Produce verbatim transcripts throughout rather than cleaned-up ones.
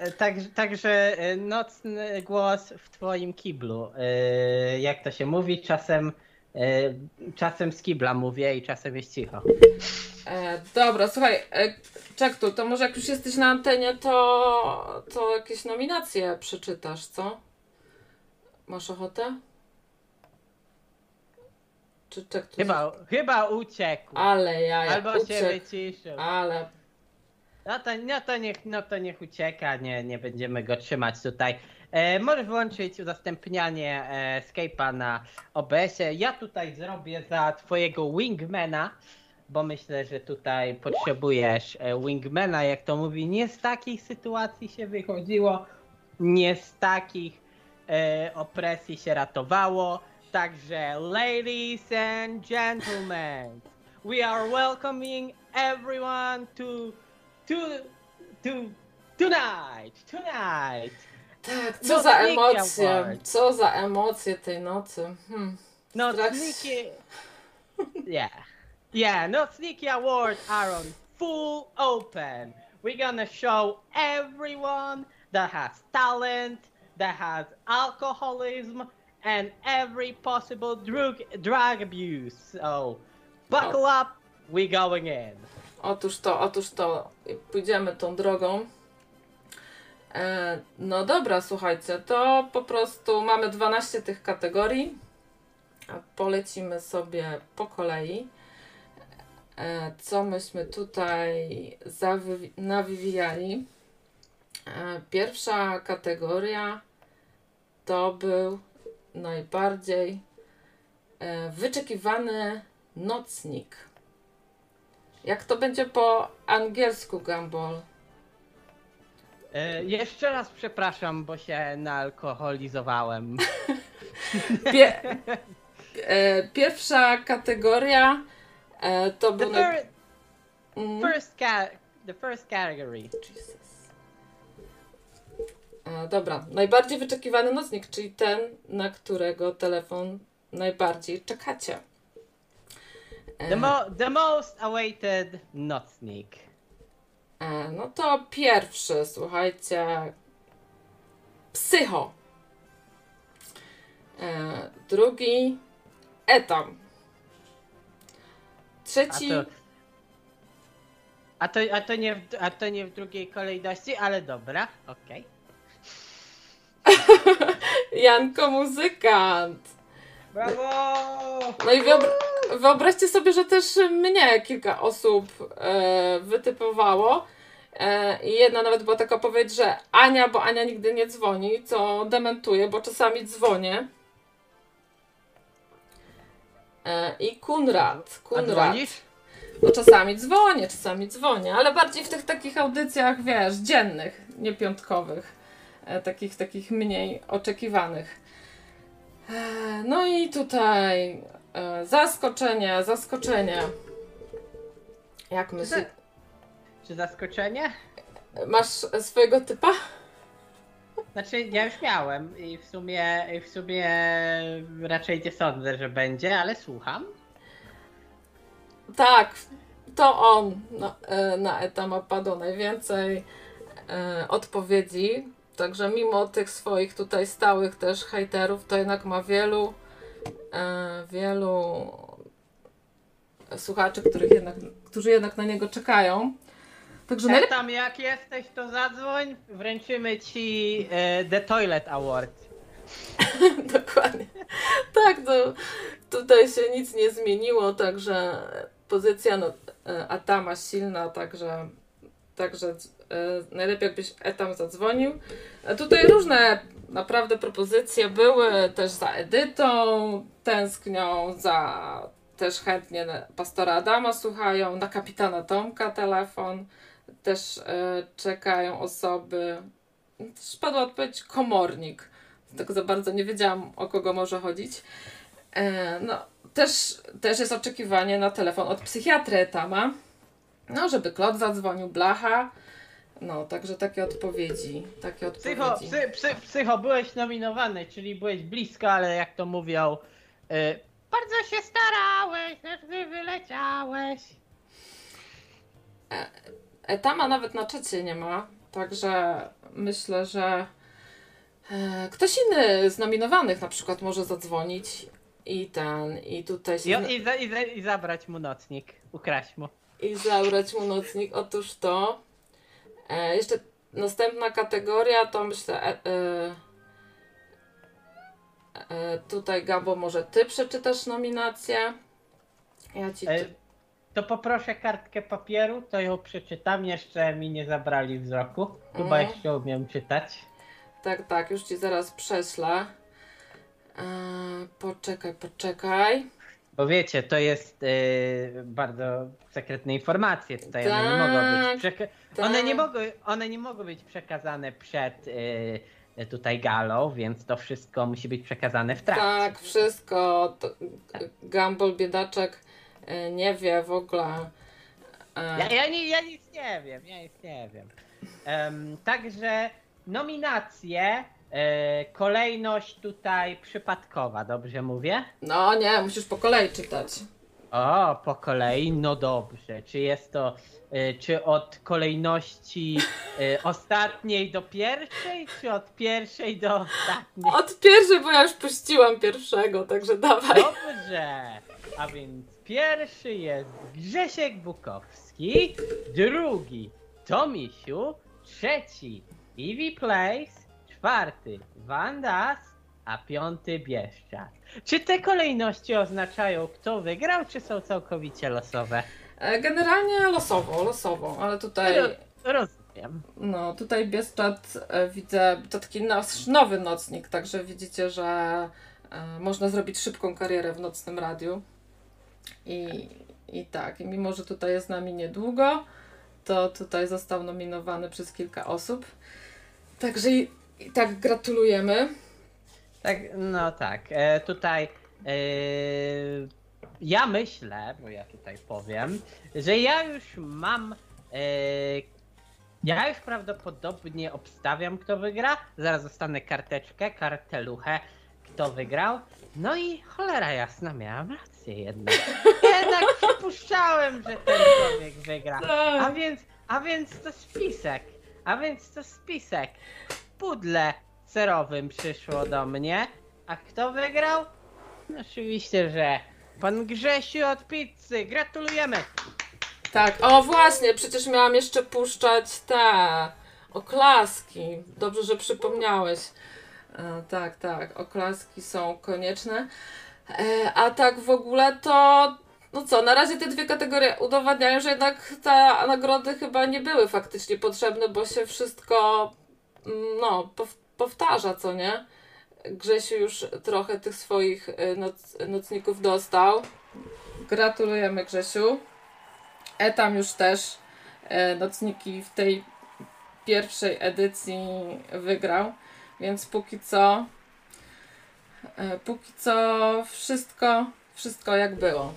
Także, także nocny głos w twoim kiblu. E, jak to się mówi? Czasem, e, czasem z kibla mówię i czasem jest cicho. E, dobra, słuchaj, e, Czektu, to może jak już jesteś na antenie, to, to jakieś nominacje przeczytasz, co? Masz ochotę? Czy Czektu... Chyba, chyba uciekł. Ale ja, ja Albo uciekł. się wyciszył. Ale... No to, no to, niech, no to niech ucieka, nie, nie będziemy go trzymać tutaj. E, możesz włączyć udostępnianie e, Skype'a na O B S-ie. Ja tutaj zrobię za twojego wingmana, bo myślę, że tutaj potrzebujesz e, wingmana, jak to mówi. Nie z takich sytuacji się wychodziło, nie z takich e, opresji się ratowało. Także ladies and gentlemen, we are welcoming everyone to To, to, tonight, tonight. Tak, co No, za Sneaky emocje, Award. co za emocje tej nocy. Hmm. No Strach- sneaky, yeah, yeah. No sneaky awards are on full open. We're gonna show everyone that has talent, that has alcoholism, and every possible drug drug abuse. So buckle up, we're going in. Otóż to, otóż to, pójdziemy tą drogą. E, no dobra, słuchajcie, to po prostu mamy dwanaście tych kategorii. Polecimy sobie po kolei. E, co myśmy tutaj zawy- nawijali. E, pierwsza kategoria to był najbardziej e, wyczekiwany nocnik. Jak to będzie po angielsku, Gumball? E, jeszcze raz przepraszam, bo się naalkoholizowałem. Pie- e, pierwsza kategoria e, to The, był... naj- fir- Mm, first ca- the first category. Jesus. E, dobra, najbardziej wyczekiwany nocnik, czyli ten, na którego telefon najbardziej czekacie. E, The, mo- the most awaited nocnik. e, no to pierwszy, słuchajcie, Psycho. E, drugi, Etam. A Trzeci, to, a to, a to, nie, w, a to nie w drugiej kolejności, ale dobra, okej. Janko Muzykant. Brawo! No i wyobra- wyobraźcie sobie, że też mnie kilka osób e, wytypowało. E, I jedna nawet była taka odpowiedź, że Ania, bo Ania nigdy nie dzwoni, co dementuje, bo czasami dzwonię. E, I Kunrad. A Kunrad. dzwonisz? No czasami dzwonię, czasami dzwonię, ale bardziej w tych takich audycjach, wiesz, dziennych, nie piątkowych. E, takich, takich mniej oczekiwanych. E, no i tutaj e, zaskoczenie, zaskoczenie. Jak myślisz? Czy zaskoczenie? Masz swojego typa? Znaczy, ja już miałem i w sumie, i w sumie raczej nie sądzę, że będzie, ale słucham. Tak, to on na, e, na Etama padło najwięcej e, odpowiedzi. Także mimo tych swoich tutaj stałych też hejterów, to jednak ma wielu e, wielu słuchaczy, których jednak, którzy jednak na niego czekają. Także E, najlepiej... tam jak jesteś, to zadzwoń, wręczymy ci e, The Toilet Award. Dokładnie. Tak, to tutaj się nic nie zmieniło, także pozycja no, Etama silna, także, także e, najlepiej jakbyś Etam zadzwonił. A tutaj różne naprawdę propozycje były, też za Edytą tęsknią, za też chętnie pastora Adama słuchają, na kapitana Tomka telefon, też e, czekają osoby. Też padła odpowiedź komornik. Tak za bardzo nie wiedziałam, o kogo może chodzić. E, no, też, też jest oczekiwanie na telefon od psychiatry Etama. No, żeby Klot zadzwonił, Blacha. No, także takie odpowiedzi. Takie Psycho, odpowiedzi. psy, psy, psycho, byłeś nominowany, czyli byłeś blisko, ale jak to mówią, e, bardzo się starałeś, aż ty wyleciałeś. Etama nawet na czacie nie ma. Także myślę, że e, ktoś inny z nominowanych na przykład może zadzwonić i ten, i tutaj się... Jo, i, za, i, za, I zabrać mu nocnik, ukraść mu. I zabrać mu nocnik. Otóż to. E, jeszcze następna kategoria to myślę... E, e, e, tutaj Gabo, może ty przeczytasz nominację? Ja ci... E, to poproszę kartkę papieru, to ją przeczytam. Jeszcze mi nie zabrali wzroku. Chyba Mm. jeszcze umiem czytać. Tak, tak, już ci zaraz prześlę. E, poczekaj, poczekaj. Bo wiecie, to jest yy, bardzo sekretne informacje. Tutaj one nie Tak, mogą być przeka- tak. one, nie mogą, one nie mogą być przekazane przed yy, tutaj galą, więc to wszystko musi być przekazane w trakcie. Tak, wszystko. To, Gumball, biedaczek, e, nie wie w ogóle. E, Ja, ja, nie, ja nic nie wiem, ja nic nie wiem. Um, także nominacje, yy, kolejność tutaj przypadkowa, dobrze mówię? No nie, musisz po kolei czytać. O, po kolei, no dobrze. Czy jest to, y, czy od kolejności y, ostatniej do pierwszej, czy od pierwszej do ostatniej? Od pierwszej, bo ja już puściłam pierwszego, także dawaj. Dobrze. A więc pierwszy jest Grzesiek Bukowski, drugi Tomisiu, trzeci Ivy Place, czwarty Wandas, a piąty Bieszczad. Czy te kolejności oznaczają, kto wygrał, czy są całkowicie losowe? E, Generalnie losowo, losowo, ale tutaj, Ro- rozumiem. no tutaj Bieszczad e, widzę, to taki nasz nowy nocnik, także widzicie, że e, można zrobić szybką karierę w nocnym radiu. I, I tak, i mimo, że tutaj jest z nami niedługo, to tutaj został nominowany przez kilka osób. Także i, i tak gratulujemy. Tak, no tak. E, tutaj e, ja myślę, bo ja tutaj powiem, że ja już mam. E, ja już prawdopodobnie obstawiam, kto wygra. Zaraz dostanę karteczkę, karteluchę, kto wygrał. No i cholera jasna, miałam rację jednak. Jednak przypuszczałem, że ten człowiek wygra. A więc, a więc to spisek. A więc to spisek. W pudle serowym przyszło do mnie. A kto wygrał? No oczywiście, że pan Grzesiu od pizzy. Gratulujemy! Tak, o właśnie, przecież miałam jeszcze puszczać te oklaski. Dobrze, że przypomniałeś. E, tak, tak, oklaski są konieczne. E, a tak w ogóle to, no co, na razie te dwie kategorie udowadniają, że jednak te nagrody chyba nie były faktycznie potrzebne, bo się wszystko, no, pow- powtarza, co nie? Grzesiu już trochę tych swoich noc, nocników dostał. Gratulujemy, Grzesiu. Etam już też e, nocniki w tej pierwszej edycji wygrał, więc póki co e, póki co wszystko, wszystko jak było.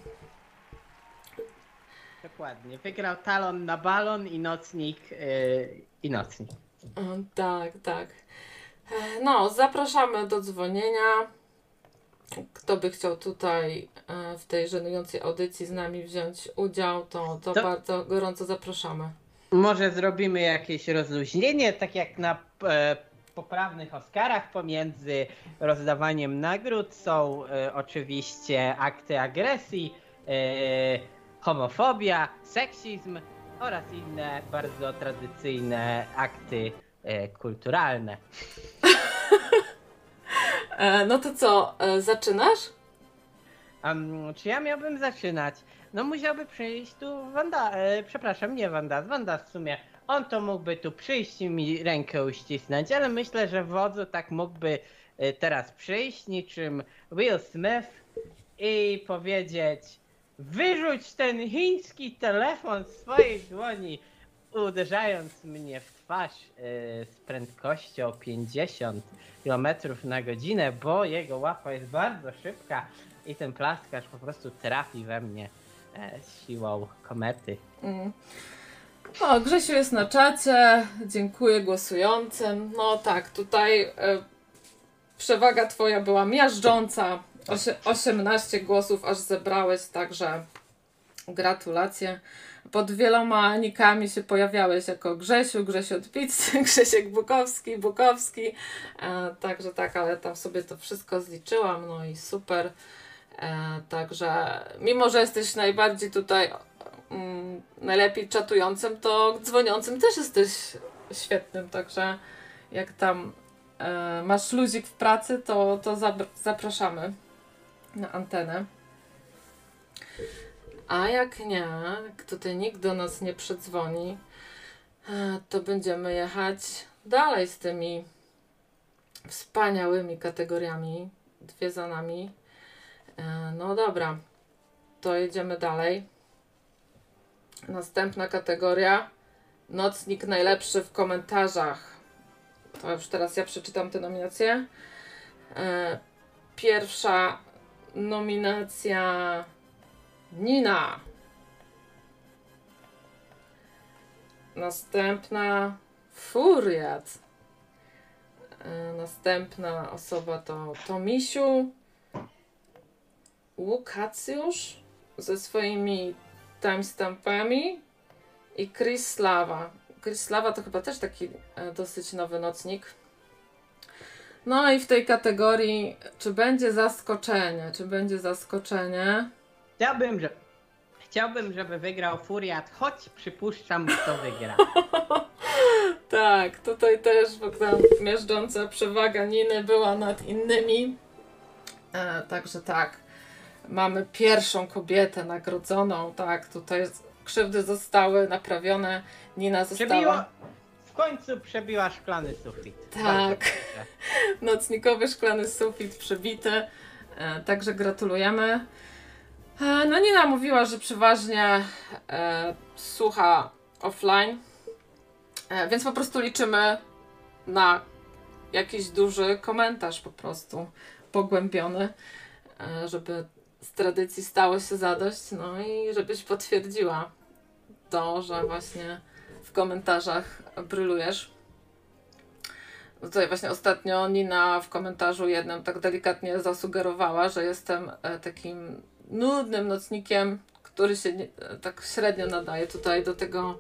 Dokładnie. Wygrał talon na balon i nocnik yy, i nocnik. E, tak, tak. E, no, zapraszamy do dzwonienia. Kto by chciał tutaj e, w tej żenującej audycji z nami wziąć udział, to, to, To- bardzo gorąco zapraszamy. Może zrobimy jakieś rozluźnienie, tak jak na e, poprawnych Oscarach pomiędzy rozdawaniem nagród są e, oczywiście akty agresji, e, homofobia, seksizm oraz inne bardzo tradycyjne akty e, kulturalne. E, no to co, e, zaczynasz? Um, czy ja miałbym zaczynać? No musiałby przyjść tu Wanda, e, przepraszam, nie Wanda, Wanda w sumie. On to mógłby tu przyjść i mi rękę uścisnąć, ale myślę, że wodzu tak mógłby e, teraz przyjść niczym Will Smith i powiedzieć: wyrzuć ten chiński telefon z swojej dłoni, uderzając mnie w twarz e, z prędkością pięćdziesiąt kilometrów na godzinę, bo jego łapa jest bardzo szybka i ten plaskarz po prostu trafi we mnie e, siłą komety. Mm. O, Grzesiu jest na czacie. Dziękuję głosującym. No tak, tutaj e, przewaga twoja była miażdżąca. Osie, osiemnaście głosów aż zebrałeś, także gratulacje. pod wieloma nikami się pojawiałeś jako Grzesiu, Grzesiu od pizzy, Grzesiek Bukowski, Bukowski. E, także tak, ale tam sobie to wszystko zliczyłam, no i super. E, także mimo, że jesteś najbardziej tutaj mm, najlepiej czatującym, to dzwoniącym też jesteś świetnym, także jak tam e, masz luzik w pracy, to, to zapraszamy na antenę. A jak nie, jak tutaj nikt do nas nie przedzwoni, to będziemy jechać dalej z tymi wspaniałymi kategoriami. Dwie za nami. No dobra, to jedziemy dalej. Następna kategoria. Nocnik najlepszy w komentarzach. To już teraz ja przeczytam te nominacje. Pierwsza nominacja Nina. Następna Furiat. Następna osoba to Tomisiu. Łukacjusz ze swoimi timestampami i Chris Slava. Chris Slava to chyba też taki dosyć nowy nocnik. No i w tej kategorii, czy będzie zaskoczenie, czy będzie zaskoczenie? Chciałbym, że, chciałbym, żeby wygrał Furiat, choć przypuszczam, kto wygra. Tak, tutaj też tam miażdżąca przewaga Niny była nad innymi. E, także tak, mamy pierwszą kobietę nagrodzoną, tak, tutaj krzywdy zostały naprawione, Nina została... Przebiła, w końcu przebiła szklany sufit. Tak, nocnikowy szklany sufit przebity, e, także gratulujemy. E, no Nina mówiła, że przeważnie e, słucha offline, e, więc po prostu liczymy na jakiś duży komentarz po prostu pogłębiony, e, żeby z tradycji stało się zadość, no i żebyś potwierdziła to, że właśnie w komentarzach brylujesz. Tutaj właśnie ostatnio Nina w komentarzu jednym tak delikatnie zasugerowała, że jestem e, takim nudnym nocnikiem, który się nie, tak średnio nadaje tutaj do tego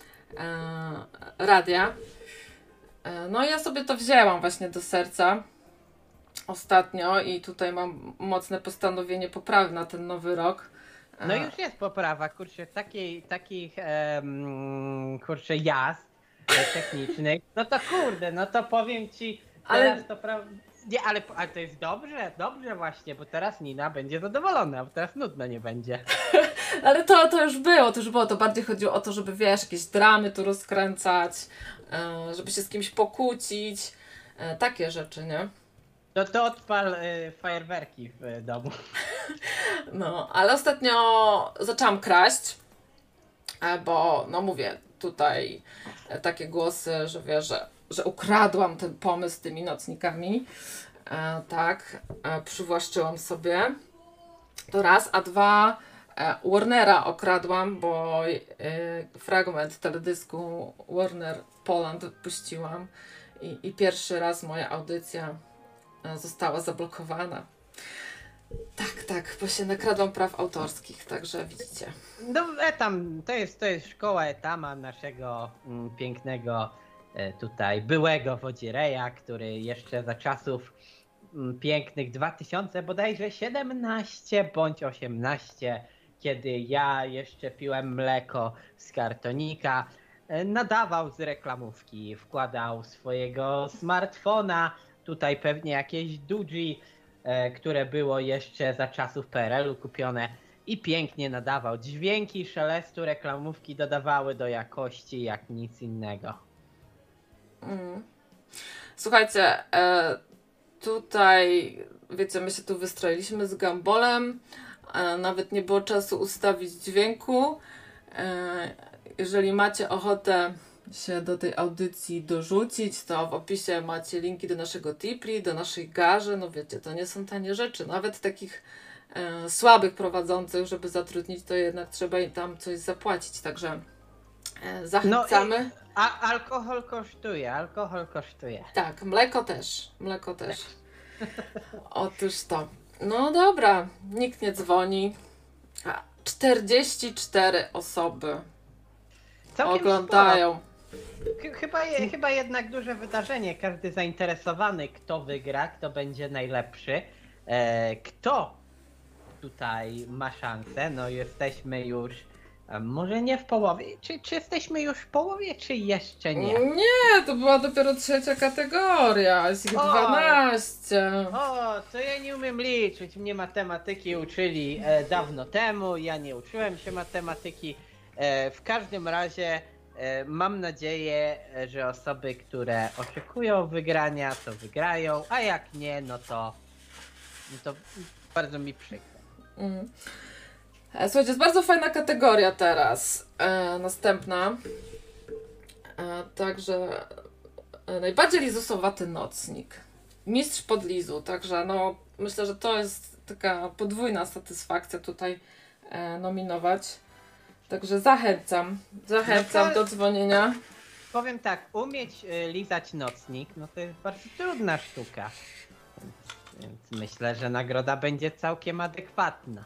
e, radia. E, no i ja sobie to wzięłam właśnie do serca ostatnio i tutaj mam mocne postanowienie poprawy na ten nowy rok. E, no już jest poprawa, kurczę, takiej, takich em, kurczę jazd technicznych, no to kurde, no to powiem ci, teraz ale... to prawda. Nie, ale, ale to jest dobrze, dobrze właśnie, bo teraz Nina będzie zadowolona, bo teraz nudno nie będzie. Ale to, to już było, to już było, to bardziej chodziło o to, żeby wiesz, jakieś dramy tu rozkręcać, żeby się z kimś pokłócić, takie rzeczy, nie? No to odpal y, fajerwerki w domu. No, ale ostatnio zaczęłam kraść, bo no mówię, tutaj takie głosy, że wiesz, że że ukradłam ten pomysł z tymi nocnikami. E, tak, e, przywłaszczyłam sobie. To raz, a dwa, e, Warnera okradłam, bo e, fragment teledysku Warner Poland puściłam i, i pierwszy raz moja audycja e, została zablokowana. Tak, tak, bo się nakradłam praw autorskich, także widzicie. No etam, to jest, to jest szkoła Etama, naszego mm, pięknego tutaj byłego wodzireja, który jeszcze za czasów m, pięknych dwa tysiące bodajże siedemnaście bądź osiemnaście, kiedy ja jeszcze piłem mleko z kartonika, nadawał z reklamówki, wkładał swojego smartfona, tutaj pewnie jakieś Duji, e, które było jeszcze za czasów P R L-u kupione, i pięknie nadawał. Dźwięki szelestu reklamówki dodawały do jakości jak nic innego. Mm. Słuchajcie, e, tutaj, wiecie, my się tu wystroiliśmy z Gambolem, e, nawet nie było czasu ustawić dźwięku. E, jeżeli macie ochotę się do tej audycji dorzucić, to w opisie macie linki do naszego Tipli, do naszej garzy, no wiecie, to nie są tanie rzeczy, nawet takich e, słabych prowadzących, żeby zatrudnić, to jednak trzeba im tam coś zapłacić, także e, zachęcamy. No i... A alkohol kosztuje, alkohol kosztuje. Tak, mleko też, mleko też. Otóż to. No dobra, nikt nie dzwoni. A czterdzieści cztery osoby całkiem oglądają. sporo. Chyba, je, chyba jednak duże wydarzenie. Każdy zainteresowany, kto wygra, kto będzie najlepszy. E, kto tutaj ma szansę? No jesteśmy już, e, może nie w połowie. Czy, czy jesteśmy już w połowie, czy jeszcze nie? Nie, to była dopiero trzecia kategoria, jest ich O! dwanaście. O, to ja nie umiem liczyć. Mnie matematyki uczyli e, dawno temu. Ja nie uczyłem się matematyki. E, w każdym razie e, mam nadzieję, e, że osoby, które oczekują wygrania, to wygrają, a jak nie, no to, no to bardzo mi przykro. Mm. E, Słuchajcie, jest bardzo fajna kategoria teraz. E, następna. E, także e, najbardziej lizusowaty nocnik. Mistrz podlizu. Także no, myślę, że to jest taka podwójna satysfakcja tutaj e, nominować. Także zachęcam. Zachęcam No to- do dzwonienia. Powiem tak, umieć e, lizać nocnik, no to jest bardzo trudna sztuka. Więc, więc myślę, że nagroda będzie całkiem adekwatna.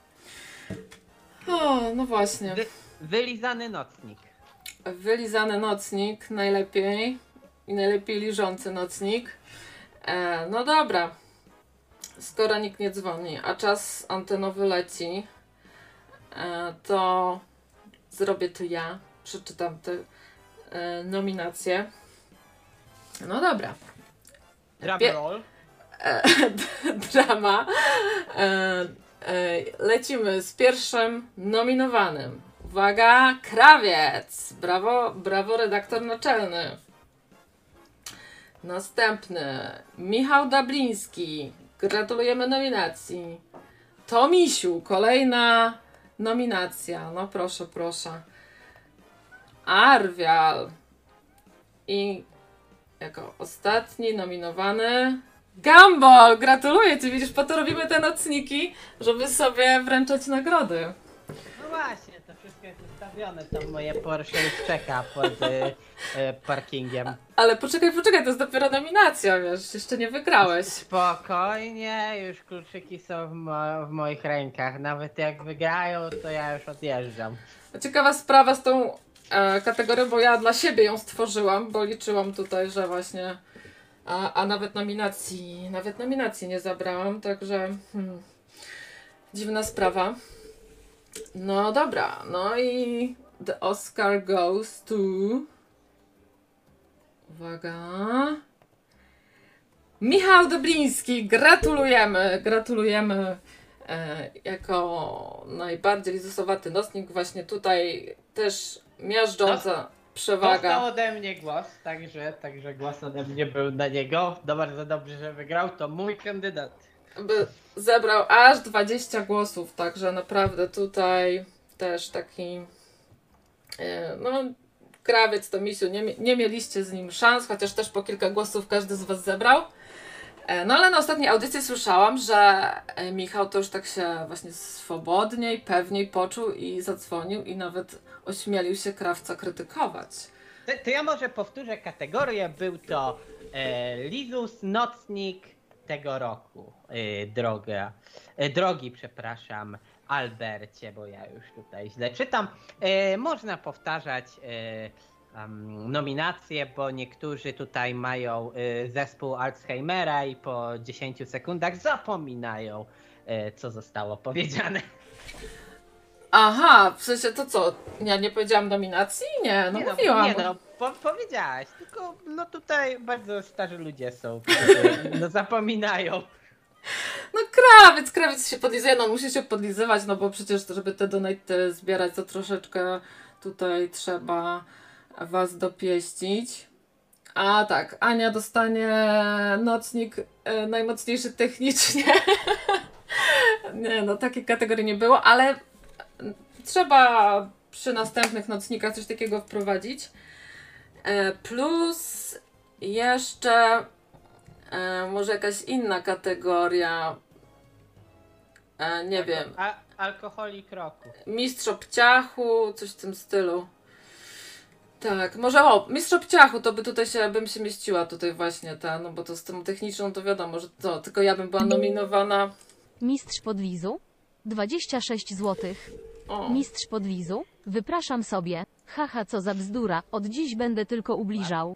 O, no właśnie. Wy, wylizany nocnik. Wylizany nocnik najlepiej. I najlepiej liżący nocnik. E, no dobra. Skoro nikt nie dzwoni, a czas antenowy leci, e, to zrobię to ja. Przeczytam te e, nominacje. No dobra. Drum Pie- roll. E, drama. E, e, lecimy z pierwszym nominowanym. Uwaga, Krawiec! Brawo, brawo, redaktor naczelny. Następny, Michał Dabliński. Gratulujemy nominacji. Tomisiu, kolejna nominacja. No proszę, proszę. Arwial. I jako ostatni nominowany Gumball. Gratuluję Ci, widzisz, po to robimy te nocniki, żeby sobie wręczać nagrody. No właśnie, to wszystko jest ustawione, to moje Porsche już czeka pod y, y, parkingiem. Ale poczekaj, poczekaj, to jest dopiero nominacja, wiesz, jeszcze nie wygrałeś. Spokojnie, już kluczyki są w, mo w moich rękach, nawet jak wygrają, to ja już odjeżdżam. Ciekawa sprawa z tą e, kategorią, bo ja dla siebie ją stworzyłam, bo liczyłam tutaj, że właśnie a, a nawet nominacji, nawet nominacji nie zabrałam, także hmm, dziwna sprawa. No dobra, no i the Oscar goes to... Uwaga... Michał Dobliński, gratulujemy, gratulujemy e, jako najbardziej lizusowaty nocnik. Właśnie tutaj też miażdżąca przewaga. Dostał ode mnie głos, także, także głos ode mnie był na niego. No bardzo dobrze, że wygrał, to mój kandydat. By zebrał aż dwadzieścia głosów, także naprawdę tutaj też taki e, no Krawiec, Tomisiu, nie, nie mieliście z nim szans, chociaż też po kilka głosów każdy z was zebrał. E, no ale na ostatniej audycji słyszałam, że e, Michał to już tak się właśnie swobodniej, pewniej poczuł i zadzwonił i nawet ośmielił się Krawca krytykować. To, to ja może powtórzę kategorię, był to e, Lizus Nocnik tego roku. E, droga, e, drogi, przepraszam, Albercie, bo ja już tutaj źle czytam. E, można powtarzać e, um, nominacje, bo niektórzy tutaj mają e, zespół Alzheimera i po dziesięciu sekundach zapominają, e, co zostało powiedziane. Aha, w sensie to co? Ja nie powiedziałam nominacji? Nie, no nie mówiłam. No, nie no, po, powiedziałaś, tylko no tutaj bardzo starzy ludzie są, którzy no zapominają. No krawiec, krawiec się podlizuje, no musi się podlizywać, no bo przecież żeby te donate zbierać, to troszeczkę tutaj trzeba was dopieścić. A tak, Ania dostanie nocnik e, najmocniejszy technicznie. Nie no, takiej kategorii nie było, ale trzeba przy następnych nocnikach coś takiego wprowadzić. E, plus jeszcze e, może jakaś inna kategoria. E, nie wiem. A, alkoholik roku. Mistrz obciachu, coś w tym stylu. Tak, może o, mistrz obciachu, to by tutaj się, bym się mieściła tutaj właśnie ta, no bo to z tą techniczną to wiadomo, że to, tylko ja bym była nominowana. Mistrz podlizu? dwadzieścia sześć złotych. O, Mistrz podlizu? Wypraszam sobie. Haha, co za bzdura, od dziś będę tylko ubliżał.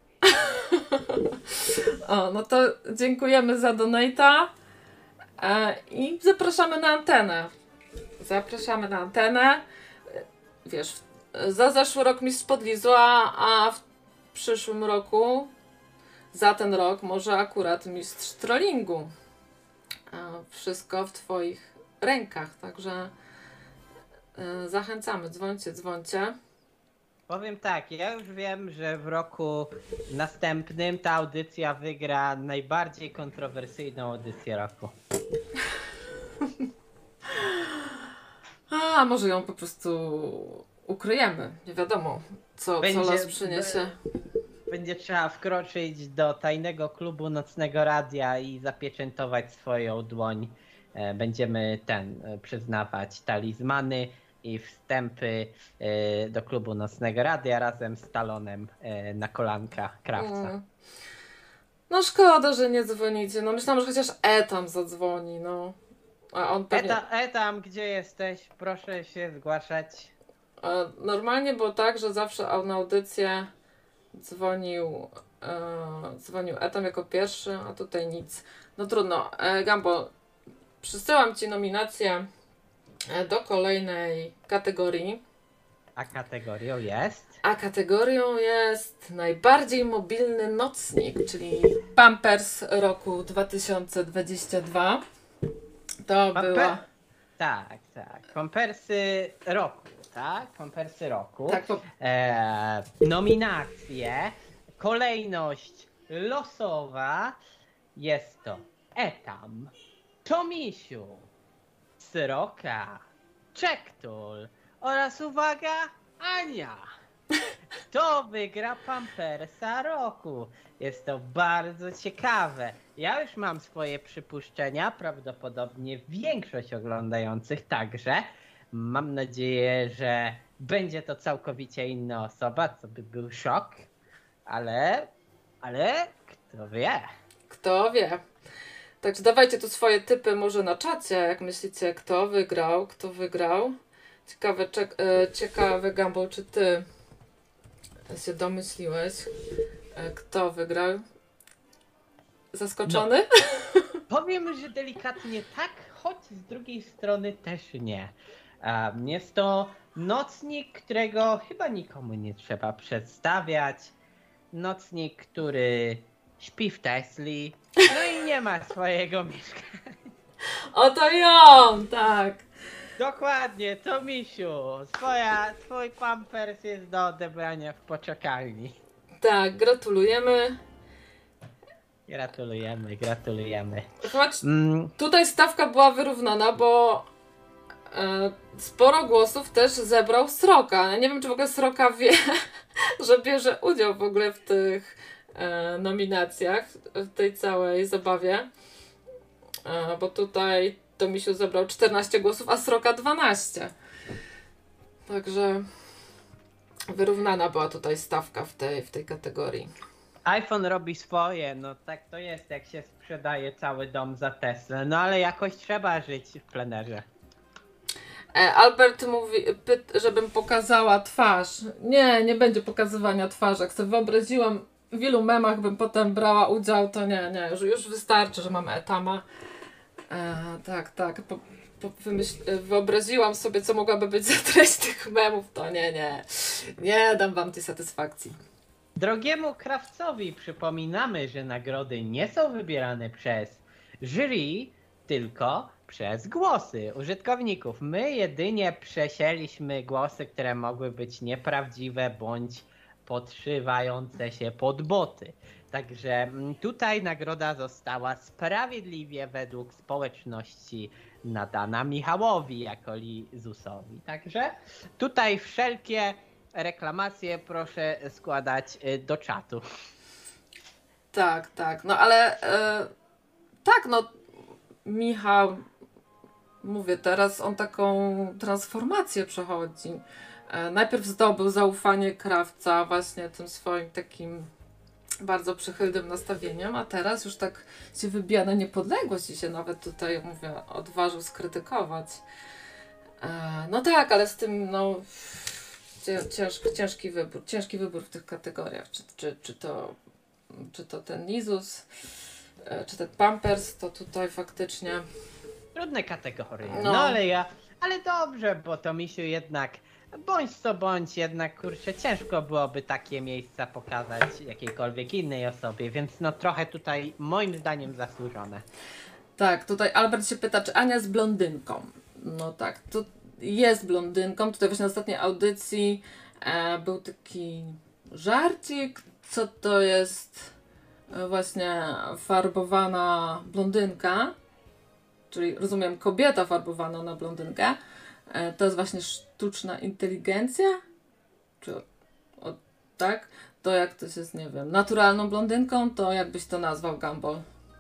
O, no to dziękujemy za donata e, i zapraszamy na antenę. Zapraszamy na antenę. Wiesz, za zeszły rok mistrz podlizła, a w przyszłym roku, za ten rok, może akurat mistrz trollingu. E, wszystko w twoich rękach, także e, zachęcamy, dzwońcie, dzwońcie. Powiem tak, ja już wiem, że w roku następnym ta audycja wygra najbardziej kontrowersyjną audycję roku. A może ją po prostu ukryjemy. Nie wiadomo, co, Będzie- co los przyniesie. Będzie trzeba wkroczyć do tajnego klubu Nocnego Radia i zapieczętować swoją dłoń. E, Będziemy ten e, przyznawać talizmany i wstępy e, do klubu Nocnego Radia razem z talonem e, na kolanka krawca. Mm. No szkoda, że nie dzwonicie. No myślałam, że chociaż E tam zadzwoni, no. A on pewnie... Eta, etam, gdzie jesteś? Proszę się zgłaszać. A normalnie było tak, że zawsze na audycję dzwonił e, dzwonił Etam jako pierwszy, a tutaj nic. No trudno. E, Gambo, przysyłam Ci nominację e, do kolejnej kategorii. A kategorią jest? A kategorią jest najbardziej mobilny nocnik, czyli Pampers roku dwa tysiące dwudziesty drugi. To Pamper- była... Tak, tak. Pampersy roku, tak? Pampersy roku. Tak, po... E, nominacje, kolejność losowa jest to Etam, Tomisiu, Sroka, Czektul oraz uwaga, Ania. Kto wygra Pampersa roku? Jest to bardzo ciekawe. Ja już mam swoje przypuszczenia, prawdopodobnie większość oglądających także. Mam nadzieję, że będzie to całkowicie inna osoba, co by był szok, ale, ale kto wie. Kto wie. Także dawajcie tu swoje typy może na czacie, jak myślicie, kto wygrał, kto wygrał. Ciekawe, czek- e, ciekawe Gambo, czy ty się domyśliłeś, e, kto wygrał? Zaskoczony? No. Powiem, że delikatnie tak, choć z drugiej strony też nie. Um, jest to nocnik, którego chyba nikomu nie trzeba przedstawiać. Nocnik, który śpi w Tesli, no i nie ma swojego mieszkania. Oto ją, tak. Dokładnie, to Misiu. Swoja, twój pampers jest do odebrania w poczekalni. Tak, gratulujemy. Gratulujemy, gratulujemy. Zobacz, Mm, tutaj stawka była wyrównana, bo e, sporo głosów też zebrał Sroka. Ja nie wiem, czy w ogóle Sroka wie, że bierze udział w ogóle w tych e, nominacjach, w tej całej zabawie. E, bo tutaj Tomisiu zebrał czternaście głosów, a Sroka dwanaście. Także wyrównana była tutaj stawka w tej, w tej kategorii. iPhone robi swoje, no tak to jest, jak się sprzedaje cały dom za Teslę. No ale jakoś trzeba żyć w plenerze. E, Albert mówi, pyt, żebym pokazała twarz. Nie, nie będzie pokazywania twarzy. Jak sobie wyobraziłam, w ilu memach bym potem brała udział, to nie, nie, już, już wystarczy, że mam Etama. E, tak, tak. Po, po, wymyśl, wyobraziłam sobie, co mogłaby być za treść tych memów, to nie, nie. Nie dam wam tej satysfakcji. Drogiemu krawcowi przypominamy, że nagrody nie są wybierane przez jury, tylko przez głosy użytkowników. My jedynie przesieliśmy głosy, które mogły być nieprawdziwe bądź podszywające się pod boty. Także tutaj nagroda została sprawiedliwie według społeczności nadana Michałowi jako Lizusowi. Także tutaj wszelkie reklamacje proszę składać do czatu. Tak, tak. No ale e, tak, no Michał, mówię teraz, on taką transformację przechodzi. E, najpierw zdobył zaufanie krawca właśnie tym swoim takim bardzo przychylnym nastawieniem, a teraz już tak się wybija na niepodległość i się nawet tutaj, mówię, odważył skrytykować. E, no tak, ale z tym, no ciężki, ciężki wybór, ciężki wybór w tych kategoriach, czy, czy, czy, to, czy to ten Lizus, czy ten Pampers, to tutaj faktycznie... Trudne kategorie, No. no ale ja, ale dobrze, bo to misiu jednak, bądź co bądź, jednak kurczę, ciężko byłoby takie miejsca pokazać jakiejkolwiek innej osobie, więc no trochę tutaj moim zdaniem zasłużone. Tak, tutaj Albert się pyta, czy Ania jest blondynką. No tak, tu jest blondynką. Tutaj właśnie na ostatniej audycji e, był taki żarcik, co to jest e, właśnie farbowana blondynka, czyli rozumiem kobieta farbowana na blondynkę. E, to jest właśnie sztuczna inteligencja? Czy o, o, tak? To jak to się jest, nie wiem, naturalną blondynką, to jakbyś to nazwał, Gumball?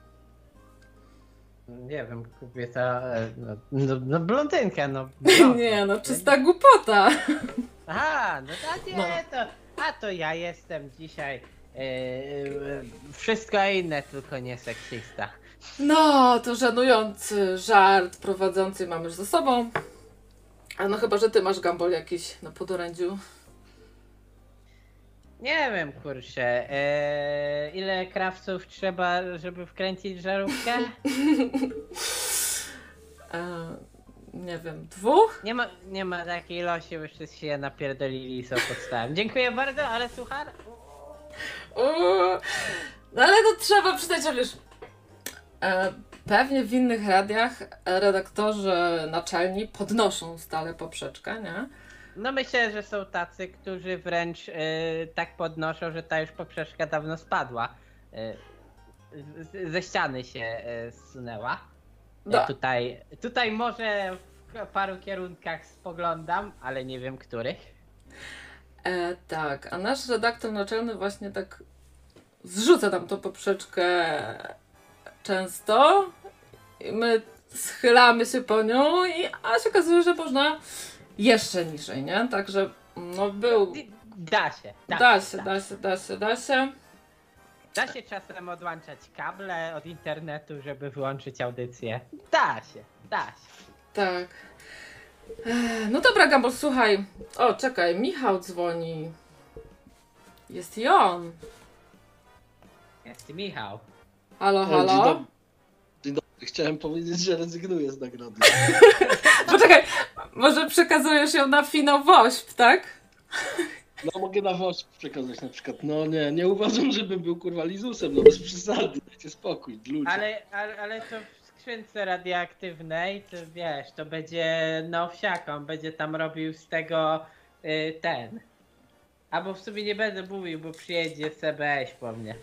Nie wiem, kobieta, e, no, no, no blondynka, no. Nie, no czysta głupota. Aha, no a nie, No. to, a to ja jestem dzisiaj e, e, wszystko inne, tylko nie seksista. No, to żenujący żart prowadzący mamy już za sobą. A no chyba, że ty masz, Gumball, jakiś na podorędziu. Nie wiem, kurczę, e, ile krawców trzeba, żeby wkręcić żarówkę? E, nie wiem, dwóch? Nie ma, nie ma takiej ilości, bo wszyscy się napierdolili i są podstawem. Dziękuję bardzo, ale słuchaj. Uuu, no ale to trzeba przyznać, że wiesz, e, pewnie w innych radiach redaktorzy naczelni podnoszą stale poprzeczkę, nie? No myślę, że są tacy, którzy wręcz y, tak podnoszą, że ta już poprzeczka dawno spadła. Y, z, ze ściany się y, zsunęła. Y, Da. tutaj, tutaj może w paru kierunkach spoglądam, ale nie wiem których. E, tak, a nasz redaktor naczelny właśnie tak zrzuca tam tą poprzeczkę często i my schylamy się po nią, i, a się okazuje, że można jeszcze niżej, nie? Także no był... Da się, da, Da się, się, da się, da się, da się. Da się czasem odłączać kable od internetu, żeby wyłączyć audycję. Da się, da się. Tak. Ech, no dobra, Gumball, słuchaj. O, czekaj, Michał dzwoni. Jest i on. Jest Michał. Halo, O, dzień halo. dobry. Dzień dobry. Chciałem powiedzieć, że rezygnuję z nagrody. Poczekaj, może przekazujesz ją na finał Wośp, tak? No mogę na wosk przekazać na przykład. No nie, nie uważam, żebym był kurwa Lizusem, no bez przesady. Dajcie spokój, ludzie. Ale, ale, ale to w skrzynce radioaktywnej, to wiesz, to będzie no wsiaką, będzie tam robił z tego y, ten. Albo w sumie nie będę mówił, bo przyjedzie C B S po mnie.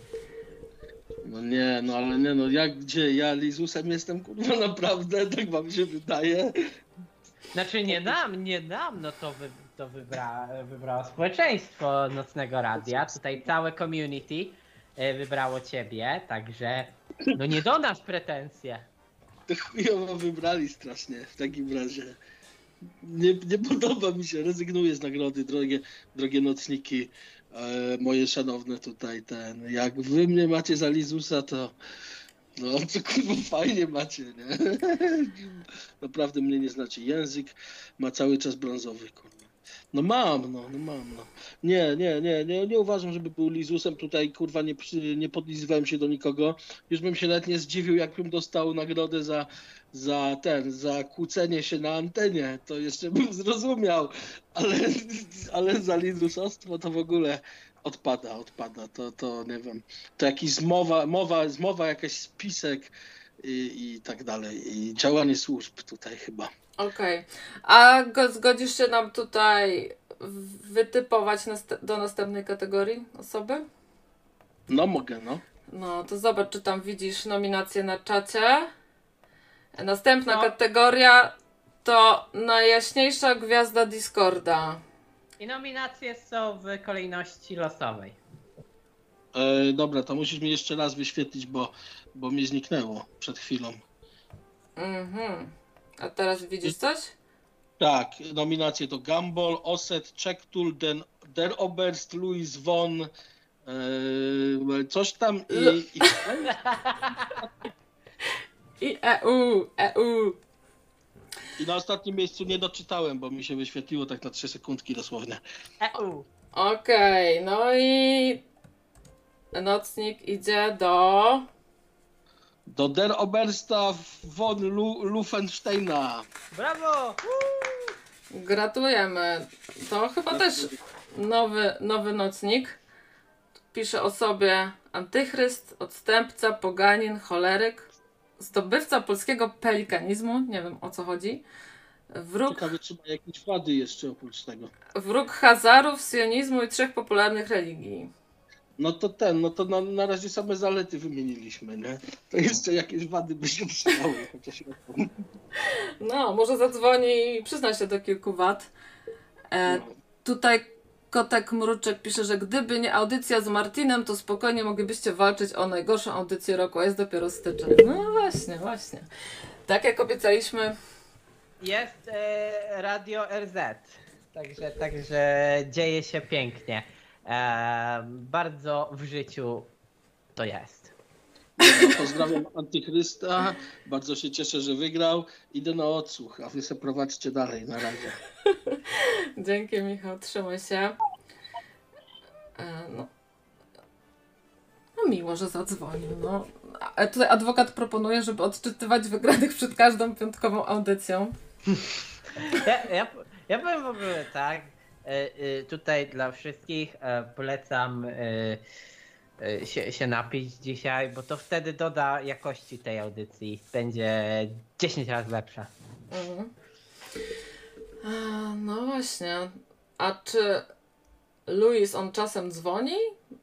No nie, no ale nie no, jak gdzie? Ja Lizusem jestem kurwa naprawdę, tak wam się wydaje. Znaczy nie nam, nie nam, no to, wy, to wybra, wybrało społeczeństwo Nocnego Radia, tutaj całe community y, wybrało ciebie, także no nie do nas pretensje. To chujowo wybrali strasznie w takim razie. Nie, nie podoba mi się, rezygnuję z nagrody, drogie, drogie nocniki, e, moje szanowne tutaj ten. Jak wy mnie macie za Lizusa, to no to kurwa fajnie macie, nie? Naprawdę mnie nie znacie. Język ma cały czas brązowy, kurwa. No mam, no, no mam, no. Nie, nie, nie, nie, nie uważam, żeby był Lizusem. Tutaj kurwa nie, przy- nie podlizywałem się do nikogo. Już bym się nawet nie zdziwił, jakbym dostał nagrodę za, za ten, za kłócenie się na antenie. To jeszcze bym zrozumiał, ale, ale za Lizusostwo to w ogóle odpada, odpada. To, to nie wiem. To jakiś zmowa, mowa, zmowa, jakaś spisek i, i tak dalej. I działanie służb tutaj chyba. Okej. A go, zgodzisz się nam tutaj wytypować nast- do następnej kategorii osoby? No mogę, no. No, to zobacz, czy tam widzisz nominację na czacie. Następna No. kategoria to najjaśniejsza gwiazda Discorda. I nominacje są w kolejności losowej. E, dobra, to musisz mi jeszcze raz wyświetlić, bo, bo mi zniknęło przed chwilą. Mhm. A teraz widzisz coś? Tak, nominacje to Gumball, Osset, Czektul, Den, Der Oberst, Louis von, e, coś tam i... i I E U, E U. I na ostatnim miejscu nie doczytałem, bo mi się wyświetliło tak na trzy sekundki dosłownie. Eu. Okej, okay, no i nocnik idzie do... Do Der Obersta von Lu Lufensteina. Brawo! Gratulujemy. To chyba też nowy, nowy nocnik. Pisze o sobie antychryst, odstępca, poganin, choleryk, zdobywca polskiego pelikanizmu. Nie wiem, o co chodzi. Wróg, Ciekawe, czy ma jakieś wady jeszcze oprócz tego. wróg Hazarów, sionizmu i trzech popularnych religii. No to ten, no to na, na razie same zalety wymieniliśmy, nie? To jeszcze jakieś wady by się przydały, chociaż ja to... No, może zadzwoni i przyzna się do kilku wad. E, No. Tutaj Kotek Mruczek pisze, że gdyby nie audycja z Martinem, to spokojnie moglibyście walczyć o najgorszą audycję roku, a jest dopiero styczeń. No właśnie, właśnie. Tak jak obiecaliśmy. Jest e, Radio R Z, także, także dzieje się pięknie. E, bardzo w życiu to jest. No, pozdrawiam Antychrysta, bardzo się cieszę, że wygrał. Idę na odsłuch, a wy se prowadźcie dalej, na razie. Dzięki, Michał, trzymaj się. E, no. no miło, że zadzwonił. No. A tutaj adwokat proponuje, żeby odczytywać wygranych przed każdą piątkową audycją. Ja, ja, ja powiem w ogóle tak, e, e, tutaj dla wszystkich e, polecam e, e, się, się napić dzisiaj, bo to wtedy doda jakości tej audycji. Będzie dziesięć razy lepsza. Mhm. E, no właśnie. A czy Luis on czasem dzwoni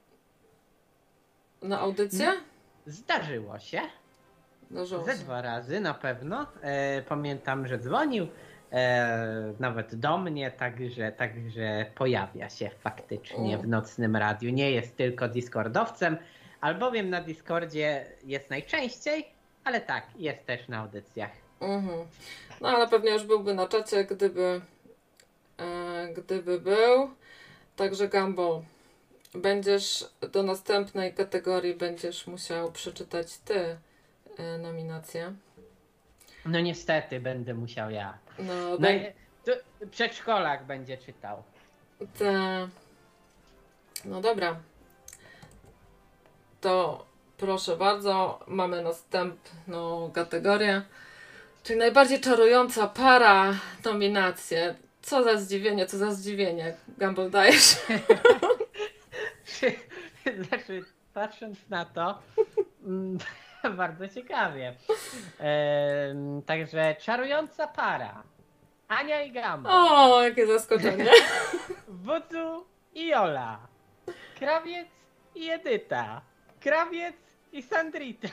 na audycję? Zdarzyło się. Zdarzyło Ze się. dwa razy na pewno. E, pamiętam, że dzwonił e, nawet do mnie, także, także pojawia się faktycznie Mm. w nocnym radiu. Nie jest tylko Discordowcem, albowiem na Discordzie jest najczęściej, ale tak, jest też na audycjach. Mhm. No ale pewnie już byłby na czacie, gdyby e, gdyby był. Także Gumball, będziesz do następnej kategorii będziesz musiał przeczytać ty e, nominację. No niestety będę musiał ja. No, No, bę- i- to przedszkolak będzie czytał. te... no dobra. To proszę bardzo, mamy następną kategorię. Czyli najbardziej czarująca para nominacje. Co za zdziwienie, co za zdziwienie. Gumball, dajesz. Znaczy, patrząc na to, mm, bardzo ciekawie. Em, także czarująca para. Ania i Gamba. O, jakie zaskoczenie. Wudzu i Jola. Krawiec i Edyta. Krawiec i Sandrita.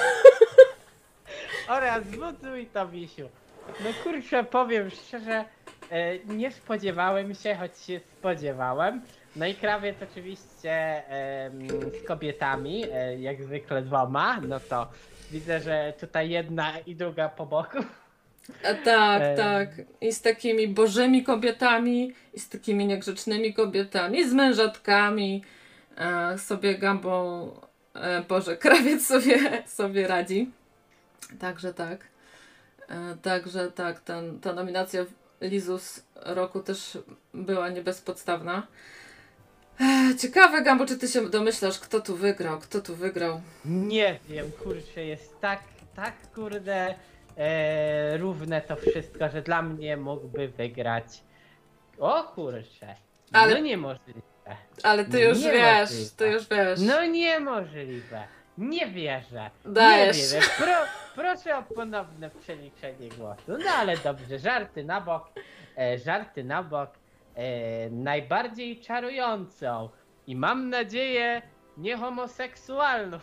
Oraz Wudzu i Tomisiu. No kurczę, powiem szczerze, e, nie spodziewałem się, choć się spodziewałem. No i krawiec oczywiście em, z kobietami, e, jak zwykle dwoma, no to widzę, że tutaj jedna i druga po boku. A tak, Em. tak. I z takimi bożymi kobietami, i z takimi niegrzecznymi kobietami, z mężatkami e, sobie Gumball, e, Boże, krawiec sobie, sobie radzi. Także tak. E, także tak, ten, ta nominacja Lizus roku też była nie bezpodstawna. E, ciekawe, Gumball, czy ty się domyślasz, kto tu wygrał, kto tu wygrał? Nie wiem, kurczę, jest tak, tak kurde e, równe to wszystko, że dla mnie mógłby wygrać. O kurczę, Ale- no niemożliwe. Ale ty już Nie wiesz, możliwe. ty już wiesz. No niemożliwe. Nie wierzę. Dajesz. Nie wierzę. Pro, proszę o ponowne przeliczenie głosu. No ale dobrze, żarty na bok. E, żarty na bok. E, najbardziej czarującą i mam nadzieję niehomoseksualną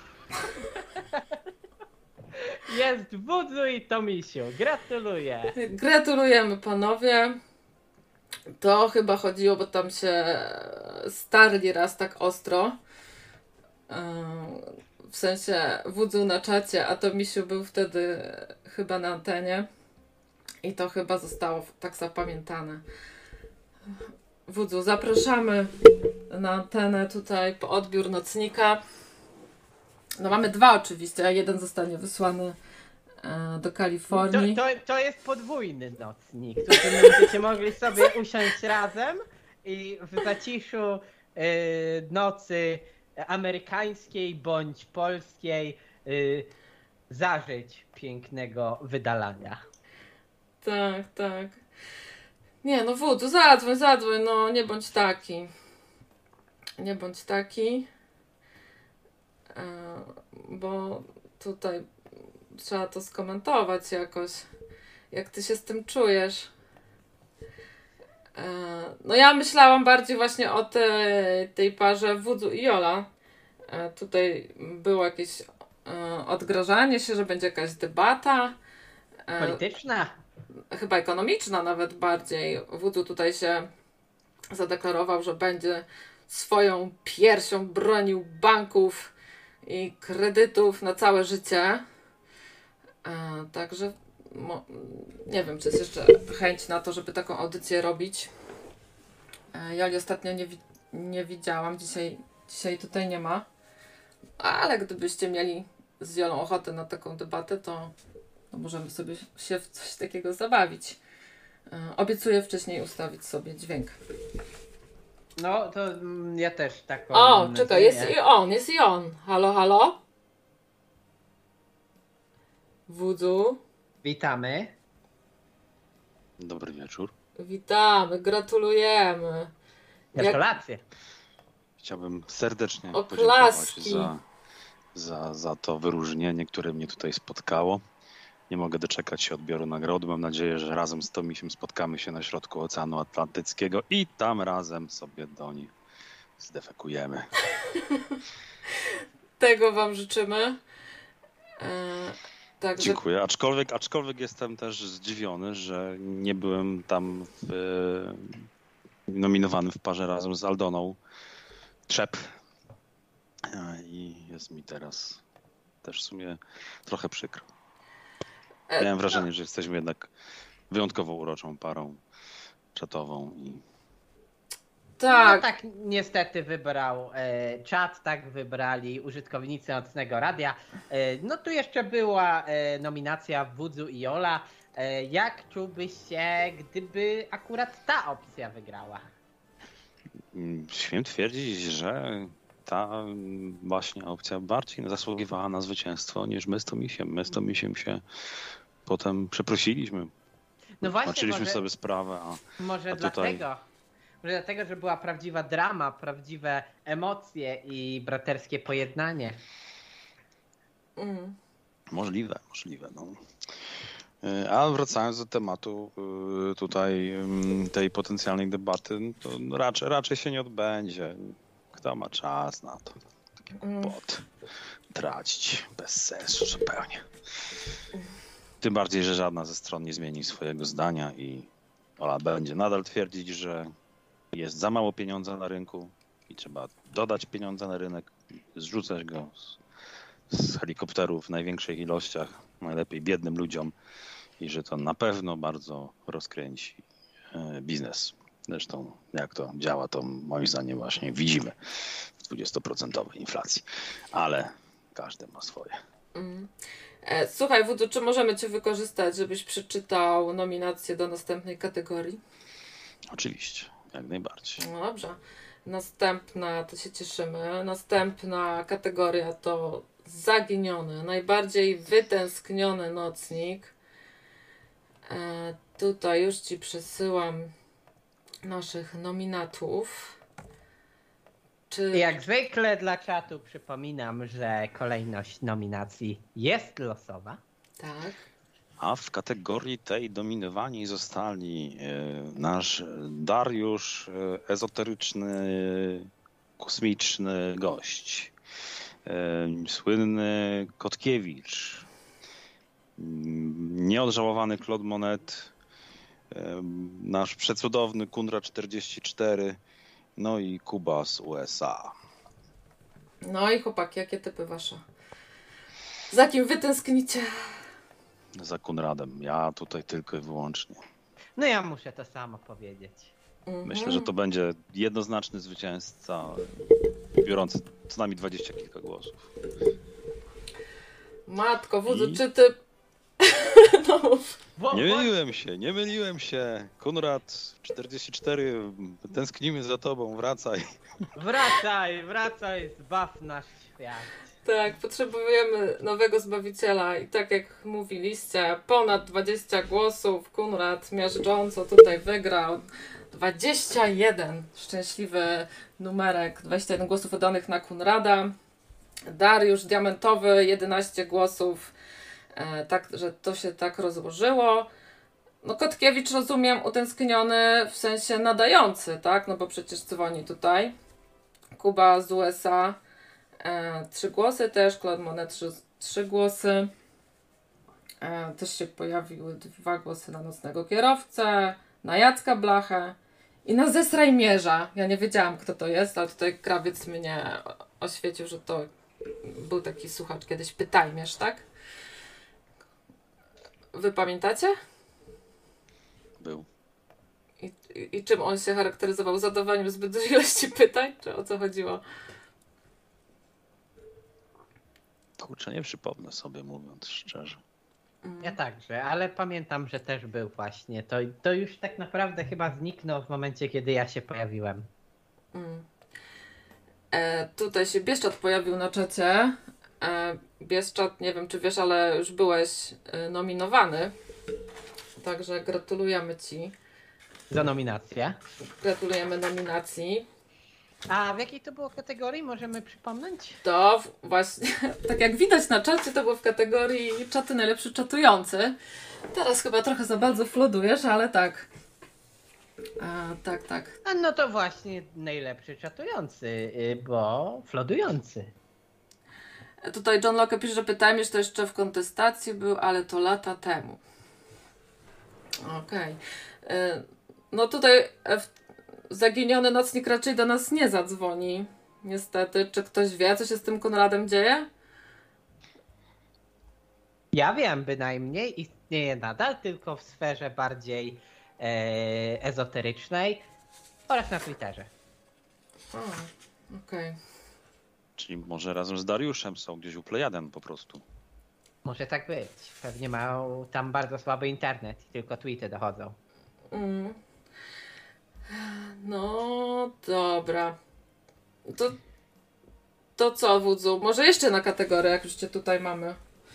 jest Wudzu i Tomisiu. Gratuluję. Gratulujemy panowie. To chyba chodziło, bo tam się starli raz tak ostro. Yy, W sensie Wudzu na czacie, a to Misiu był wtedy chyba na antenie. I to chyba zostało tak zapamiętane. Wudzu, zapraszamy na antenę tutaj po odbiór nocnika. No mamy dwa oczywiście, a jeden zostanie wysłany e, do To, Kalifornii. to, to jest podwójny nocnik, w którym będziecie mogli sobie usiąść razem i w zaciszu y, nocy amerykańskiej bądź polskiej y, zażyć pięknego wydalania. Tak, tak. Nie, no wódz, zadzwoń, zadzwoń, no nie bądź taki. Nie bądź taki. E, bo tutaj trzeba to skomentować jakoś. Jak ty się z tym czujesz? E, no ja myślałam bardziej właśnie o tej, tej parze Wudzu i Jola. E, tutaj było jakieś e, odgrażanie się, że będzie jakaś debata. E, Polityczna? chyba ekonomiczna nawet bardziej. Wudzu tutaj się zadeklarował, że będzie swoją piersią bronił banków i kredytów na całe życie. E, także mo, nie wiem, czy jest jeszcze chęć na to, żeby taką audycję robić. E, Joli ostatnio nie, wi- nie widziałam, dzisiaj, dzisiaj tutaj nie ma. Ale gdybyście mieli z Jolą ochotę na taką debatę, to to możemy sobie się w coś takiego zabawić. E, obiecuję wcześniej ustawić sobie dźwięk. No to mm, ja też taką. O, mam czekaj, nadzieję. jest i on, jest i on. Halo, halo? Wudzu, Witamy. Dobry wieczór. witamy, gratulujemy. Jak, Gratulacje. Chciałbym serdecznie Oklaski. podziękować za, za, za to wyróżnienie, które mnie tutaj spotkało. Nie mogę doczekać się odbioru nagrody. Mam nadzieję, że razem z Tomisiem spotkamy się na środku Oceanu Atlantyckiego i tam razem sobie do nich zdefekujemy. tego wam życzymy. E, także Dziękuję. Aczkolwiek, aczkolwiek jestem też zdziwiony, że nie byłem tam w, e, nominowany w parze razem z Aldoną Trzep. E, I jest mi teraz też w sumie trochę przykro. e, Miałem wrażenie, że jesteśmy jednak wyjątkowo uroczą parą czatową. I tak, No tak niestety wybrał e, czat, tak wybrali użytkownicy Nocnego Radia. E, no tu jeszcze była e, nominacja Wudzu i Jola. E, jak czułbyś się, gdyby akurat ta opcja wygrała? mm, śmiem twierdzić, że ta mm, właśnie opcja bardziej zasługiwała na zwycięstwo niż my z Tomisiem. My z Tomisiem się potem przeprosiliśmy. No właśnie, Tłumaczyliśmy może, sobie sprawę, a może a tutaj- dlatego. Może dlatego, że była prawdziwa drama, prawdziwe emocje i braterskie pojednanie. mm, możliwe, możliwe. No. E, A wracając do tematu y, tutaj ym, tej potencjalnej debaty, no to no raczej, raczej się nie odbędzie. Kto ma czas na to? Taki Mm. pot tracić bez sensu zupełnie. Tym bardziej, że żadna ze stron nie zmieni swojego zdania i Ola będzie nadal twierdzić, że jest za mało pieniądza na rynku i trzeba dodać pieniądze na rynek, zrzucać go z, z helikopterów w największych ilościach, najlepiej biednym ludziom i że to na pewno bardzo rozkręci e, biznes. Zresztą jak to działa, to moim zdaniem właśnie widzimy w dwudziestoprocentowej inflacji, ale każdy ma swoje. mm. E, słuchaj, Wudzu, czy możemy cię wykorzystać, żebyś przeczytał nominację do następnej kategorii? Oczywiście, jak najbardziej. No dobrze. Następna, to się cieszymy. Następna kategoria to zaginiony, najbardziej wytęskniony nocnik. E, tutaj już ci przesyłam naszych nominatów. Czy... Jak zwykle dla czatu przypominam, że kolejność nominacji jest losowa. Tak. A w kategorii tej dominowani zostali e, nasz Dariusz, e, ezoteryczny, kosmiczny gość, e, słynny Kotkiewicz, m, nieodżałowany Claude Monet, e, nasz przecudowny Kundra czterdzieści cztery, no i Kuba z U S A. No i chłopaki, jakie typy wasze? Za kim wy tęsknicie? Za Kunradem. Ja tutaj tylko i wyłącznie. No ja muszę to samo powiedzieć. Mhm. Myślę, że to będzie jednoznaczny zwycięzca, biorący co najmniej dwadzieścia kilka głosów. Matko, Wudzu, I? czy ty No mów. Wo- Nie wo- myliłem się, nie myliłem się. Konrad czterdzieści cztery, tęsknimy za tobą, wracaj. Wracaj, wracaj, zbaw nasz świat. Tak, potrzebujemy nowego Zbawiciela i tak jak mówiliście, ponad dwadzieścia głosów, Konrad miażdżąco tutaj wygrał. dwadzieścia jeden, szczęśliwy numerek, dwadzieścia jeden głosów oddanych na Konrada. Dariusz Diamentowy, jedenaście głosów, e, tak, że to się tak rozłożyło. No Kotkiewicz, rozumiem, utęskniony w sensie nadający, tak, no bo przecież dzwoni tutaj. Kuba z U S A, e, trzy głosy też, Claude Monet trzy, trzy głosy. E, też się pojawiły dwa głosy na nocnego kierowcę, na Jacka Blachę i na Zesrajmierza. Ja nie wiedziałam, kto to jest, ale tutaj krawiec mnie oświecił, że to był taki słuchacz kiedyś Pytajmierz, tak? Wy pamiętacie? Był. I, i, I czym on się charakteryzował? Zadawaniem zbyt dużej ilości pytań? Czy o co chodziło? Kurczę, nie przypomnę sobie, mówiąc szczerze. Ja także, ale pamiętam, że też był właśnie. To, to już tak naprawdę chyba zniknął w momencie, kiedy ja się pojawiłem. Mm. E, tutaj się Bieszczat pojawił na czacie. E, Bieszczat, nie wiem czy wiesz, ale już byłeś e, nominowany. Także gratulujemy Ci. Za nominację. Gratulujemy nominacji. A w jakiej to było kategorii? Możemy przypomnieć? To w- właśnie, tak jak widać na czacie, to było w kategorii czaty najlepszy czatujący. Teraz chyba trochę za bardzo flodujesz, ale tak. A, tak, tak. A no to właśnie najlepszy czatujący, y, bo flodujący. Tutaj John Locke pisze, że pytałem, że to jeszcze w kontestacji był, ale to lata temu. Okej. Y, No tutaj e, w- zaginiony nocnik raczej do nas nie zadzwoni. Niestety. Czy ktoś wie, co się z tym Konradem dzieje? Ja wiem bynajmniej, istnieje nadal, tylko w sferze bardziej e, ezoterycznej oraz na Twitterze. O, okej. Czyli może razem z Dariuszem są gdzieś u Plejaden po prostu. Może tak być. Pewnie mają tam bardzo słaby internet i tylko tweety dochodzą. Mm. No, dobra. To, to co, Wudzu? Może jeszcze na kategorię, jak już cię tutaj mamy.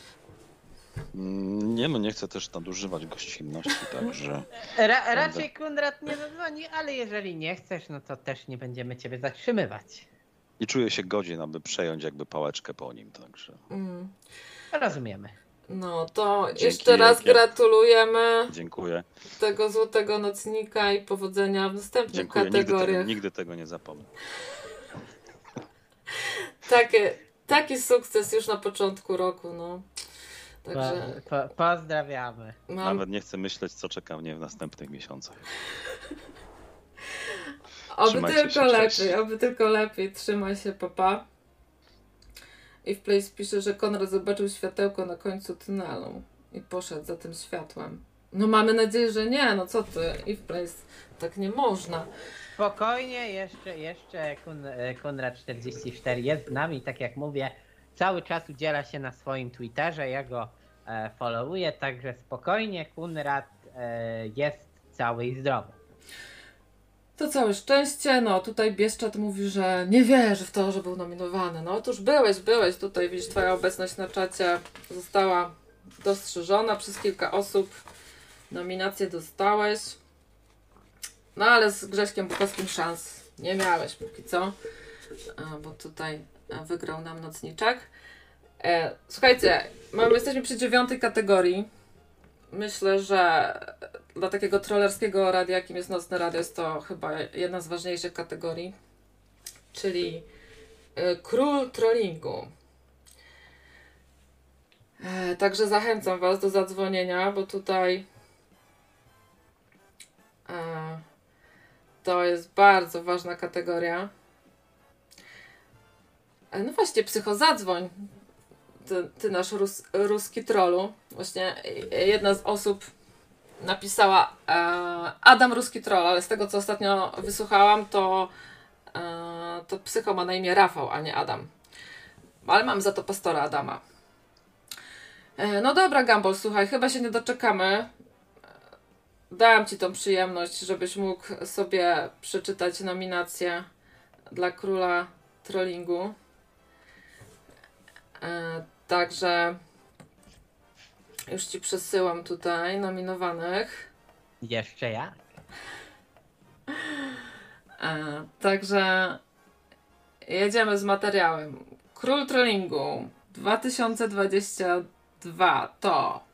Mm, Nie no, nie chcę też nadużywać gościnności, także Ra- raczej Konrad nie zadzwoni, ale jeżeli nie chcesz, no to też nie będziemy ciebie zatrzymywać. nie czuję się godzien, aby przejąć jakby pałeczkę po nim, także Mm. Rozumiemy. No, to Dzięki jeszcze raz wielkie. gratulujemy dziękuję. tego złotego nocnika i powodzenia w następnych Dziękuję, nigdy tego, kategoriach. nigdy tego nie zapomnę. Takie, taki sukces już na początku roku, no. Także Po, po, pozdrawiamy. mam... Nawet nie chcę myśleć, co czeka mnie w następnych miesiącach. Oby Trzymajcie tylko się, cześć. lepiej, oby tylko lepiej. Trzymaj się, papa. I w Place pisze, że Konrad zobaczył światełko na końcu tunelu i poszedł za tym światłem. No mamy nadzieję, że nie, no co ty? I w Place tak nie można. Spokojnie, jeszcze, jeszcze Kun, e, Konrad czterdzieści cztery jest z nami, tak jak mówię, cały czas udziela się na swoim Twitterze, ja go e, followuję, także spokojnie, Konrad e, jest cały i zdrowy. To całe szczęście, no tutaj Bieszczat mówi, że nie wierzy w to, że był nominowany. No otóż byłeś, byłeś, tutaj widzisz, twoja obecność na czacie została dostrzeżona przez kilka osób. Nominację dostałeś. No ale z Grześkiem Bukowskim szans nie miałeś póki co, a, bo tutaj a, wygrał nam nocniczek. E, słuchajcie, mamy, jesteśmy przy dziewiątej kategorii. Myślę, że dla takiego trollerskiego radia, jakim jest Nocne Radio, jest to chyba jedna z ważniejszych kategorii, czyli y, król trollingu. E, także zachęcam Was do zadzwonienia, bo tutaj e, to jest bardzo ważna kategoria. E, no właśnie, psycho, zadzwoń. Ty, ty nasz rus, ruski trollu. Właśnie jedna z osób napisała e, Adam Ruski Troll, ale z tego co ostatnio wysłuchałam, to, e, to psycho ma na imię Rafał, a nie Adam. Ale mam za to pastora Adama. E, no dobra, Gumball, słuchaj, chyba się nie doczekamy. Dałam ci tą przyjemność, żebyś mógł sobie przeczytać nominację dla Króla Trollingu. E, także już ci przesyłam tutaj nominowanych. Jeszcze jak? E, także jedziemy z materiałem. Król Trollingu dwa tysiące dwudziesty drugi to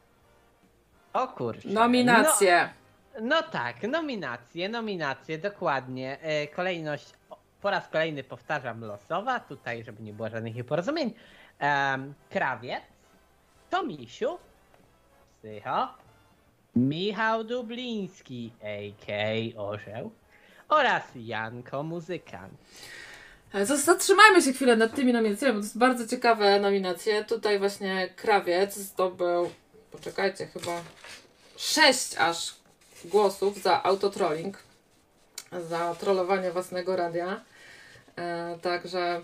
O kurczę. nominacje. No, no tak, nominacje, nominacje, dokładnie. E, kolejność, po raz kolejny powtarzam, losowa, tutaj, żeby nie było żadnych nieporozumień. Um, Krawiec, Tomisiu, Psycho, Michał Dubliński, a k a. Orzeł oraz Janko Muzykant. Zatrzymajmy się chwilę nad tymi nominacjami, bo to jest bardzo ciekawe nominacje. Tutaj właśnie Krawiec zdobył, poczekajcie, chyba sześć aż głosów za autotrolling, za trollowanie własnego radia. E, także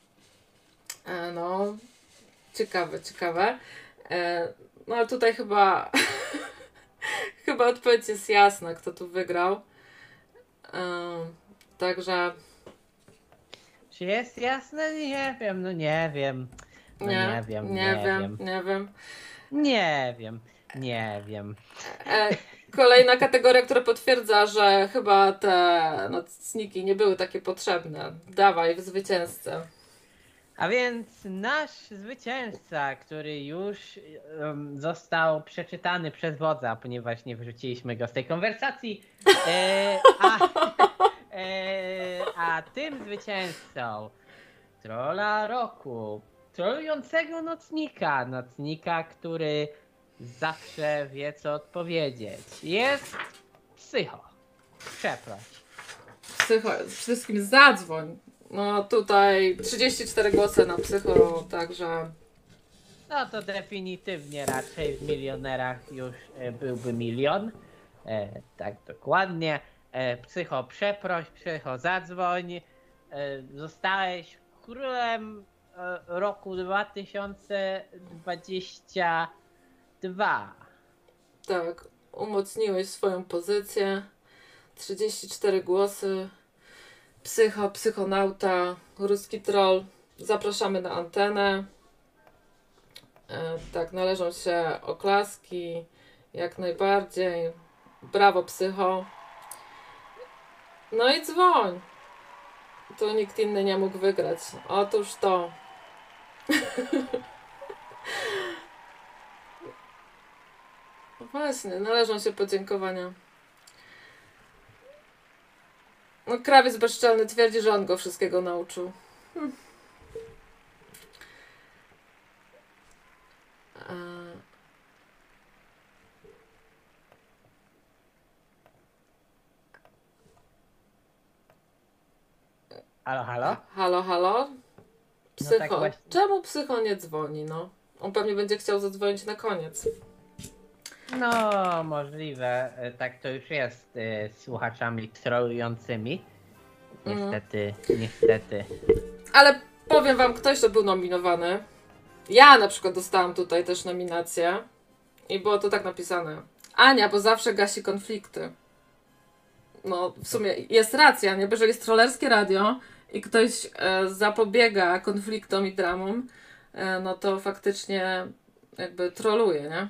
e, no ciekawe, ciekawe. E, no ale tutaj chyba chyba odpowiedź jest jasna, kto tu wygrał. E, także Czy jest jasne? Nie wiem, no nie wiem. No nie, nie wiem, nie, nie wiem, wiem. nie wiem. Nie wiem, nie wiem. E, kolejna kategoria, która potwierdza, że chyba te nocniki nie były takie potrzebne. Dawaj, w zwycięzcę. A więc nasz zwycięzca, który już um, został przeczytany przez wodza, ponieważ nie wyrzuciliśmy go z tej konwersacji, e, a, e, a tym zwycięzcą trolla roku, trolującego nocnika, nocnika, który zawsze wie, co odpowiedzieć, jest Psycho. Przeproś. Psycho, przede wszystkim zadzwoń. No tutaj trzydzieści cztery głosy na Psycho, także No to definitywnie raczej w milionerach już e, byłby milion. E, tak dokładnie. E, psycho przeproś, psycho zadzwoń. E, zostałeś królem e, roku dwa tysiące dwudziestego drugiego. tak, umocniłeś swoją pozycję. trzydzieści cztery głosy. Psycho, psychonauta, ruski troll. Zapraszamy na antenę. E, tak, należą się oklaski. Jak najbardziej. Brawo, Psycho. No i dzwoń. Tu nikt inny nie mógł wygrać. Otóż to. Właśnie, należą się podziękowania. No, krawiec bezczelny twierdzi, że on go wszystkiego nauczył. Hm. E... Halo, halo? Halo, halo? Psycho. No tak właśnie. Czemu Psycho nie dzwoni, no? On pewnie będzie chciał zadzwonić na koniec. No, możliwe. E, Tak to już jest e, z słuchaczami trolującymi. Niestety, niestety. Ale powiem wam, ktoś to był nominowany. Ja na przykład dostałam tutaj też nominację. I było to tak napisane. Ania, bo zawsze gasi konflikty. No, w sumie jest racja, nie? Bo jeżeli jest trollerskie radio i ktoś e, zapobiega konfliktom i dramom, e, no to faktycznie jakby troluje, nie?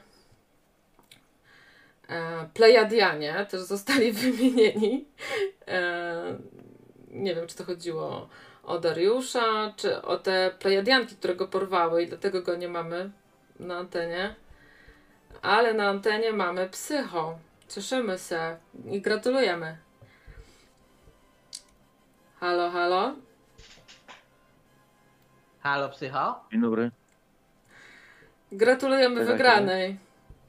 E, Plejadianie też zostali wymienieni. E, nie wiem, czy to chodziło o Dariusza, czy o te plejadianki, które go porwały i dlatego go nie mamy na antenie. Ale na antenie mamy Psycho. Cieszymy się i gratulujemy. Halo, halo? Halo, Psycho? Dzień dobry. Gratulujemy Czekaj, wygranej.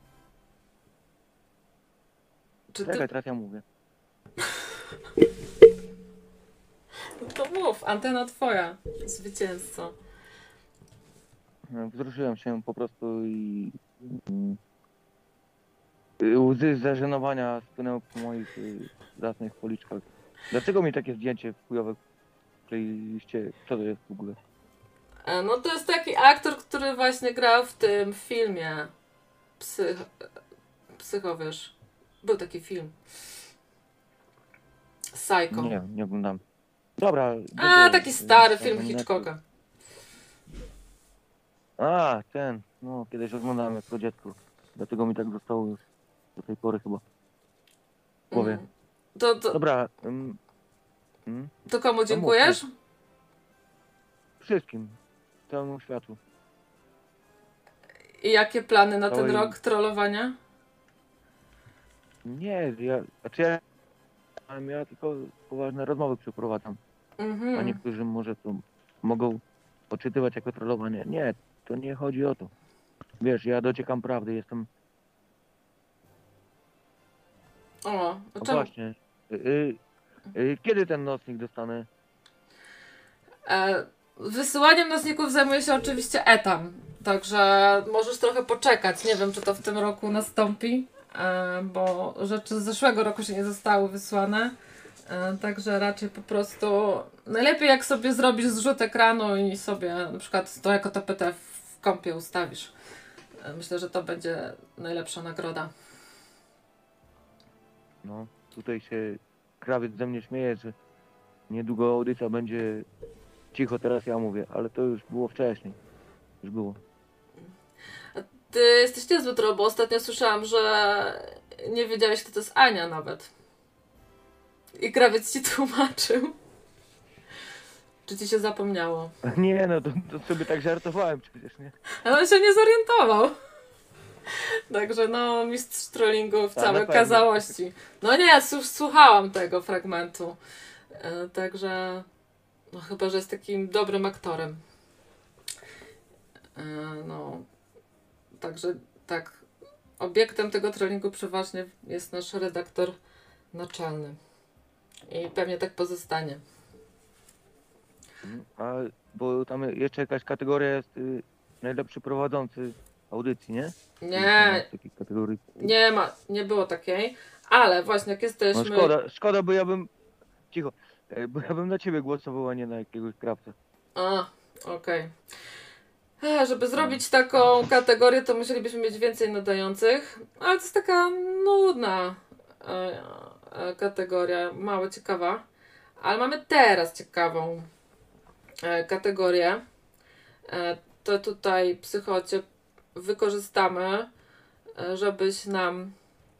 Czy ty... Czekaj, teraz ja mówię. No to mów, antena twoja, zwycięzco. Wzruszyłem się po prostu i... mm, y, Łzy zażenowania spłynęły po moich y, zacnych policzkach. Dlaczego mi takie zdjęcie chujowe wkleiliście? Co to jest w ogóle? E, No to jest taki aktor, który właśnie grał w tym filmie Psycho, Psycho wiesz. Był taki film. Psycho. Nie, nie oglądam. Dobra. A, dobra, taki y, stary y, film y, Hitchcocka. A, ten. No, kiedyś oglądałem jako dziecko. Dlatego mi tak zostało już do tej pory chyba w głowie. Mm. To, to, Dobra. ym, ym, to komu mów, dziękujesz? wszystkim. Całemu światu. I jakie plany na ten Całej- rok trollowania? Nie, ja, znaczy ja, ja tylko poważne rozmowy przeprowadzam. A Mhm. niektórzy może to mogą odczytywać jako trollowanie. Nie, to nie chodzi o to. Wiesz, ja dociekam prawdy, jestem... O, O a czemu? właśnie. Y, y, y, kiedy ten nocnik dostanę? E, wysyłaniem nocników zajmuje się oczywiście Etam, także możesz trochę poczekać. Nie wiem, czy to w tym roku nastąpi, e, bo rzeczy z zeszłego roku się nie zostały wysłane. E, także raczej po prostu najlepiej jak sobie zrobisz zrzut ekranu i sobie na przykład to jako to P T w kompie ustawisz. E, myślę, że to będzie najlepsza nagroda. No, tutaj się krawiec ze mnie śmieje, że niedługo audycja będzie... Cicho, teraz ja mówię, ale to już było wcześniej. Już było. Ty jesteś niezły troll, bo ostatnio słyszałam, że nie wiedziałeś, kto to jest Ania nawet. I krawiec ci tłumaczył. Czy ci się zapomniało? Nie no, to, to sobie tak żartowałem przecież, nie? Ale on się nie zorientował. Także no, mistrz trollingu w Tak, całej na pewno. okazałości. No nie, s- słuchałam tego fragmentu. E, także no chyba, że jest takim dobrym aktorem. E, no, także tak, obiektem tego trollingu przeważnie jest nasz redaktor naczelny. I pewnie tak pozostanie. A, bo tam jeszcze jakaś kategoria jest y, najlepszy prowadzący audycji, nie? Nie, Takiej kategorii. nie ma, nie było takiej. Ale właśnie jak No jesteśmy... szkoda, szkoda, bo ja bym... Cicho. E, Bo ja bym na ciebie głosował, a nie na jakiegoś krawca. A, okej. E, Żeby zrobić taką kategorię, to musielibyśmy mieć więcej nadających, ale to jest taka nudna e, e, kategoria, mało ciekawa. Ale mamy teraz ciekawą e, kategorię. E, to tutaj, Psychocie, wykorzystamy, e, żebyś nam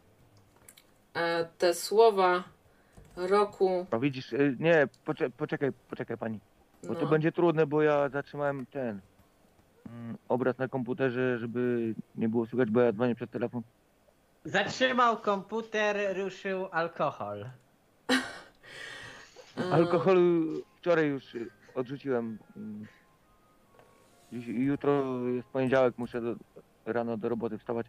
e, te słowa roku... A widzisz, y, nie, poczekaj, poczekaj, poczekaj pani. Bo to no. będzie trudne, bo ja zatrzymałem ten mm, obraz na komputerze, żeby nie było słychać, bo ja dzwonię przez telefon. Zatrzymał komputer, ruszył alkohol. E, Alkohol wczoraj już y, odrzuciłem. Mm. Dziś, jutro jest poniedziałek, muszę do, rano do roboty wstawać.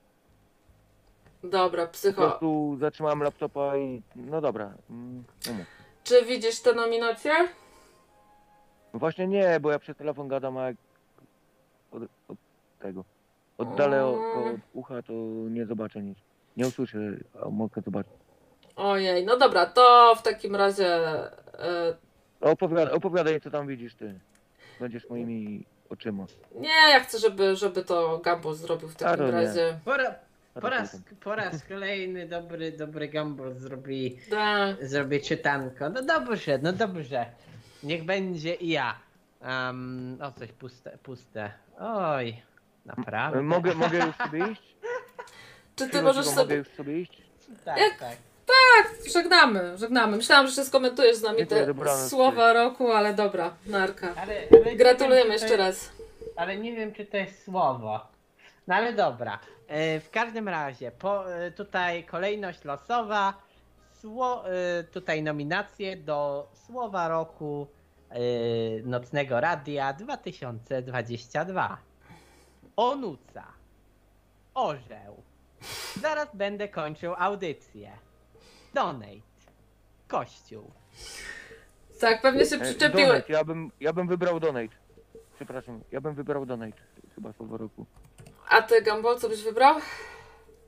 Dobra, Po psycho. prostu zatrzymałem laptopa i no dobra. Mm, no mów. Czy widzisz te nominacje? No właśnie nie, bo ja przez telefon gadam, a jak od, od tego oddalę o- od ucha, to nie zobaczę nic. Nie usłyszę, a mogę zobaczyć. Ojej, no dobra, to w takim razie... e, Opowiadaj, opowiadaj, co tam widzisz ty. Będziesz moimi oczyma. nie, ja chcę, żeby, żeby to Gambol zrobił w A, takim to nie. razie. Po, ra, A po, to raz, potem. po raz kolejny dobry, dobry Gumball zrobi, Da. zrobi czytanko. No dobrze, no dobrze. Niech będzie i ja. Um, o, coś puste, puste. Oj, naprawdę. Mogę, mogę już sobie iść? Czy ty Cicho, możesz cicho, mogę sobie... już sobie iść? Tak, jak- tak. Żegnamy, żegnamy. Myślałam, że się skomentujesz z nami Dziękuję, te dobranoc. słowa roku, ale dobra, narka. Ale, ale Gratulujemy nie wiem, czy jeszcze to raz. jest, ale nie wiem, czy to jest słowo. No ale dobra. E, W każdym razie, po, e, tutaj kolejność losowa. Sło, e, tutaj nominacje do Słowa Roku e, Nocnego Radia dwa tysiące dwadzieścia dwa. Onuca. Orzeł. Zaraz będę kończył audycję. Donate. Kościół. Tak, pewnie się E, przyczepiły. Donate, ja bym, ja bym wybrał donate. Przepraszam, ja bym wybrał donate. Chyba słowo roku. A ty, Gambol, co byś wybrał?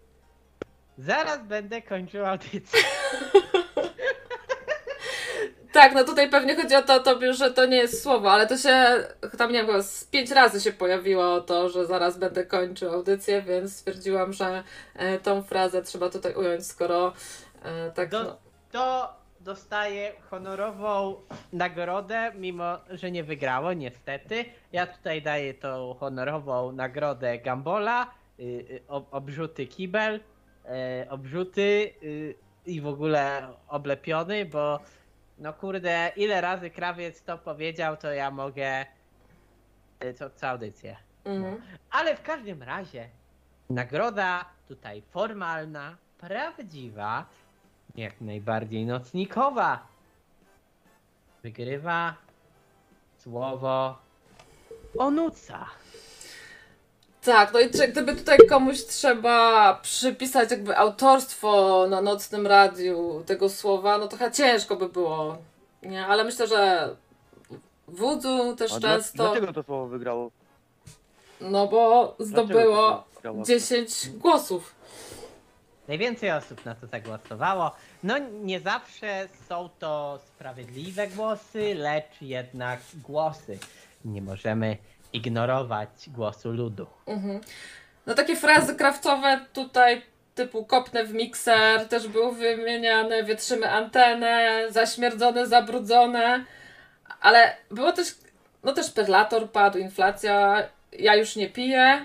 Zaraz będę kończył audycję. Tak, no tutaj pewnie chodzi o to, to, że to nie jest słowo, ale to się, tam nie wiem, z pięć razy się pojawiło to, że zaraz będę kończył audycję, więc stwierdziłam, że e, tą frazę trzeba tutaj ująć, skoro e, tak Do, no. To dostaje honorową nagrodę, mimo że nie wygrało, niestety. Ja tutaj daję tą honorową nagrodę Gambola, y, y, ob, obrzuty kibel, y, obrzuty y, i w ogóle oblepiony, bo no kurde, ile razy krawiec to powiedział, to ja mogę y, co, co audycję. Mhm. Ale w każdym razie nagroda tutaj formalna, prawdziwa, jak najbardziej nocnikowa. Wygrywa słowo Onuca. Tak, no i czy gdyby tutaj komuś trzeba przypisać jakby autorstwo na Nocnym Radiu tego słowa, no to chyba ciężko by było, nie? Ale myślę, że Wudzu też A dla, często, dlaczego to słowo wygrało? no bo Dlaczego zdobyło to wygrało? dziesięć głosów. Najwięcej osób na to zagłosowało. No nie zawsze są to sprawiedliwe głosy, lecz jednak głosy. Nie możemy ignorować głosu ludu. Mhm. No takie frazy krawcowe tutaj typu kopnę w mikser też były wymieniane, wietrzymy antenę, zaśmierdzone, zabrudzone, ale było też, no też perlator padł, inflacja, ja już nie piję,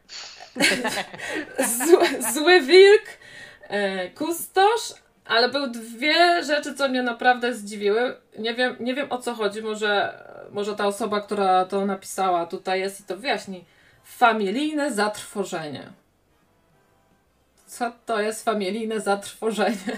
zły, zły wilk, e, kustosz, ale były dwie rzeczy, co mnie naprawdę zdziwiły. Nie wiem, nie wiem o co chodzi, może, może ta osoba, która to napisała tutaj jest i to wyjaśni. Familijne zatrwożenie. Co to jest familijne zatrwożenie?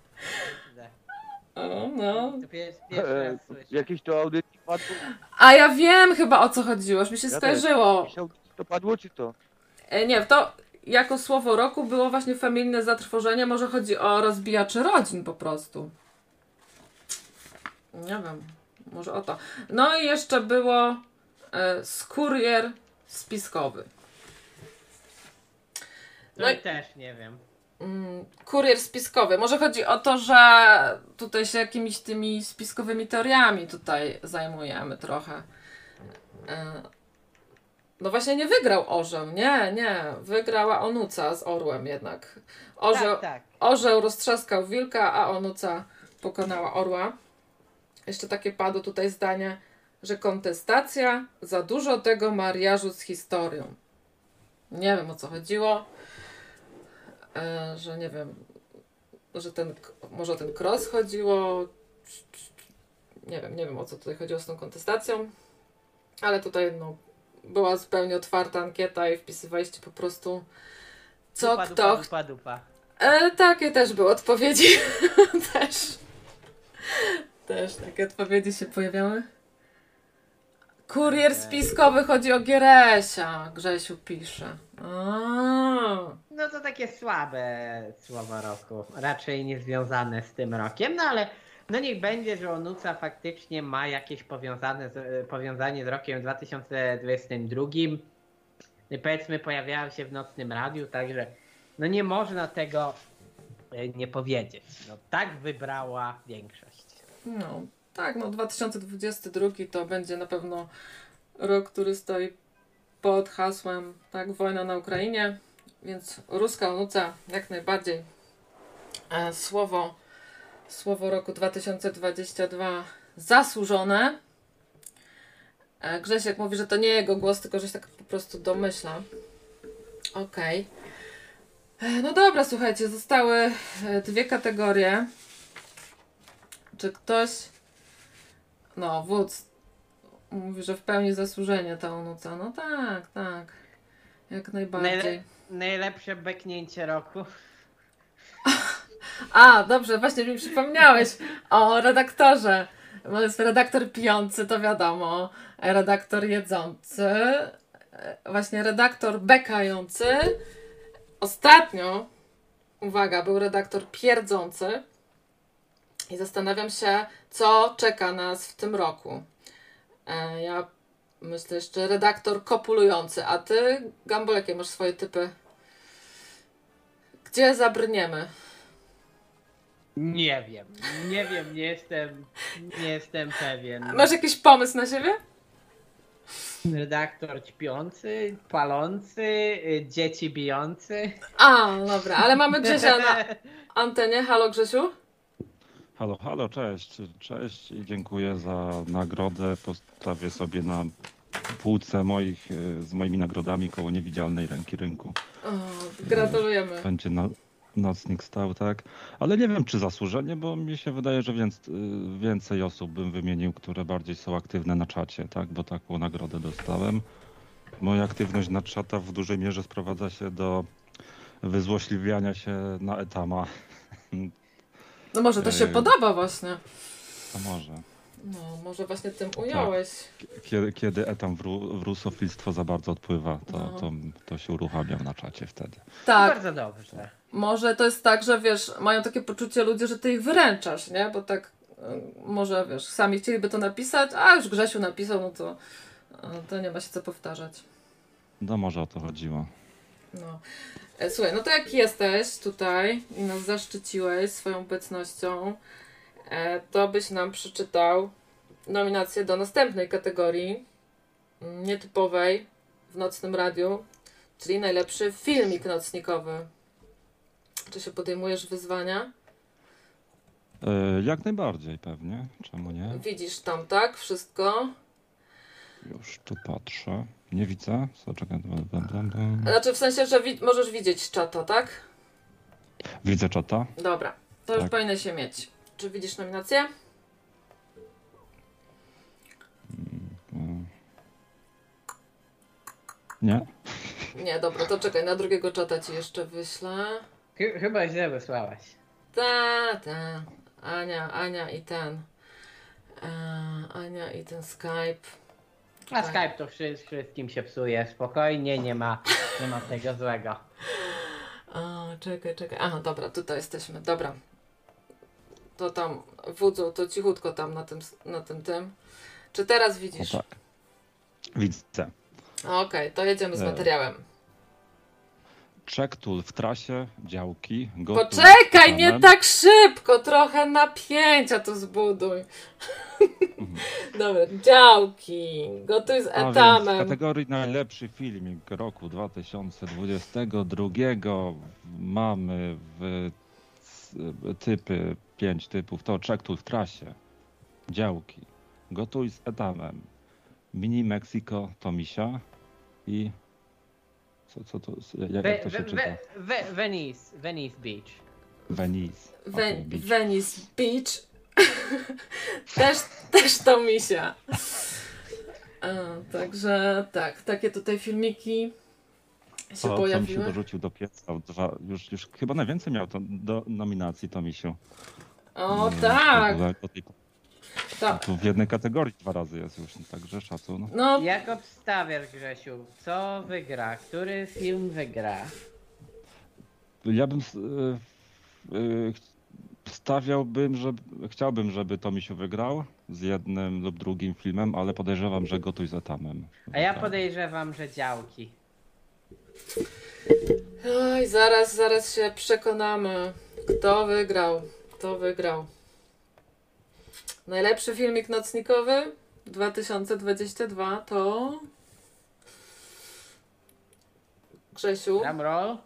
O, no. To pier- pierwszy E, raz słyszę. jakieś to audycji padło? A ja wiem chyba o co chodziło, już mi się Ja skojarzyło. Jakieś audycji to padło, czy to? E, nie, to jako słowo roku było właśnie familijne zatrwożenie. Może chodzi o rozbijaczy rodzin po prostu. Nie wiem, może o to. No i jeszcze było e, skurier spiskowy. No No i i też nie wiem. mm, kurier spiskowy. Może chodzi o to, że tutaj się jakimiś tymi spiskowymi teoriami tutaj zajmujemy trochę. E, No właśnie nie wygrał orzeł, nie, nie. Wygrała Onuca z orłem jednak. Orzeł, Tak, tak. orzeł roztrzaskał wilka, a Onuca pokonała orła. Jeszcze takie padło tutaj zdanie, że kontestacja, za dużo tego mariażu z historią. Nie wiem o co chodziło, e, że nie wiem, że ten, może o ten cross chodziło, nie wiem, nie wiem o co tutaj chodziło z tą kontestacją, ale tutaj no była zupełnie otwarta ankieta i wpisywaliście po prostu co dupa, kto... Dupa, dupa, dupa. E, takie też były odpowiedzi. też. Też takie odpowiedzi się pojawiały. Kurier spiskowy chodzi o Gieresia. Grzesiu pisze. A. No to takie słabe słowa roku. Raczej nie związane z tym rokiem, no ale no niech będzie, że Onuca faktycznie ma jakieś powiązane z, powiązanie z rokiem dwa tysiące dwudziestym drugim. No powiedzmy pojawiała się w Nocnym Radiu, także no nie można tego e, nie powiedzieć. No tak wybrała większość. No, tak, no dwa tysiące dwudziesty drugi to będzie na pewno rok, który stoi pod hasłem tak, wojna na Ukrainie, więc ruska Onuca jak najbardziej e, słowo Słowo roku dwa tysiące dwudziestego drugiego zasłużone. E, Grzesiek mówi, że to nie jego głos, tylko że się tak po prostu domyśla. Okej. Okay. No dobra, słuchajcie, zostały dwie kategorie. Czy ktoś... No, wódz mówi, że w pełni zasłużenie ta Onuca. No tak, tak. Jak najbardziej. Najle- najlepsze beknięcie roku. A, dobrze, właśnie mi przypomniałeś o redaktorze. Bo jest redaktor pijący, to wiadomo. Redaktor jedzący. Właśnie redaktor bekający. Ostatnio, uwaga, był redaktor pierdzący. I zastanawiam się, co czeka nas w tym roku. E, ja myślę jeszcze redaktor kopulujący. A ty, Gambol, jakie masz swoje typy? Gdzie zabrniemy? Nie wiem, nie wiem, nie jestem, nie jestem pewien. Masz jakiś pomysł na siebie? Redaktor ćpiący, palący, y, dzieci bijący. A, dobra, ale mamy Grzesia na antenie. Halo Grzesiu? Halo, halo, cześć. Cześć i dziękuję za nagrodę. Postawię sobie na półce moich, e, z moimi nagrodami koło niewidzialnej ręki rynku. O, gratulujemy. Będzie na, nocnik stał, tak. Ale nie wiem, czy zasłużenie, bo mi się wydaje, że więc, więcej osób bym wymienił, które bardziej są aktywne na czacie, tak, bo taką nagrodę dostałem. Moja aktywność na czata w dużej mierze sprowadza się do wyzłośliwiania się na etama. No może to się Ej. podoba właśnie. A może. No, może właśnie tym ująłeś. Kiedy, kiedy etam w, ru, w rusofilstwo za bardzo odpływa, to, No. to, to się uruchamiam na czacie wtedy. Tak, Bardzo dobrze. może to jest tak, że wiesz, mają takie poczucie ludzie, że ty ich wyręczasz, nie? Bo tak y, może wiesz, sami chcieliby to napisać, a już Grzesiu napisał, no to, y, to nie ma się co powtarzać. No może o to chodziło. No. E, Słuchaj, no to jak jesteś tutaj i nas zaszczyciłeś swoją obecnością, e, to byś nam przeczytał nominację do następnej kategorii, mm, nietypowej w Nocnym Radiu, czyli najlepszy filmik nocnikowy. Czy się podejmujesz wyzwania? E, jak najbardziej pewnie, czemu nie? Widzisz tam, tak? Wszystko? Już tu patrzę. Nie widzę. Co, czekaj. Dum, dum, dum, dum. Znaczy w sensie, że wi- możesz widzieć czata, tak? Widzę czata. Dobra, to już Tak. powinno się mieć. Czy widzisz nominację? Mm. Nie? Nie, dobra, to czekaj, na drugiego czata ci jeszcze wyślę. Ch- chyba źle wysłałaś. Ta, ta. Ania, Ania i ten. E, Ania i ten Skype. A Tak. Skype to wszy- wszystkim się psuje. Spokojnie, nie ma, nie ma tego złego. A, czekaj, czekaj. Aha, dobra, tutaj jesteśmy. Dobra. To tam, wódzu, to cichutko tam na tym, na tym, tym. Czy teraz O widzisz? tak. Widzę. Okej, to jedziemy z E. materiałem. Czektul w trasie, działki. Gotuj Poczekaj, z nie panem. tak szybko, trochę napięcia tu zbuduj. Dobra, działki, gotuj z A więc w etamem. kategorii najlepszy filmik roku dwa tysiące dwudziestego drugiego mamy w typy, pięć typów. To Czektul w trasie, działki, gotuj z etamem, Mini Mexico to Misia i co, co to, jak, We, jak to się we, czyta? we, we, Venice, Venice Beach. Venice. Ve- Okej, beach. Venice Beach. też, też to misia. A, także tak, takie tutaj filmiki się To, co mi się pojawiły. dorzucił do pieca, dwa, już, już chyba najwięcej miał to, do nominacji to Misiu. O Nie, tak, w ogóle do tej- tak. Tu w jednej kategorii dwa razy jest już, także szacun. No, Jak obstawiasz, Grzesiu? Co wygra? Który film wygra? Ja bym s- y, y, stawiałbym, że chciałbym, żeby to Misiu wygrał z jednym lub drugim filmem, ale podejrzewam, że Gotuj z etamem. A ja wygra. podejrzewam, że działki. oj, zaraz, zaraz się przekonamy, kto wygrał. Kto wygrał. Najlepszy filmik nocnikowy dwa tysiące dwudziesty drugi to Grzesiu. Drumroll?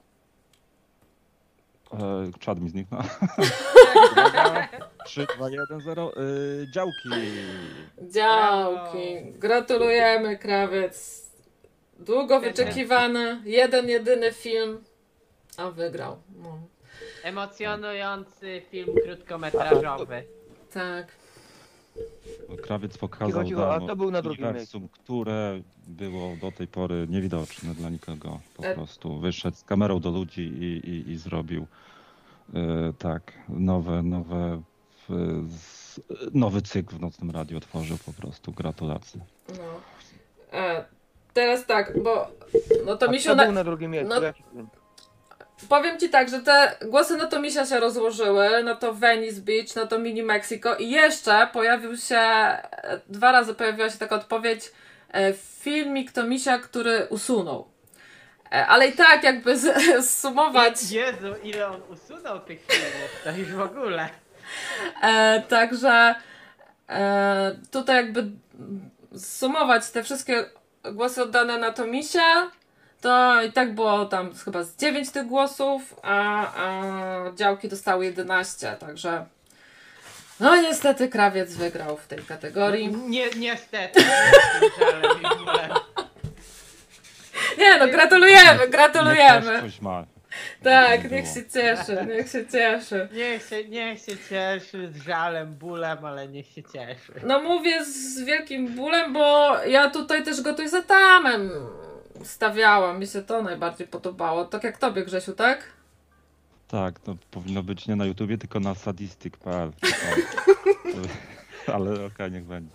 E, czad mi zniknął. trzy, dwa, jeden, zero. Y, działki. Działki. Gratulujemy, krawiec. Długo wyczekiwany, jeden, jedyny film, a wygrał. No, Emocjonujący film krótkometrażowy. tak. Krawiec pokazał Cicho, cicho, a nam kto był na drugim uniwersum, które było do tej pory niewidoczne dla nikogo. Po E- prostu wyszedł z kamerą do ludzi i, i, i zrobił e, tak, nowe, nowe, w, z, nowy cykl w Nocnym Radiu otworzył po prostu. Gratulacje. No. E, teraz tak, bo no to A mi się kto na... był na drugim miejscu? no- Jaki film? Powiem ci tak, że te głosy no to misia się rozłożyły, no to Venice Beach, no to Mini Mexico i jeszcze pojawił się, e, dwa razy pojawiła się taka odpowiedź, e, filmik to misia, który usunął. Ale i tak jakby z, zsumować... Jezu, ile on usunął tych filmów, to już w ogóle. E, także e, tutaj jakby zsumować te wszystkie głosy oddane na Tomisie, to i tak było tam chyba z dziewięć tych głosów, a, a działki dostały jedenaście, także no niestety krawiec wygrał w tej kategorii. Nie, niestety. Nie no, gratulujemy, gratulujemy. Niech ktoś coś ma. Tak, Nie niech było. się cieszy, niech się cieszy. Niech się, niech się cieszy z żalem, bólem, ale niech się cieszy. No mówię z wielkim bólem, bo ja tutaj też Gotuj z Atamem stawiałam, mi się to najbardziej podobało. Tak jak tobie, Grzesiu, tak? Tak, to powinno być nie na YouTubie, tylko na sadistic kropka p l. Ale okej, okay, niech będzie.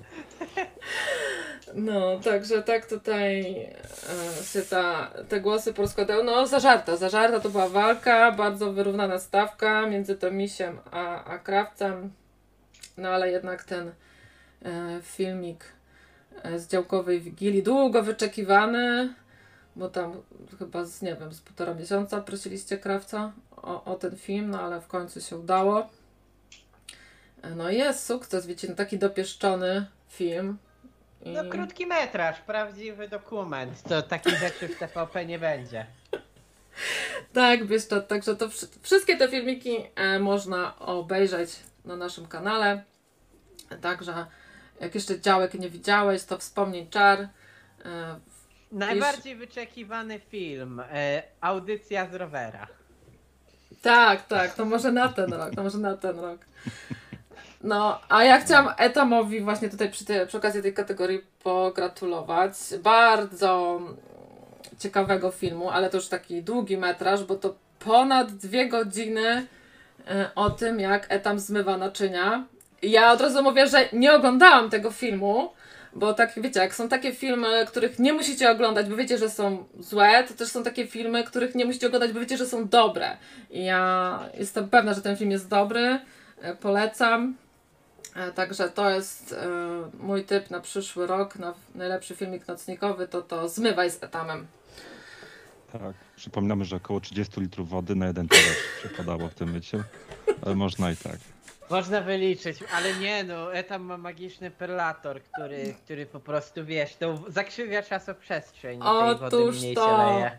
No, także tak tutaj e, się ta, te głosy porozkładały. No, zażarta, zażarta to była walka, bardzo wyrównana stawka między Tomisiem a, a Krawcem. No, ale jednak ten e, filmik e, z działkowej Wigilii, długo wyczekiwany, bo tam chyba z, nie wiem, z półtora miesiąca prosiliście Krawca o, o ten film, no ale w końcu się udało. E, no jest sukces, wiecie, no, taki dopieszczony film. No krótki metraż, prawdziwy dokument, to takich rzeczy w T V P nie będzie. Tak, Bieszczad, także to wszy- wszystkie te filmiki e, można obejrzeć na naszym kanale. Także jak jeszcze działek nie widziałeś, to wspomnij czar. E, Najbardziej wyczekiwany film, e, audycja z rowera. tak, tak, to może na ten rok, to może na ten rok. No, a ja chciałam Etamowi właśnie tutaj przy, tej, przy okazji tej kategorii pogratulować. Bardzo ciekawego filmu, ale to już taki długi metraż, bo to ponad dwie godziny o tym, jak Etam zmywa naczynia. Ja od razu mówię, że nie oglądałam tego filmu, bo tak wiecie, jak są takie filmy, których nie musicie oglądać, bo wiecie, że są złe, to też są takie filmy, których nie musicie oglądać, bo wiecie, że są dobre. I ja jestem pewna, że ten film jest dobry, polecam. Także to jest y, mój typ na przyszły rok, na najlepszy filmik nocnikowy, to to Zmywaj z Etamem. Tak, przypominamy, że około trzydzieści litrów wody na jeden talerz przypadało w tym myciu, ale można i tak. Można wyliczyć, ale nie no, Etam ma magiczny perlator, który, który po prostu, wiesz, to zakrzywia czasoprzestrzeń i tej wody Otóż mniej to. się leje.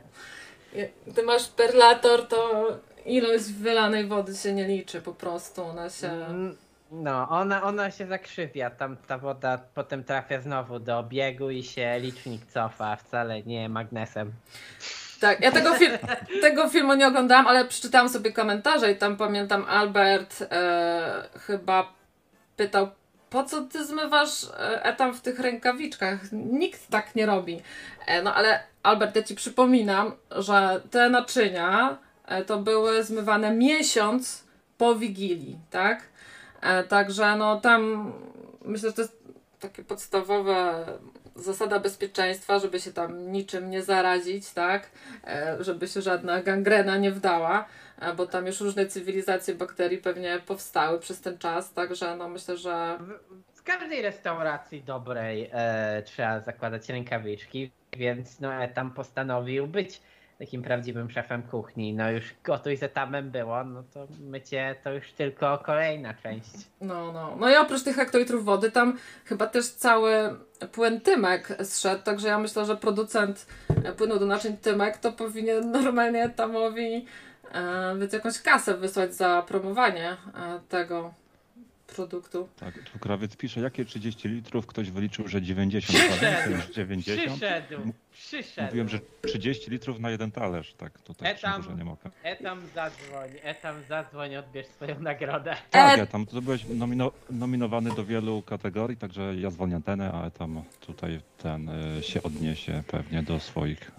Ty masz perlator, to ilość wylanej wody się nie liczy po prostu, ona się... Mm, No, ona, ona się zakrzywia, tam ta woda potem trafia znowu do obiegu i się licznik cofa, wcale nie magnesem. Tak, ja tego, fil- tego filmu nie oglądałam, ale przeczytałam sobie komentarze i tam pamiętam Albert e, chyba pytał, po co ty zmywasz e, Etam w tych rękawiczkach? Nikt tak nie robi. E, no ale Albert, ja ci przypominam, że te naczynia e, to były zmywane miesiąc po Wigilii, tak? E, także no tam myślę, że to jest takie podstawowe zasada bezpieczeństwa, żeby się tam niczym nie zarazić, tak? E, żeby się żadna gangrena nie wdała, e, bo tam już różne cywilizacje bakterii pewnie powstały przez ten czas, także no myślę, że... W, w każdej restauracji dobrej e, trzeba zakładać rękawiczki, więc no Etam postanowił być takim prawdziwym szefem kuchni. No już Gotuj z Etamem było, no to mycie to już tylko kolejna część. No, no. No i oprócz tych hektolitrów wody tam chyba też cały płyn Tymek zszedł, także ja myślę, że producent płynu do naczyń Tymek to powinien normalnie Etamowi e, więc jakąś kasę wysłać za promowanie e, tego produktu. Tak, tu krawiec pisze, jakie trzydzieści litrów, ktoś wyliczył, że dziewięćdziesiąt, to już dziewięćdziesiąt. Przyszedł, przyszedł. Mówiłem, że trzydzieści litrów na jeden talerz, tak, tutaj Etam, że nie mogę. Etam zadzwoń, Etam zadzwoń, odbierz swoją nagrodę. Tak, E- ja tam to byłeś nomino- nominowany do wielu kategorii, także ja zwolnię antenę, a tam tutaj ten y, się odniesie pewnie do swoich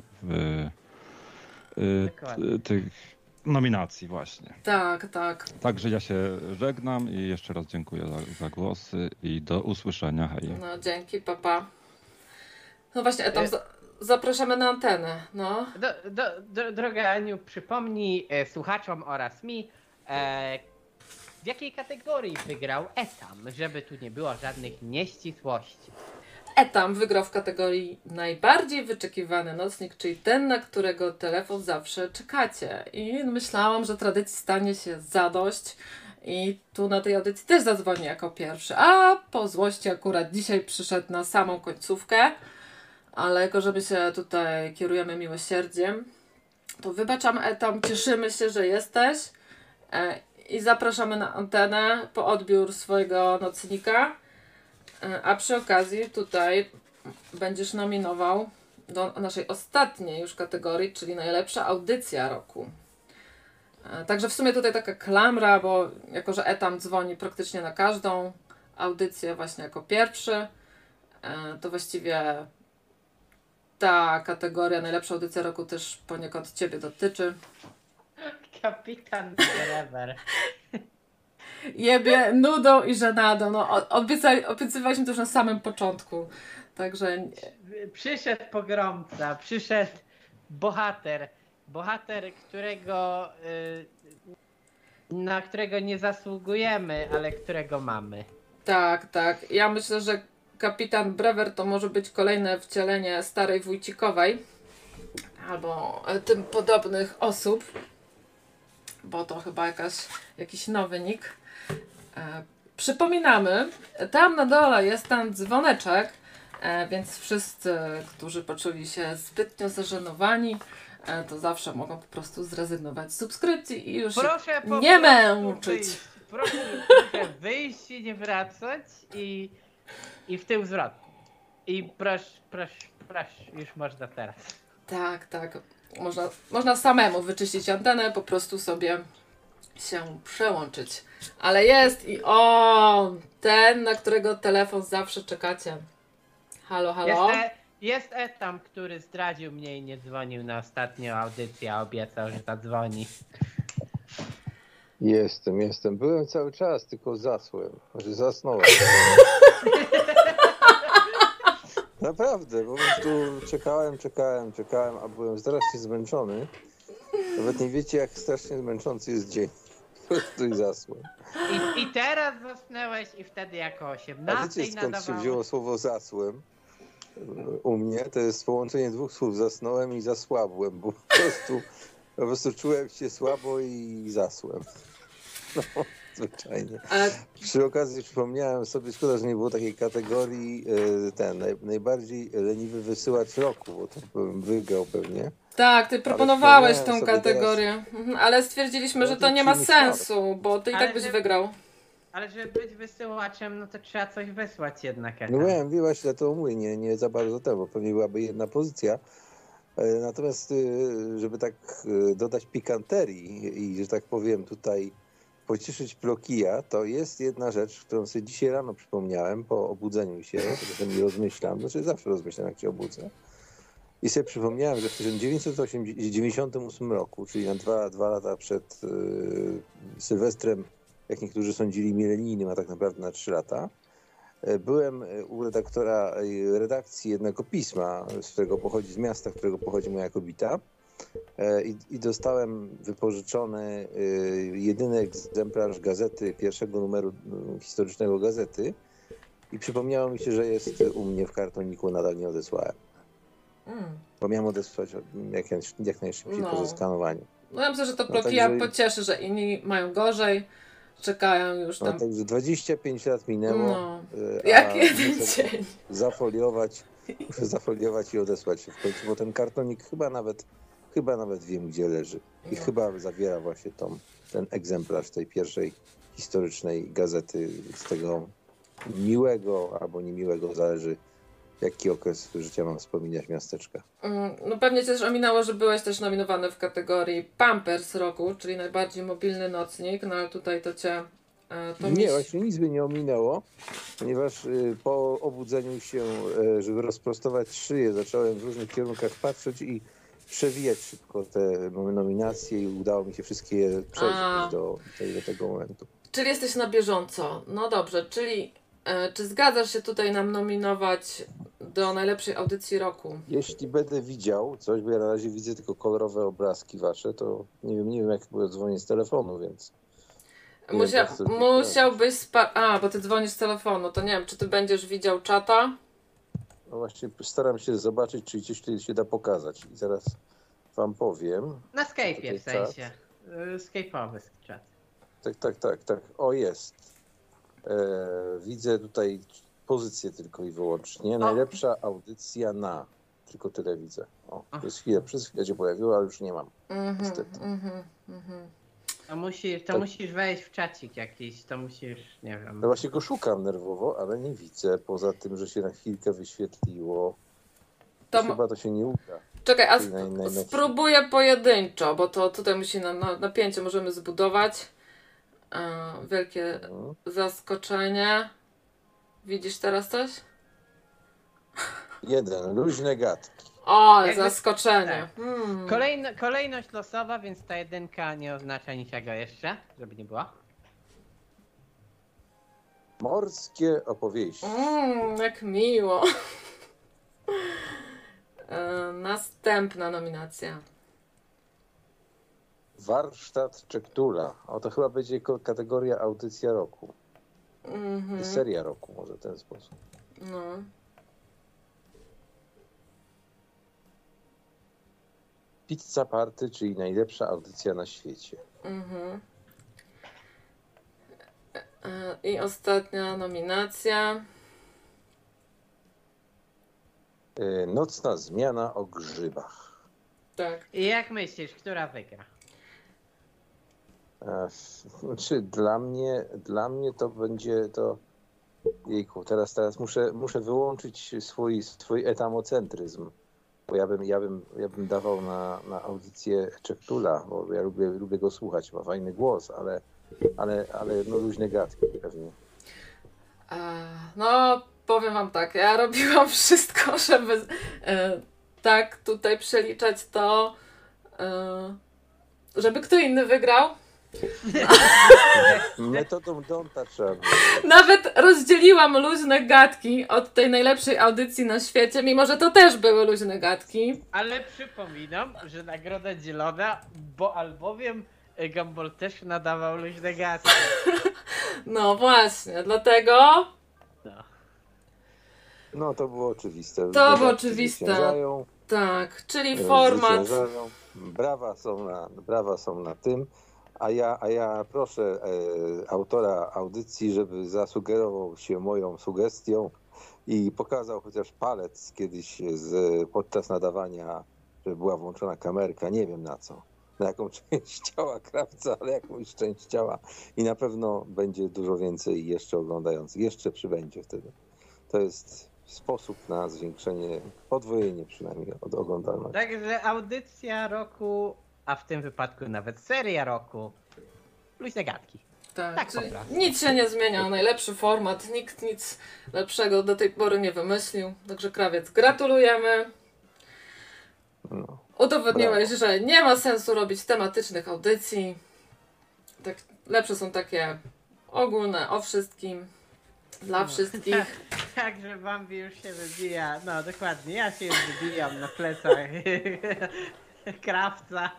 y, y, Dokładnie. tych nominacji właśnie. Tak, tak. Także ja się żegnam i jeszcze raz dziękuję za, za głosy i do usłyszenia. Hej. No dzięki, papa. No właśnie, Etam, za- zapraszamy na antenę, no. Do, do, do, droga Aniu, przypomnij e, słuchaczom oraz mi, e, w jakiej kategorii wygrał Etam, żeby tu nie było żadnych nieścisłości. Etam wygrał w kategorii najbardziej wyczekiwany nocnik, czyli ten, na którego telefon zawsze czekacie. I myślałam, że tradycji stanie się zadość i tu na tej audycji też zadzwoni jako pierwszy. A po złości akurat dzisiaj przyszedł na samą końcówkę, ale jako, że my się tutaj kierujemy miłosierdziem, to wybaczamy Etam, cieszymy się, że jesteś i zapraszamy na antenę po odbiór swojego nocnika. A przy okazji tutaj będziesz nominował do naszej ostatniej już kategorii, czyli najlepsza audycja roku. Także w sumie tutaj taka klamra, bo jako, że Etam dzwoni praktycznie na każdą audycję właśnie jako pierwszy, to właściwie ta kategoria najlepsza audycja roku też poniekąd Ciebie dotyczy. Kapitan Forever. Jebie nudą i żenadą. No, obiecali, obiecywaliśmy to już na samym początku. Także... Przyszedł pogromca, przyszedł bohater. Bohater, którego y, na którego nie zasługujemy, ale którego mamy. Tak, tak. Ja myślę, że kapitan Brewer to może być kolejne wcielenie starej Wójcikowej albo tym podobnych osób, bo to chyba jakaś, jakiś nowy nick. E, przypominamy, tam na dole jest ten dzwoneczek, e, więc wszyscy, którzy poczuli się zbytnio zażenowani, e, to zawsze mogą po prostu zrezygnować z subskrypcji i już proszę po nie męczyć. Wyjść. Proszę, proszę wyjść i nie wracać i, i w tył zwrot. I proszę, proszę, proszę, już można teraz. Tak, tak. Można, można samemu wyczyścić antenę, po prostu sobie się przełączyć. Ale jest i on, ten, na którego telefon zawsze czekacie. Halo, halo. Jest, e, jest Etam, który zdradził mnie i nie dzwonił na ostatnią audycję, a obiecał, że zadzwoni. Jestem, jestem. Byłem cały czas, tylko zasłem. Znaczy zasnąłem. Naprawdę, po prostu czekałem, czekałem, czekałem, a byłem strasznie zmęczony. Nawet nie wiecie, jak strasznie zmęczący jest dzień. Po prostu i zasłem. I, I teraz zasnęłeś i wtedy jako A osiemnastej wiecie, skąd się nadawałeś. wzięło słowo zasłem? U mnie to jest połączenie dwóch słów. Zasnąłem i zasłabłem, bo po prostu, po prostu czułem się słabo i zasłem. No, zwyczajnie. Ale... Przy okazji przypomniałem sobie, szkoda, że nie było takiej kategorii ten naj, najbardziej leniwy wysyłacz roku, bo to bym wygrał pewnie. Tak, ty proponowałeś tą sobie kategorię, teraz... ale stwierdziliśmy, że to nie ma sensu, bo ty i Ale tak byś że- wygrał. Ale żeby być wysyłaczem, no to trzeba coś wysłać jednak. No wiem, wiem właśnie, to mówię, nie, nie za bardzo temu, pewnie byłaby jedna pozycja. Natomiast, żeby tak dodać pikanterii i, że tak powiem, tutaj pocieszyć Plokija, to jest jedna rzecz, którą sobie dzisiaj rano przypomniałem po obudzeniu się, że mi rozmyślam, znaczy zawsze rozmyślam, jak się obudzę. I sobie przypomniałem, że w tysiąc dziewięćset dziewięćdziesiątym ósmym roku, czyli na dwa, dwa lata przed yy, Sylwestrem, jak niektórzy sądzili, milenijnym, a tak naprawdę na trzy lata, byłem u redaktora redakcji jednego pisma, z którego pochodzi, z miasta, z którego pochodzi moja kobieta. I, i dostałem wypożyczony y, jedyny egzemplarz gazety, pierwszego numeru y, historycznego gazety i przypomniało mi się, że jest u mnie w kartoniku, nadal nie odesłałem. Mm. Bo miałem odesłać jak, jak najszybciej no. po zeskanowaniu. No ja myślę, że to No, Plokija także... pocieszy, że inni mają gorzej, czekają już tam. No, także dwadzieścia pięć lat minęło. No. A jak jeden muszę dzień. Zafoliować, muszę zafoliować i odesłać się w końcu, bo ten kartonik chyba nawet Chyba nawet wiem, gdzie leży. I no. chyba zawiera właśnie tą, ten egzemplarz tej pierwszej historycznej gazety z tego miłego albo niemiłego, zależy jaki okres życia mam wspominać, miasteczka. No pewnie cię też ominęło, że byłeś też nominowany w kategorii Pampers roku, czyli najbardziej mobilny nocnik, no ale tutaj to cię... To nie, miś... właśnie nic by nie ominęło, ponieważ po obudzeniu się, żeby rozprostować szyję, zacząłem w różnych kierunkach patrzeć i przewijać szybko te nominacje i udało mi się wszystkie przejść do, do tego momentu. Czyli jesteś na bieżąco. No dobrze, czyli e, czy zgadzasz się tutaj nam nominować do najlepszej audycji roku? Jeśli będę widział coś, bo ja na razie widzę tylko kolorowe obrazki wasze, to nie wiem, nie wiem jak dzwonię z telefonu, więc... Musia, musiałbyś... Spa- A, bo ty dzwonisz z telefonu, to nie wiem, czy ty będziesz widział czata? No właśnie staram się zobaczyć, czy gdzieś tutaj się da pokazać. I zaraz wam powiem. Na Skype'ie Tutaj w sensie. Y, Skype'owy czat. Tak, tak, tak, tak. O, jest. E, widzę tutaj pozycję tylko i wyłącznie. Najlepsza audycja na. Tylko tyle widzę. O, przez chwilę, przez chwilę się pojawiło, ale już nie mam. Mhm, Niestety. mhm, mhm. To, musisz, to Tak. musisz wejść w czacik jakiś, to musisz, nie wiem. No właśnie go szukam nerwowo, ale nie widzę. Poza tym, że się na chwilkę wyświetliło. To To ma- chyba to się nie uda. Czekaj, a Czyli naj- sp- najlepszy. spróbuję pojedynczo, bo to tutaj musi na, na napięcie możemy zbudować. E, wielkie Mhm. zaskoczenie. Widzisz teraz coś? Jeden, luźne gadki. O, Jakby- zaskoczenie. tak. Hmm. Kolejno, kolejność losowa, więc ta jedynka nie oznacza niczego jeszcze, żeby nie było. Morskie opowieści. Mm, jak miło. E, następna nominacja. Warsztat Czektula. O, to chyba będzie ko- kategoria audycja roku. Mhm. Seria roku, może w ten sposób. No. Pizza Party, czyli najlepsza audycja na świecie. Mhm. E, I ostatnia nominacja. E, Nocna zmiana o grzybach. Tak. I jak myślisz, która wygra? E, Znaczy, dla mnie, dla mnie to będzie to... Jejku, teraz, teraz muszę, muszę wyłączyć swój, swój etamocentryzm. Bo ja bym, ja bym, ja bym dawał na, na audycję Czektula, bo ja lubię, lubię go słuchać, ma fajny głos, ale, ale, ale no luźne gadki pewnie. E, no, powiem wam tak, ja robiłam wszystko, żeby e, tak tutaj przeliczać to, e, żeby kto inny wygrał. Metodą Donta trzeba było. Nawet rozdzieliłam luźne gadki od tej najlepszej audycji na świecie, mimo że to też były luźne gadki. Ale przypominam, że nagroda dzielona, bo albowiem Gumball też nadawał luźne gadki. No właśnie, dlatego No. No to było oczywiste. To było Dodatki oczywiste. zwyciężają, tak, czyli e, format. zwyciężają. Brawa są na, brawa są na tym. A ja, a ja proszę e, autora audycji, żeby zasugerował się moją sugestią i pokazał chociaż palec kiedyś z, podczas nadawania, żeby była włączona kamerka, nie wiem na co, na jaką część ciała krawca, ale jakąś część ciała i na pewno będzie dużo więcej jeszcze oglądających, jeszcze przybędzie wtedy. To jest sposób na zwiększenie, podwojenie przynajmniej od oglądalności. Także audycja roku, a w tym wypadku nawet seria roku, luźne gadki. Tak, Tak, czyli po prostu. nic się nie zmienia, najlepszy format, nikt nic lepszego do tej pory nie wymyślił. Także Krawiec, gratulujemy. No. Udowodniłeś, że nie ma sensu robić tematycznych audycji. Tak, lepsze są takie ogólne, o wszystkim, dla wszystkich. Także Bambi już się wybija, no dokładnie, ja się już wybijam na plecach krawca.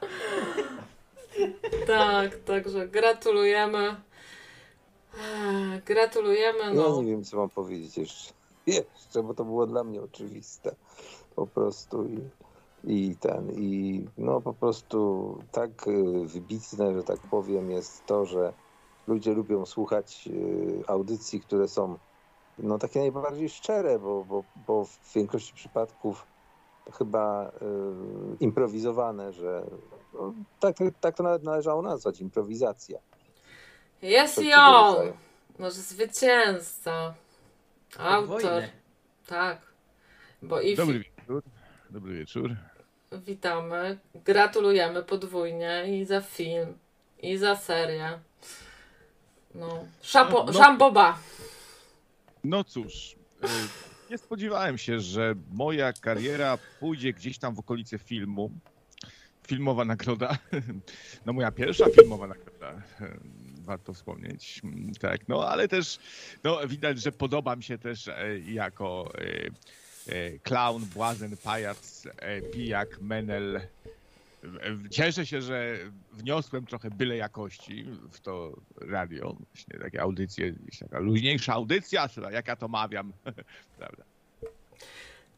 Tak, także gratulujemy. Eee, Gratulujemy, Ja no. nie wiem, co mam powiedzieć jeszcze. Jeszcze, bo to było dla mnie oczywiste. Po prostu i, i ten, i no po prostu tak y, wybitne, że tak powiem, jest to, że ludzie lubią słuchać y, audycji, które są no takie najbardziej szczere, bo, bo, bo w większości przypadków chyba y, improwizowane, że no, tak, tak to nawet należało nazwać, improwizacja. Jest Coś i tego on, rodzaju. nasz zwycięzca, autor, Podwójny. tak, bo i Dobry wieczór. Dobry wieczór. witamy, gratulujemy podwójnie i za film, i za serię. No, szapo, No. szamboba. No cóż, y, nie spodziewałem się, że moja kariera pójdzie gdzieś tam w okolice filmu. Filmowa nagroda. No moja pierwsza filmowa nagroda. Warto wspomnieć. Tak, no ale też no, widać, że podoba mi się też e, jako e, e, klaun, błazen, pajac, e, pijak, menel. E, Cieszę się, że wniosłem trochę byle jakości w to radio. Właśnie takie audycje, taka luźniejsza audycja, jak ja to mawiam. Prawda.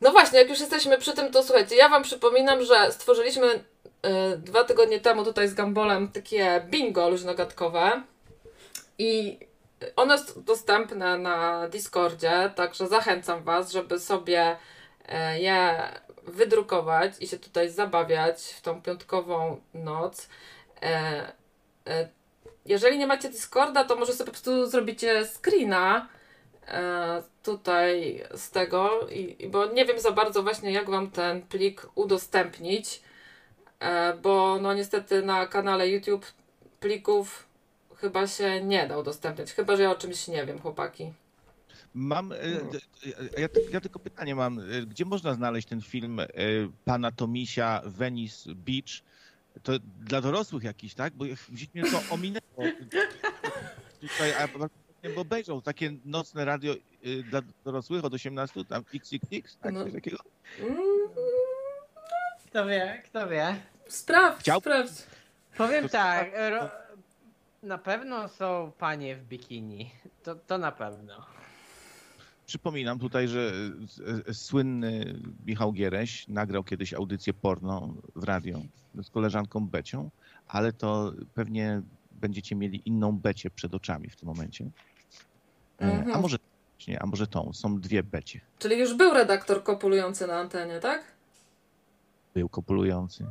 No właśnie, jak już jesteśmy przy tym, to słuchajcie, ja wam przypominam, że stworzyliśmy y, dwa tygodnie temu tutaj z Gambolem takie bingo luźnogatkowe i ono jest dostępne na Discordzie, także zachęcam was, żeby sobie y, je wydrukować i się tutaj zabawiać w tą piątkową noc. Y, y, jeżeli nie macie Discorda, to może sobie po prostu zrobicie screena e, tutaj z tego, i, bo nie wiem za bardzo właśnie, jak wam ten plik udostępnić, e, bo no niestety na kanale YouTube plików chyba się nie da udostępniać, chyba że ja o czymś nie wiem, chłopaki. Mam, ja, ja tylko pytanie mam, gdzie można znaleźć ten film pana Tomisia Venice Beach? To dla dorosłych jakiś, tak? Bo gdzieś mnie to ominęło. Tutaj, a, bo obejrzał takie nocne radio y, dla dorosłych od osiemnastu, tam X X X, tak? No. Coś takiego? Kto wie, kto wie. Sprawdź, Chciał? sprawdź. Powiem tak, ro... na pewno są panie w bikini. To, to na pewno. Przypominam tutaj, że słynny Michał Giereś nagrał kiedyś audycję porno w radio z koleżanką Becią, ale to pewnie będziecie mieli inną Becię przed oczami w tym momencie. Mhm. A może nie, a może tą. Są dwie Becie. Czyli już był redaktor kopulujący na antenie, tak? Był kopulujący.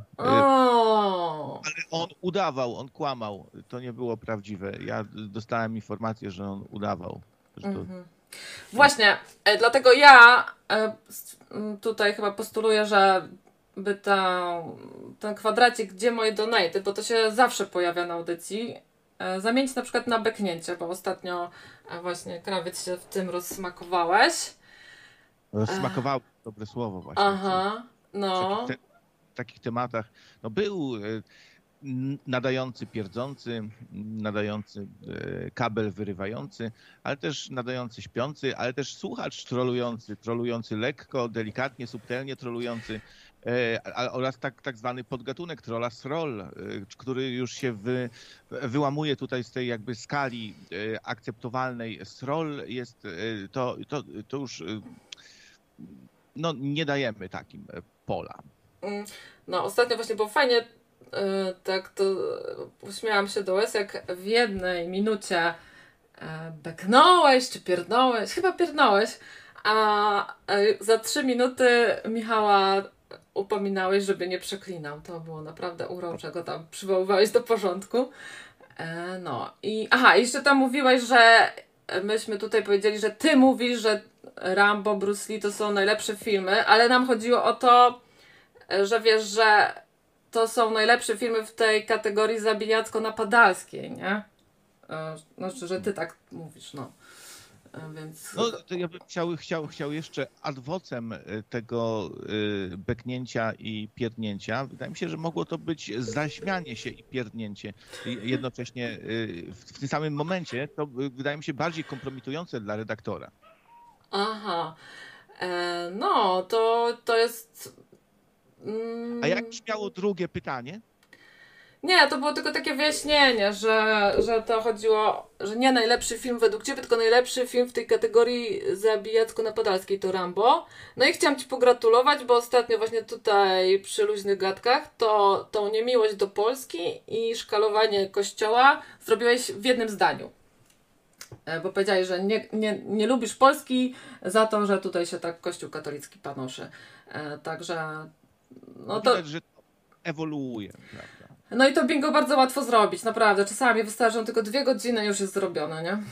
O. Ale on udawał, on kłamał. To nie było prawdziwe. Ja dostałem informację, że on udawał. Że to... Mhm. Właśnie, e, dlatego ja e, tutaj chyba postuluję, że by ta, ten kwadracik, gdzie moje donaty, bo to się zawsze pojawia na audycji, e, zamienić na przykład na beknięcie, bo ostatnio e, właśnie krawiec się w tym rozsmakowałeś. Rozsmakowało, e... dobre słowo właśnie. Aha, no. W takich, te, w takich tematach. No był e, nadający pierdzący, nadający e, kabel wyrywający, ale też nadający śpiący, ale też słuchacz trolujący, trolujący lekko, delikatnie, subtelnie trolujący, e, a, oraz tak, tak zwany podgatunek trolla sroll, e, który już się wy, wyłamuje tutaj z tej jakby skali e, akceptowalnej. Sroll jest, e, to, to, to już e, no, nie dajemy takim e, pola. No ostatnio właśnie było fajnie. Yy, tak to uśmiałam się do łez, jak w jednej minucie yy, beknąłeś czy pierdnąłeś, chyba pierdnąłeś, a yy, za trzy minuty Michała upominałeś, żeby nie przeklinał. To było naprawdę urocze, go tam przywoływałeś do porządku. Yy, no i aha, jeszcze tam mówiłeś, że myśmy tutaj powiedzieli, że ty mówisz, że Rambo, Bruce Lee to są najlepsze filmy, ale nam chodziło o to, że wiesz, że to są najlepsze filmy w tej kategorii zabijacko-napadalskiej, nie? Znaczy, że ty tak mówisz, no. Więc... No, to ja bym chciał, chciał, chciał jeszcze ad vocem tego y, beknięcia i pierdnięcia. Wydaje mi się, że mogło to być zaśmianie się i pierdnięcie jednocześnie y, w, w tym samym momencie. To y, wydaje mi się bardziej kompromitujące dla redaktora. Aha. E, no, to, to jest... A jak brzmiało drugie pytanie? Nie, to było tylko takie wyjaśnienie, że, że to chodziło, że nie najlepszy film według ciebie, tylko najlepszy film w tej kategorii zabijacko-napadalskiej to Rambo. No i chciałam ci pogratulować, bo ostatnio właśnie tutaj przy luźnych gadkach to tą niemiłość do Polski i szkalowanie Kościoła zrobiłeś w jednym zdaniu. Bo powiedziałeś, że nie, nie, nie lubisz Polski za to, że tutaj się tak Kościół katolicki panoszy. Także no to... Widać, że to ewoluuje, prawda? No i to bingo bardzo łatwo zrobić, naprawdę. Czasami wystarczą tylko dwie godziny i już jest zrobione, nie?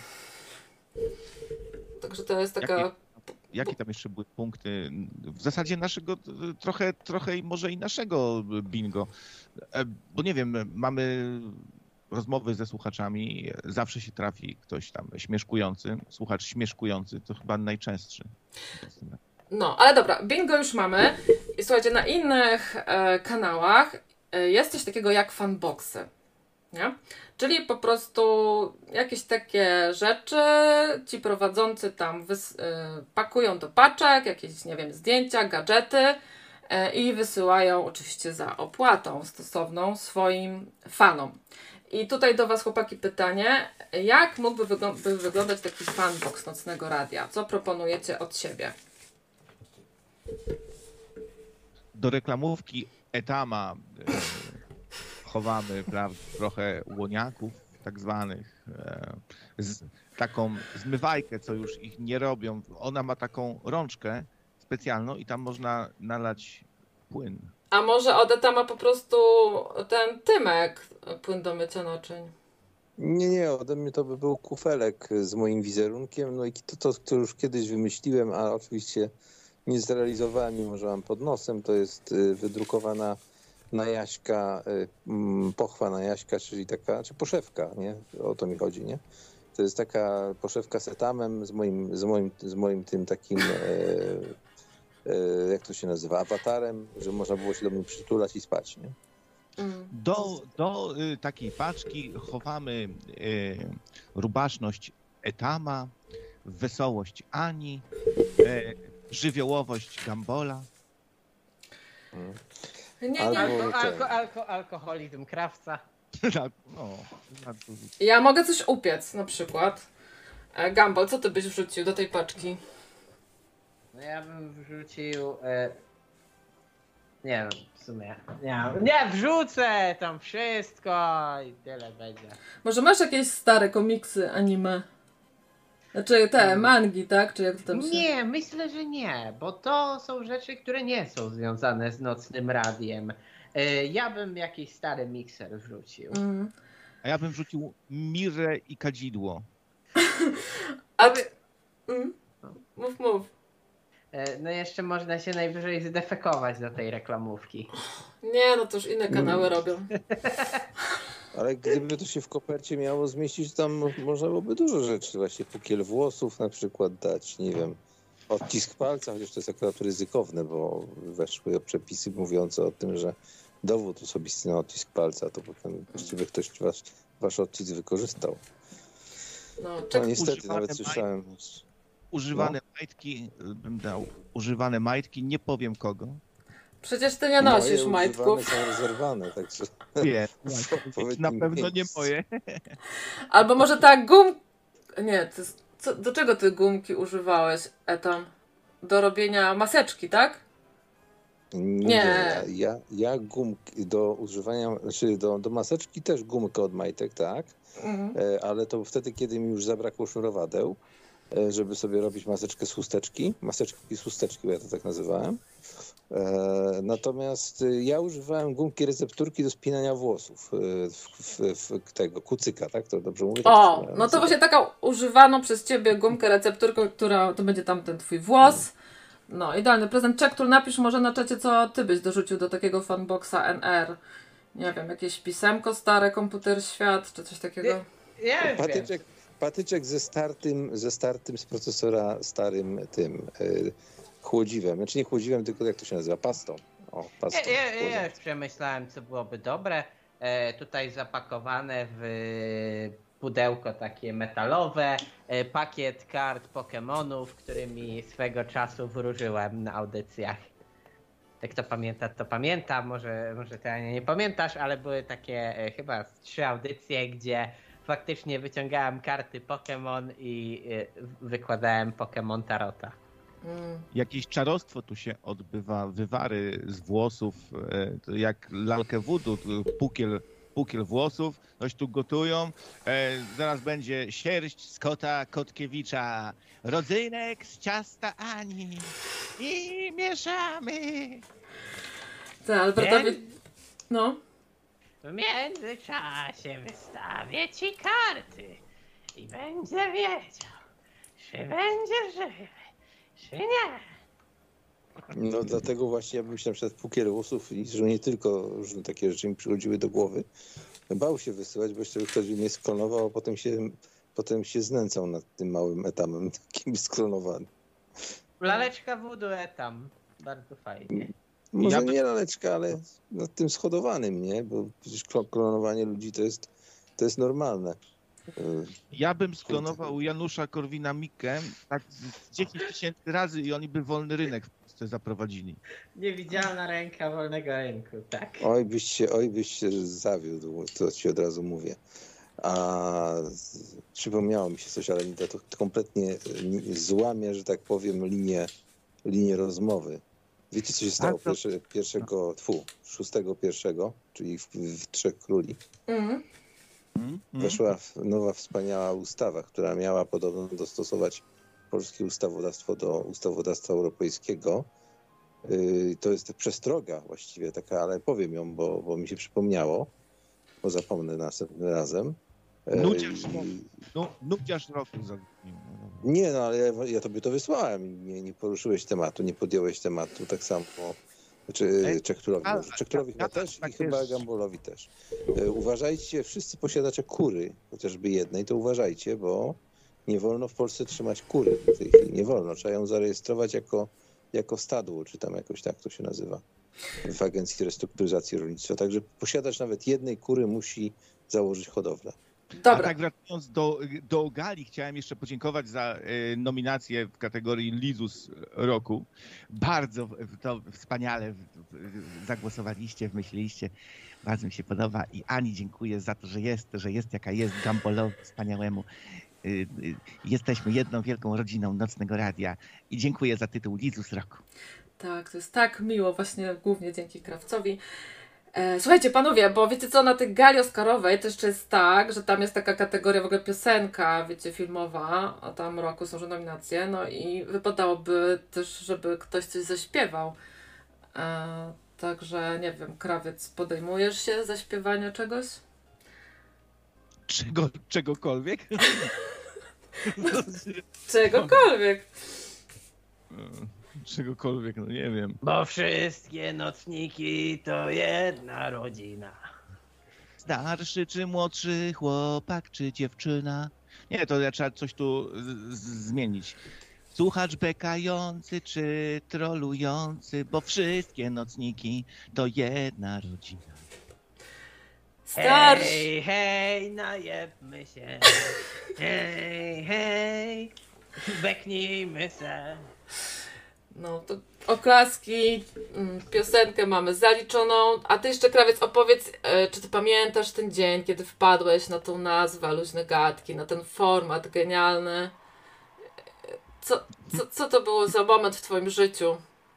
Także to jest taka... Jakie, jakie tam jeszcze były punkty? W zasadzie naszego, trochę, trochę może i naszego bingo. Bo nie wiem, mamy rozmowy ze słuchaczami, zawsze się trafi ktoś tam śmieszkujący, słuchacz śmieszkujący, to chyba najczęstszy. No, ale dobra, bingo już mamy. I słuchajcie, na innych e, kanałach e, jest coś takiego jak fanboxy, nie? Czyli po prostu jakieś takie rzeczy ci prowadzący tam wys- e, pakują do paczek, jakieś, nie wiem, zdjęcia, gadżety e, i wysyłają oczywiście za opłatą stosowną swoim fanom. I tutaj do was, chłopaki, pytanie, jak mógłby wygl- by wyglądać taki fanbox Nocnego Radia? Co proponujecie od siebie? do reklamówki Etama e, chowamy prawda, trochę łoniaków tak zwanych, e, z, taką zmywajkę, co już ich nie robią. Ona ma taką rączkę specjalną i tam można nalać płyn. A może od Etama po prostu ten Tymek, płyn do mycia naczyń? Nie, nie, ode mnie to by był kufelek z moim wizerunkiem, no i to, to, to już kiedyś wymyśliłem, a oczywiście nie zrealizowałem, mimo że mam pod nosem. To jest wydrukowana na Jaśka, pochwa na Jaśka, czyli taka, czy poszewka, nie? O to mi chodzi, nie? To jest taka poszewka z etamem, z moim, z moim, z moim tym takim, e, e, jak to się nazywa, awatarem, że można było się do mnie przytulać i spać, nie? Do, do y, takiej paczki chowamy y, rubaszność Etama, wesołość Ani, y, żywiołowość Gambola. Hmm. Nie, nie. Alko, alko, alko, alkoholizm Krawca. no, Ja mogę coś upiec na przykład. E, Gumball, co ty byś wrzucił do tej paczki? No ja bym wrzucił... E... Nie wiem, w sumie. Nie, nie wrzucę tam wszystko i tyle będzie. Może masz jakieś stare komiksy, anime? Znaczy te mangi, tak? Czy jak to tam się... Nie, myślę, że nie, bo to są rzeczy, które nie są związane z nocnym radiem. E, ja bym jakiś stary mikser wrzucił. Mm. A ja bym wrzucił Mirę i Kadzidło. A ty... Mm. Mów, mów. No jeszcze można się najwyżej zdefekować do tej reklamówki. Nie, no to już inne kanały mm. robią. Ale gdyby to się w kopercie miało zmieścić, tam można byłoby dużo rzeczy. Właśnie pukiel włosów na przykład dać, nie wiem, odcisk palca, chociaż to jest akurat ryzykowne, bo weszły przepisy mówiące o tym, że dowód osobisty na odcisk palca, to potem właściwie ktoś wasz, wasz odcisk wykorzystał. No, no niestety, nawet słyszałem... Używane no. majtki, bym dał, używane majtki, nie powiem kogo. Przecież ty nie nosisz moje majtków. są rezerwowane, także... Nie, na pewno nie moje. Albo może ta gum... Nie, to jest... Co, do czego ty gumki używałeś, Etam? Do robienia maseczki, tak? Nie, nie. Ja, ja gumki do używania, znaczy do, do maseczki też gumkę od majtek, tak? Mhm. E, ale to wtedy, kiedy mi już zabrakło sznurowadeł, żeby sobie robić maseczkę z chusteczki. Maseczki z chusteczki, bo ja to tak nazywałem. E, natomiast ja używałem gumki recepturki do spinania włosów. W, w, w tego kucyka, tak? To dobrze mówię? O, tak, no to właśnie taką używaną przez ciebie gumkę recepturkę, która to będzie tam ten twój włos. No, idealny prezent. Czektul, napisz może na czacie, co ty byś dorzucił do takiego fanboxa N R. Nie wiem, jakieś pisemko stare, komputer świat, czy coś takiego. Ja, ja Patyczek. Patyczek ze startym, ze startym z procesora starym tym yy, chłodziwem. Znaczy nie chłodziwem, tylko jak to się nazywa? Pastą. O, pastą. Ja, ja, ja już przemyślałem, co byłoby dobre. E, tutaj zapakowane w pudełko takie metalowe, e, pakiet kart Pokemonów, którymi swego czasu wróżyłem na audycjach. Jak to pamięta, to pamięta. Może, może ty, Ania, nie pamiętasz, ale były takie e, chyba trzy audycje, gdzie faktycznie wyciągałem karty Pokémon i y, wykładałem Pokémon Tarota. Mm. Jakieś czarostwo tu się odbywa, wywary z włosów, e, jak lalkę voodoo, pukiel, pukiel włosów, coś tu gotują. E, zaraz będzie sierść z kota Kotkiewicza, rodzynek z ciasta Ani i mieszamy. Tak, Albertowi... No. W międzyczasie wystawię ci karty i będzie wiedział, czy będzie żywy, czy nie. No dlatego właśnie ja bym się na przykład pukiel włosów i że nie tylko różne takie rzeczy mi przychodziły do głowy. Bał się wysyłać, bo jeszcze ktoś mnie sklonował, a potem się, potem się znęcał nad tym małym etamem, takim sklonowanym. Laleczka voodoo etam. Bardzo fajnie. Może ja by... nie laleczka, ale nad tym schodowanym, nie? Bo przecież klonowanie ludzi to jest, to jest normalne. Ja bym sklonował Janusza Korwina-Mikke tak z dziesięć tysięcy razy i oni by wolny rynek w Polsce zaprowadzili. Niewidzialna ręka wolnego rynku, tak. Oj byś się, oj byś się zawiódł, to ci od razu mówię. A przypomniało mi się coś, ale to, to kompletnie złamie, że tak powiem, linię, linię rozmowy. Wiecie, co się stało A, to- pierwsze, pierwszego, tfu, szóstego pierwszego, czyli w, w Trzech Króli. Mhm. Mm, mm. Weszła w- nowa, wspaniała ustawa, która miała podobno dostosować polskie ustawodawstwo do ustawodawstwa europejskiego. Yy, To jest przestroga właściwie taka, ale powiem ją, bo, bo mi się przypomniało, bo zapomnę następnym razem. Yy, Nudziarz, i- no, nudziarz roku. Za... Nie, no ale ja, ja tobie to wysłałem i nie, nie poruszyłeś tematu, nie podjąłeś tematu, tak samo czy Ej, Czechturowi, a- może Czechturowi chyba ja- też i tak chyba jest. Gambolowi też. E, Uważajcie, wszyscy posiadacze kury, chociażby jednej, to uważajcie, bo nie wolno w Polsce trzymać kury w tej chwili, nie wolno, trzeba ją zarejestrować jako, jako stadło, czy tam jakoś tak to się nazywa w Agencji Restrukturyzacji Rolnictwa, także posiadacz nawet jednej kury musi założyć hodowlę. A Dobra. tak wracając do, do Gali, chciałem jeszcze podziękować za e, nominację w kategorii Lizus roku. Bardzo w- to wspaniale w- w- zagłosowaliście, wmyśliliście. Bardzo mi się podoba i Ani dziękuję za to, że jest, że jest jaka jest, Gambolowi wspaniałemu. Y, y, Jesteśmy jedną wielką rodziną Nocnego Radia i dziękuję za tytuł Lizus roku. Tak, to jest tak miło, właśnie głównie dzięki Krawcowi. E, słuchajcie, panowie, bo wiecie co, na tej gali oscarowej to jeszcze jest tak, że tam jest taka kategoria w ogóle piosenka, wiecie, filmowa, a tam roku są że nominacje, no i wypadałoby też, żeby ktoś coś zaśpiewał. E, także, nie wiem, Krawiec, podejmujesz się zaśpiewania czegoś? Czego, czegokolwiek? Czegokolwiek. Czegokolwiek, no nie wiem. Bo wszystkie nocniki to jedna rodzina. Starszy czy młodszy chłopak czy dziewczyna. Nie, to ja trzeba coś tu z- z- zmienić. Słuchacz bekający czy trolujący, bo wszystkie nocniki to jedna rodzina. Starszy. Hej, hej, najebmy się. Hej, hej, beknijmy se. No to oklaski, mm, piosenkę mamy zaliczoną, a ty jeszcze, Krawiec, opowiedz, e, czy ty pamiętasz ten dzień, kiedy wpadłeś na tą nazwę Luźne Gadki, na ten format genialny? E, Co, co, co to było za moment w twoim życiu?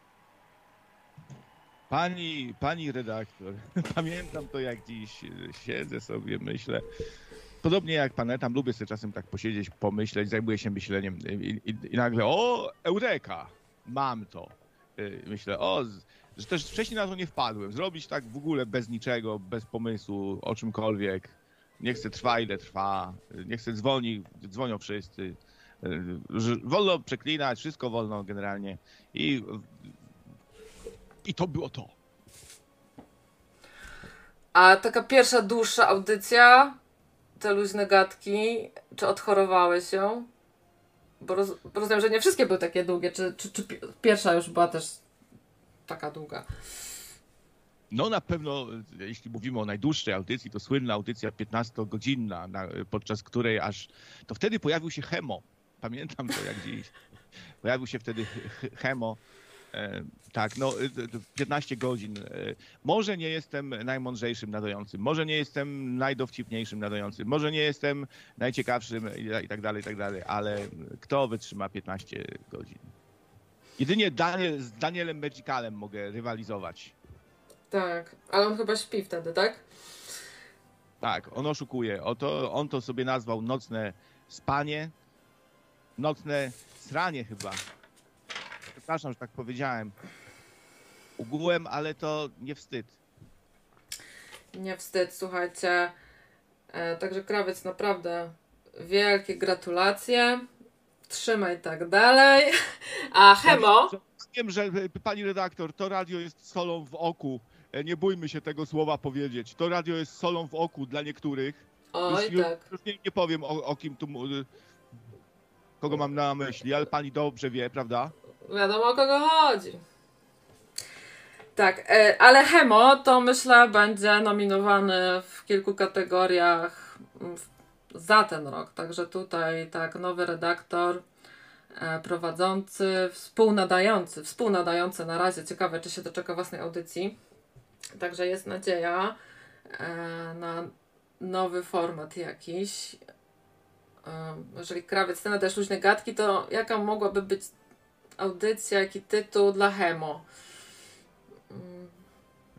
Pani, pani redaktor, pamiętam to jak dziś, siedzę sobie, myślę. Podobnie jak panetam, lubię sobie czasem tak posiedzieć, pomyśleć, zajmuję się myśleniem i, i, i nagle, o, eureka, mam to. Y, Myślę, o, z- że też wcześniej na to nie wpadłem. Zrobić tak w ogóle bez niczego, bez pomysłu, o czymkolwiek. Niech se trwa ile trwa, y, niech se dzwoni, dzwonią wszyscy. Y, że Wolno przeklinać, wszystko wolno generalnie. I, i to było to. A taka pierwsza dłuższa audycja, te Luźne Gadki, czy odchorowałeś ją? Bo roz, bo rozumiem, że nie wszystkie były takie długie, czy, czy, czy pi- pierwsza już była też taka długa? No na pewno, jeśli mówimy o najdłuższej audycji, to słynna audycja piętnastogodzinna, na, podczas której aż, to wtedy pojawił się Hemo. Pamiętam to jak dziś. Pojawił się wtedy Ch- Ch- Hemo. E, tak, no e, d- d- piętnaście godzin. E, może nie jestem najmądrzejszym nadającym, może nie jestem najdowcipniejszym nadającym, może nie jestem najciekawszym i, i tak dalej, i tak dalej, ale kto wytrzyma piętnaście godzin? Jedynie Daniel, z Danielem Magicalem mogę rywalizować. Tak, ale on chyba śpi wtedy, tak? Tak, on oszukuje. Oto, on to sobie nazwał nocne spanie, nocne sranie chyba. Przepraszam, że tak powiedziałem. Ugółem, ale to nie wstyd. Nie wstyd, słuchajcie. E, także Krawiec, naprawdę wielkie gratulacje. Trzymaj tak dalej. A Hemo? Wiem, że pani redaktor, to radio jest solą w oku. E, Nie bójmy się tego słowa powiedzieć. To radio jest solą w oku dla niektórych. Oj, już, już, tak. już nie, nie powiem o, o kim tu, mu- kogo mam na myśli, ale pani dobrze wie, prawda? Wiadomo, o kogo chodzi. Tak, e, ale Hemo to myślę będzie nominowany w kilku kategoriach mm, w- za ten rok. Także tutaj tak, nowy redaktor, e, prowadzący, współnadający, współnadający na razie. Ciekawe, czy się doczeka własnej audycji. Także jest nadzieja e, na nowy format jakiś. E, jeżeli Krawiec, ty nadajesz Luźne Gadki, to jaka mogłaby być audycja, jaki tytuł dla Hemo?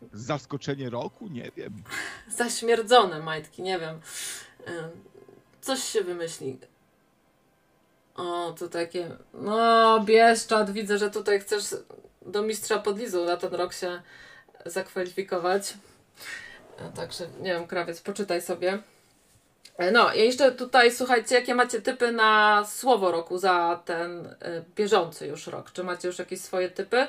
Zaskoczenie roku? Nie wiem. Zaśmierdzone majtki, nie wiem. Coś się wymyśli. O, to takie... No, Bieszczad, widzę, że tutaj chcesz do mistrza podlizu na ten rok się zakwalifikować. Także, nie wiem, krawiec, poczytaj sobie. No, i jeszcze tutaj, słuchajcie, jakie macie typy na słowo roku za ten y, bieżący już rok? Czy macie już jakieś swoje typy?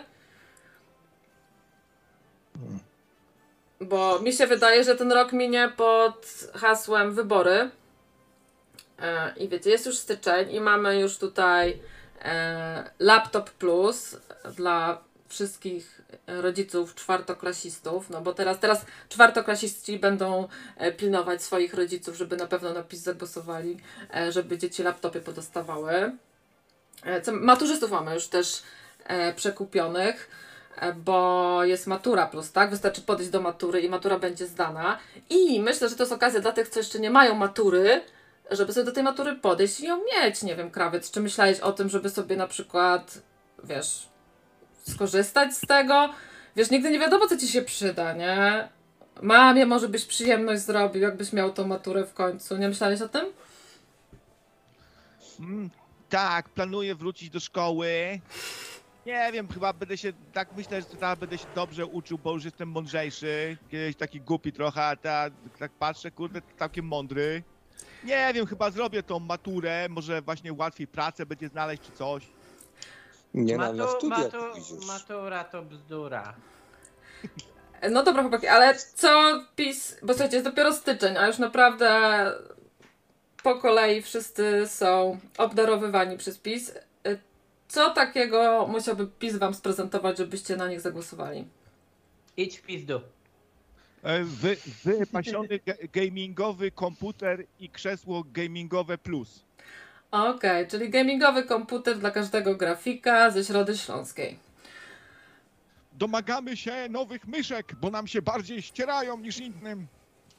Bo mi się wydaje, że ten rok minie pod hasłem wybory. E, I wiecie, jest już styczeń i mamy już tutaj e, Laptop Plus dla wszystkich rodziców czwartoklasistów, no bo teraz, teraz czwartoklasiści będą pilnować swoich rodziców, żeby na pewno na PiS zagłosowali, żeby dzieci laptopy podostawały. Co, maturzystów mamy już też e, przekupionych, e, bo jest Matura Plus, tak? Wystarczy podejść do matury i matura będzie zdana. I myślę, że to jest okazja dla tych, co jeszcze nie mają matury, żeby sobie do tej matury podejść i ją mieć. Nie wiem, krawiec, czy myślałeś o tym, żeby sobie na przykład, wiesz, skorzystać z tego? Wiesz, nigdy nie wiadomo, co ci się przyda, nie? Mamie może byś przyjemność zrobił, jakbyś miał tą maturę w końcu. Nie myślałeś o tym? Mm, tak, planuję wrócić do szkoły. Nie wiem, chyba będę się, tak myślę, że teraz będę się dobrze uczył, bo już jestem mądrzejszy. Kiedyś taki głupi trochę, a teraz tak patrzę, kurde, całkiem mądry. Nie wiem, chyba zrobię tą maturę, może właśnie łatwiej pracę będzie znaleźć czy coś. Nie Matu, na studia matu, pójdziesz. matura to bzdura. No dobra, chłopaki, ale co PiS, bo słuchajcie, jest dopiero styczeń, a już naprawdę po kolei wszyscy są obdarowywani przez PiS. Co takiego musiałby PiS wam sprezentować, żebyście na nich zagłosowali? Idź w pizdu. Wy, wypasiony ga- gamingowy komputer i krzesło gamingowe plus. Okej, okay, czyli gamingowy komputer dla każdego grafika ze Środy Śląskiej. Domagamy się nowych myszek, bo nam się bardziej ścierają niż innym.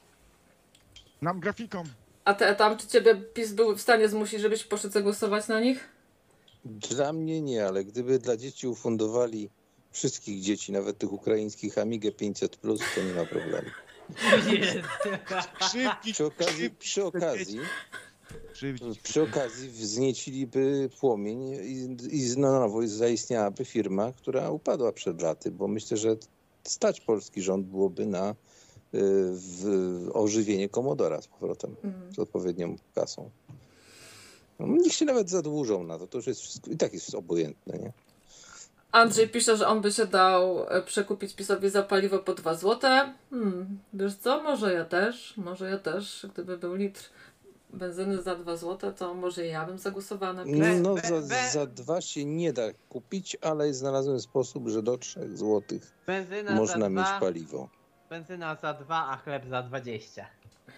Nam grafikom. A te, tam czy ciebie PiS był w stanie zmusić, żebyś poszedł zagłosować na nich? Dla mnie nie, ale gdyby dla dzieci ufundowali wszystkich dzieci, nawet tych ukraińskich Amigę pięćset plus, to nie ma problemu. Krzywki, Przy okazji, krzywki, przy okazji, krzywki. przy okazji wznieciliby płomień i, i na nowo zaistniałaby firma, która upadła przed laty, bo myślę, że stać polski rząd byłoby na w ożywienie Commodora z powrotem, mm. z odpowiednią kasą. No, niech się nawet zadłużą na to, to już jest wszystko, i tak jest obojętne, nie? Andrzej pisze, że on by się dał przekupić PiS-owi za paliwo po dwa złote. Hmm, wiesz co, może ja też, może ja też, gdyby był litr benzyny za dwa złote, to może ja bym zagłosowała na PiS. No za, za dwa się nie da kupić, ale znalazłem sposób, że do trzech złotych Benzyna można za mieć dwa, paliwo. benzyna za dwa, a chleb za dwadzieścia.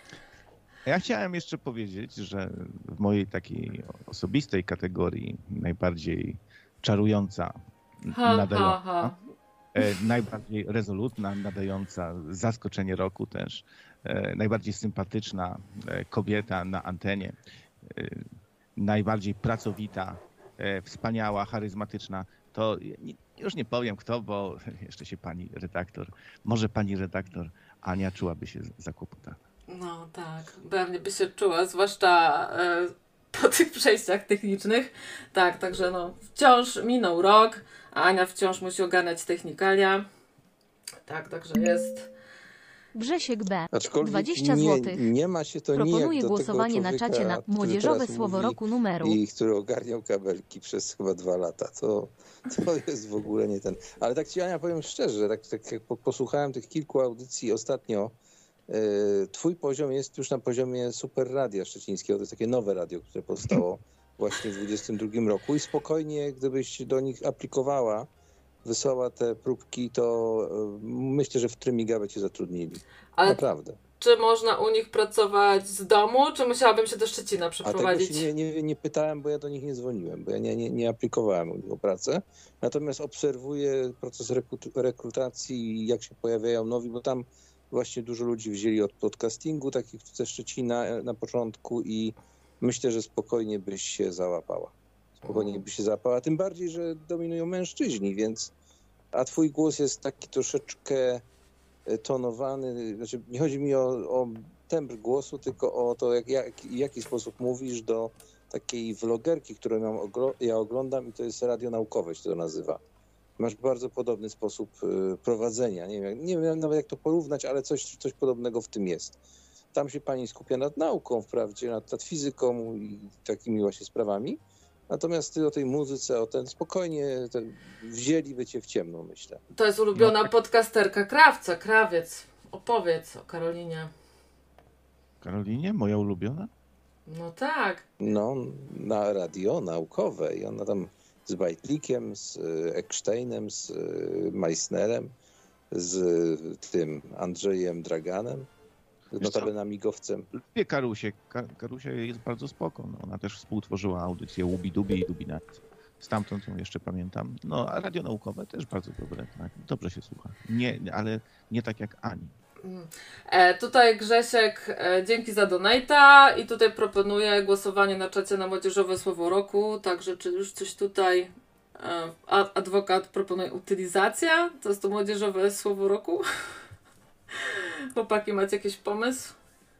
Ja chciałem jeszcze powiedzieć, że w mojej takiej osobistej kategorii najbardziej czarująca, Ha, nadająca, ha, ha. E, najbardziej rezolutna, nadająca zaskoczenie roku też, e, najbardziej sympatyczna e, kobieta na antenie, e, najbardziej pracowita, e, wspaniała, charyzmatyczna, to nie, już nie powiem kto, bo jeszcze się pani redaktor, może pani redaktor Ania czułaby się zakłopotana. No tak, pewnie by się czuła, zwłaszcza e, po tych przejściach technicznych. Tak, także no, wciąż minął rok, a Ania wciąż musi ogarniać technikalia. Tak, także jest. Grzesiek B. Aczkolwiek dwadzieścia nie, złotych. nie ma się to nijak Proponuję do głosowanie tego na człowieka, czacie na który młodzieżowe teraz słowo mówi roku numeru. I który ogarniał kabelki przez chyba dwa lata. To, to jest w ogóle nie ten. Ale tak ci, Ania, powiem szczerze, tak, tak jak posłuchałem tych kilku audycji ostatnio, yy, twój poziom jest już na poziomie Super Radia Szczecińskiego. To jest takie nowe radio, które powstało właśnie w dwudziestym drugim roku i spokojnie, gdybyś do nich aplikowała, wysłała te próbki, to yy, myślę, że w Trymiga by cię zatrudnili. Ale Naprawdę. czy można u nich pracować z domu, czy musiałabym się do Szczecina A przeprowadzić? tego się nie, nie, nie pytałem, bo ja do nich nie dzwoniłem, bo ja nie, nie, nie aplikowałem u nich o pracę. Natomiast obserwuję proces rekrut- rekrutacji, jak się pojawiają nowi, bo tam właśnie dużo ludzi wzięli od podcastingu, takich ze Szczecina na początku i myślę, że spokojnie byś się załapała. Spokojnie byś się załapała, tym bardziej, że dominują mężczyźni, więc a twój głos jest taki troszeczkę tonowany, znaczy nie chodzi mi o, o tembr głosu, tylko o to, jak, jak, w jaki sposób mówisz do takiej vlogerki, którą ja, oglo- ja oglądam i to jest radio naukowe się to nazywa. Masz bardzo podobny sposób y, prowadzenia. Nie wiem, nie wiem nawet jak to porównać, ale coś, coś podobnego w tym jest. Tam się pani skupia nad nauką wprawdzie, nad, nad fizyką i takimi właśnie sprawami. Natomiast ty o tej muzyce, o ten spokojnie te, wzięliby cię w ciemno, myślę. To jest ulubiona no. podcasterka Krawca, Krawiec. Opowiedz o Karolinie. Karolinie? Moja ulubiona? No tak. No, na radio naukowe i ona tam z Bajtlikiem, z Ecksteinem, z Meissnerem, z tym Andrzejem Draganem, notabene migowcem. Lubię Karusię. Ka- Karusia jest bardzo spoko. No, ona też współtworzyła audycję Łubi Dubi i Dubinat. Stamtąd ją jeszcze pamiętam. No, a radio naukowe też bardzo dobre. Tak? Dobrze się słucha. Nie, ale nie tak jak Ani. E, tutaj Grzesiek, e, dzięki za donata i tutaj proponuję głosowanie na czacie na młodzieżowe słowo roku, także czy już coś tutaj e, adwokat proponuje utylizacja, to jest to młodzieżowe słowo roku? Chłopaki, macie jakiś pomysł?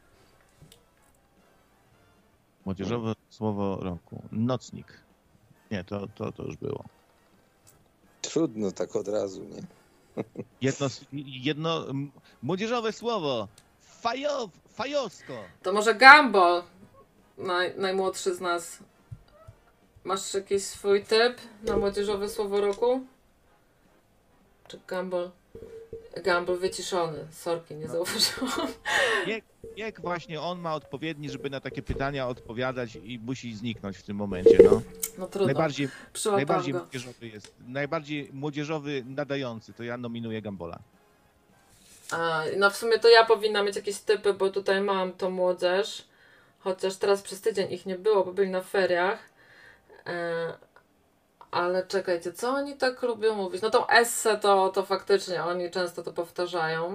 Młodzieżowe słowo roku. Nocnik. Nie, to, to, to już było. Trudno tak od razu, nie? Jedno, jedno młodzieżowe słowo. Fajo, fajosko. To może Gumball, naj, najmłodszy z nas. Masz jakiś swój typ na młodzieżowe słowo roku? Czy Gumball? Gumball wyciszony. Sorki, nie zauważyłam. Jak, jak właśnie on ma odpowiedni, żeby na takie pytania odpowiadać i musi zniknąć w tym momencie, no. No trudno. Najbardziej, najbardziej go. młodzieżowy jest. Najbardziej młodzieżowy nadający, to ja nominuję Gumballa. A, no w sumie to ja powinna mieć jakieś typy, bo tutaj mam to młodzież. Chociaż teraz przez tydzień ich nie było, bo byli na feriach. E, ale czekajcie, co oni tak lubią mówić? No tą essę to, to faktycznie oni często to powtarzają.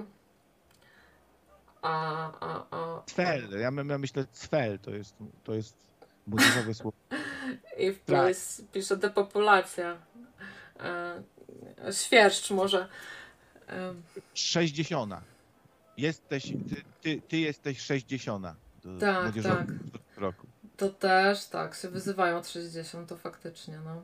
A, a, a, Cfel, ja, ja myślę cfel, to jest, to jest młodzieżowe słowo. I w place pisze depopulacja. E, świerszcz może. E. Sześćdziesiąta. Jesteś, ty, ty, ty jesteś sześćdziesiąta. Tak, tak. Roku. To też, tak, się wyzywają od sześćdziesiąt, to faktycznie, no.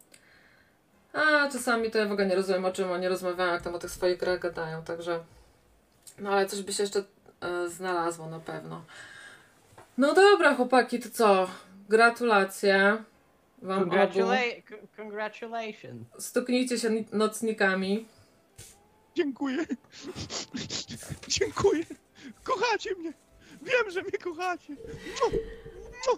A czasami to ja w ogóle nie rozumiem, o czym oni rozmawiają, jak tam o tych swoich grach gadają, także... No ale coś by się jeszcze e, znalazło na pewno. No dobra, chłopaki, to co? Gratulacje wam Congratula- obu. Congratulations. Stuknijcie się nocnikami. Dziękuję. Dziękuję. Kochacie mnie. Wiem, że mnie kochacie. No. No.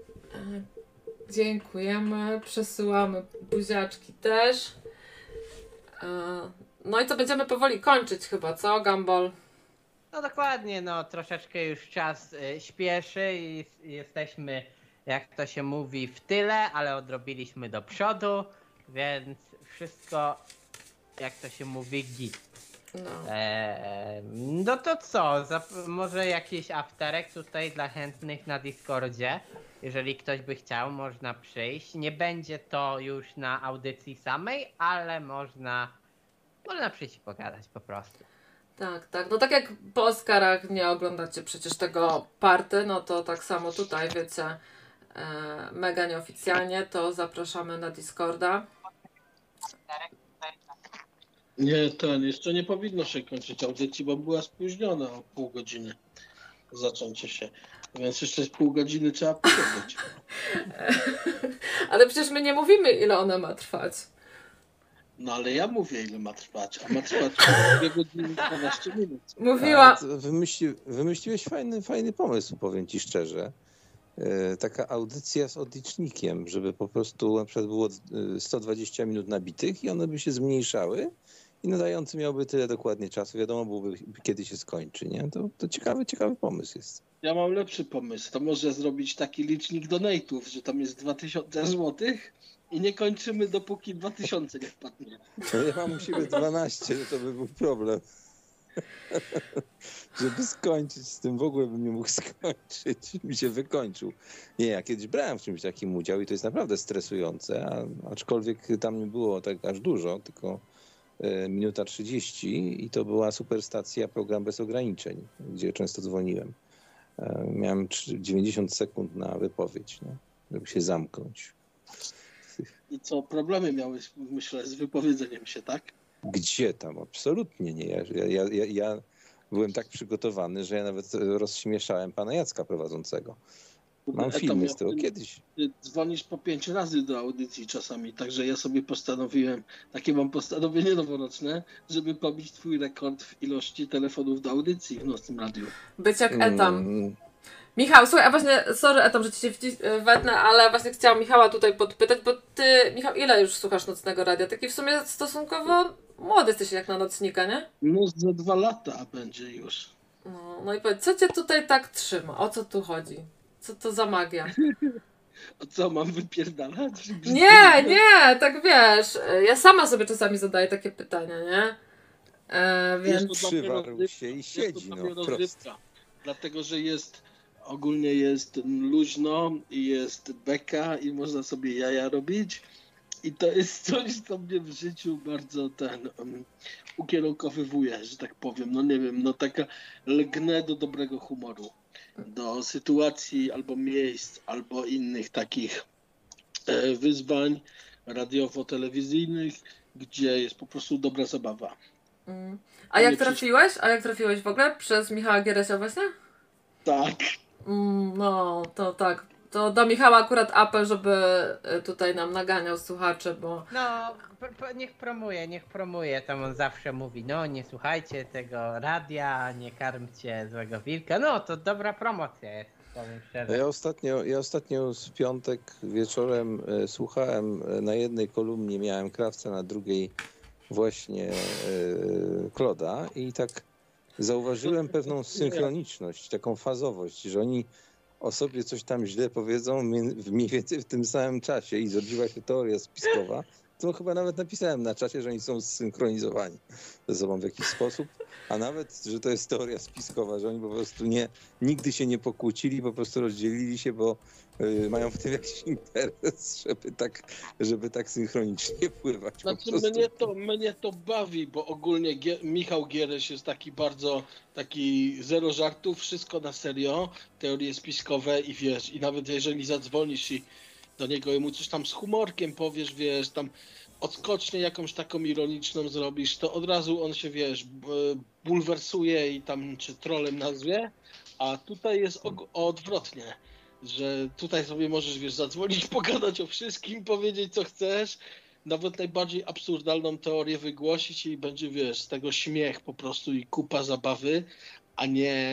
Dziękujemy. Przesyłamy buziaczki też. No i to będziemy powoli kończyć chyba, co, Gumball? No dokładnie, no troszeczkę już czas y, śpieszy i, i jesteśmy, jak to się mówi, w tyle, ale odrobiliśmy do przodu, więc wszystko, jak to się mówi, git. No. Eee, no to co, Zap- może jakiś afterek tutaj dla chętnych na Discordzie, jeżeli ktoś by chciał, można przyjść. Nie będzie to już na audycji samej, ale można, można przyjść i pogadać po prostu. Tak, tak. No tak jak po Oscarach nie oglądacie przecież tego party, no to tak samo tutaj, wiecie, e, mega nieoficjalnie, to zapraszamy na Discorda. Nie, ten, jeszcze nie powinno się kończyć audycji, bo była spóźniona o pół godziny zaczęcie się. Więc jeszcze pół godziny trzeba poczekać. Ale przecież my nie mówimy, ile ona ma trwać. No ale ja mówię, ile ma trwać, a ma trwać dwie godziny dwanaście minut. Mówiła... Wymyśli, wymyśliłeś fajny, fajny pomysł, powiem ci szczerze. E, taka audycja z odlicznikiem, żeby po prostu na przykład było sto dwadzieścia minut nabitych i one by się zmniejszały i nadający miałby tyle dokładnie czasu. Wiadomo byłoby, kiedy się skończy, nie? To, to ciekawy, ciekawy pomysł jest. Ja mam lepszy pomysł. To może zrobić taki licznik donate'ów, że tam jest dwa tysiące złotych i nie kończymy, dopóki dwa tysiące nie wpadnie. No ja mam u siebie dwanaście, no to by był problem. Żeby skończyć z tym, w ogóle bym nie mógł skończyć. Mi się wykończył. Nie, ja kiedyś brałem w czymś takim udział i to jest naprawdę stresujące, a, aczkolwiek tam nie było tak aż dużo, tylko e, minuta trzydzieści i to była superstacja Program bez ograniczeń, gdzie często dzwoniłem. E, miałem dziewięćdziesiąt sekund na wypowiedź, nie? Żeby się zamknąć. I co, problemy miałeś, myślę, z wypowiedzeniem się, tak? Gdzie tam? Absolutnie nie. Ja, ja, ja, ja byłem tak przygotowany, że ja nawet rozśmieszałem pana Jacka prowadzącego. Mam filmy z tego kiedyś. Ty dzwonisz po pięć razy do audycji czasami, także ja sobie postanowiłem, takie mam postanowienie noworoczne, żeby pobić twój rekord w ilości telefonów do audycji w nocnym radiu. Być jak Etam. Mm. Michał, słuchaj, a właśnie, sorry Etam, że ci się wetnę, ale właśnie chciałam Michała tutaj podpytać, bo ty, Michał, ile już słuchasz nocnego radia? Taki w sumie stosunkowo młody jesteś jak na nocnika, nie? No za dwa lata będzie już. No, no i powiedz, co cię tutaj tak trzyma? O co tu chodzi? Co to za magia? A co, mam wypierdalać? Nie, nie, tak wiesz, ja sama sobie czasami zadaję takie pytania, nie? E, więc... Przywarł się i siedzi, no rozrywka. Dlatego, że jest, ogólnie jest luźno i jest beka i można sobie jaja robić. I to jest coś, co mnie w życiu bardzo ten um, ukierunkowywuje, że tak powiem. No nie wiem, no taka lgnę do dobrego humoru. Do sytuacji albo miejsc, albo innych takich e, wyzwań radiowo-telewizyjnych, gdzie jest po prostu dobra zabawa. Mm. A jak trafiłeś? A jak trafiłeś w ogóle? Przez Michała Gieresia właśnie? Tak. Mm, no, to tak. To do Michała akurat apel, żeby tutaj nam naganiał słuchaczy, bo... No, niech promuje, niech promuje, tam on zawsze mówi, no nie słuchajcie tego radia, nie karmcie złego wilka, no to dobra promocja jest, powiem szczerze. Ja ostatnio, ja ostatnio w piątek wieczorem e, słuchałem na jednej kolumnie, miałem Krawca, na drugiej właśnie e, Kloda i tak zauważyłem pewną synchroniczność, taką fazowość, że oni o sobie coś tam źle powiedzą mniej więcej w tym samym czasie i zrodziła się teoria spiskowa, którą chyba nawet napisałem na czacie, że oni są zsynchronizowani ze sobą w jakiś sposób, a nawet, że to jest teoria spiskowa, że oni po prostu nie, nigdy się nie pokłócili, po prostu rozdzielili się, bo y, mają w tym jakiś interes, żeby tak, żeby tak synchronicznie pływać. Znaczy mnie to, mnie to bawi, bo ogólnie Gie- Michał Giereś jest taki bardzo, taki zero żartów, wszystko na serio, teorie spiskowe i wiesz, i nawet jeżeli zadzwonisz i do niego i mu coś tam z humorkiem powiesz, wiesz, tam odskocznie jakąś taką ironiczną zrobisz, to od razu on się, wiesz, bulwersuje i tam, czy trolem nazwie, a tutaj jest og- odwrotnie, że tutaj sobie możesz, wiesz, zadzwonić, pogadać o wszystkim, powiedzieć co chcesz, nawet najbardziej absurdalną teorię wygłosić i będzie, wiesz, z tego śmiech po prostu i kupa zabawy, a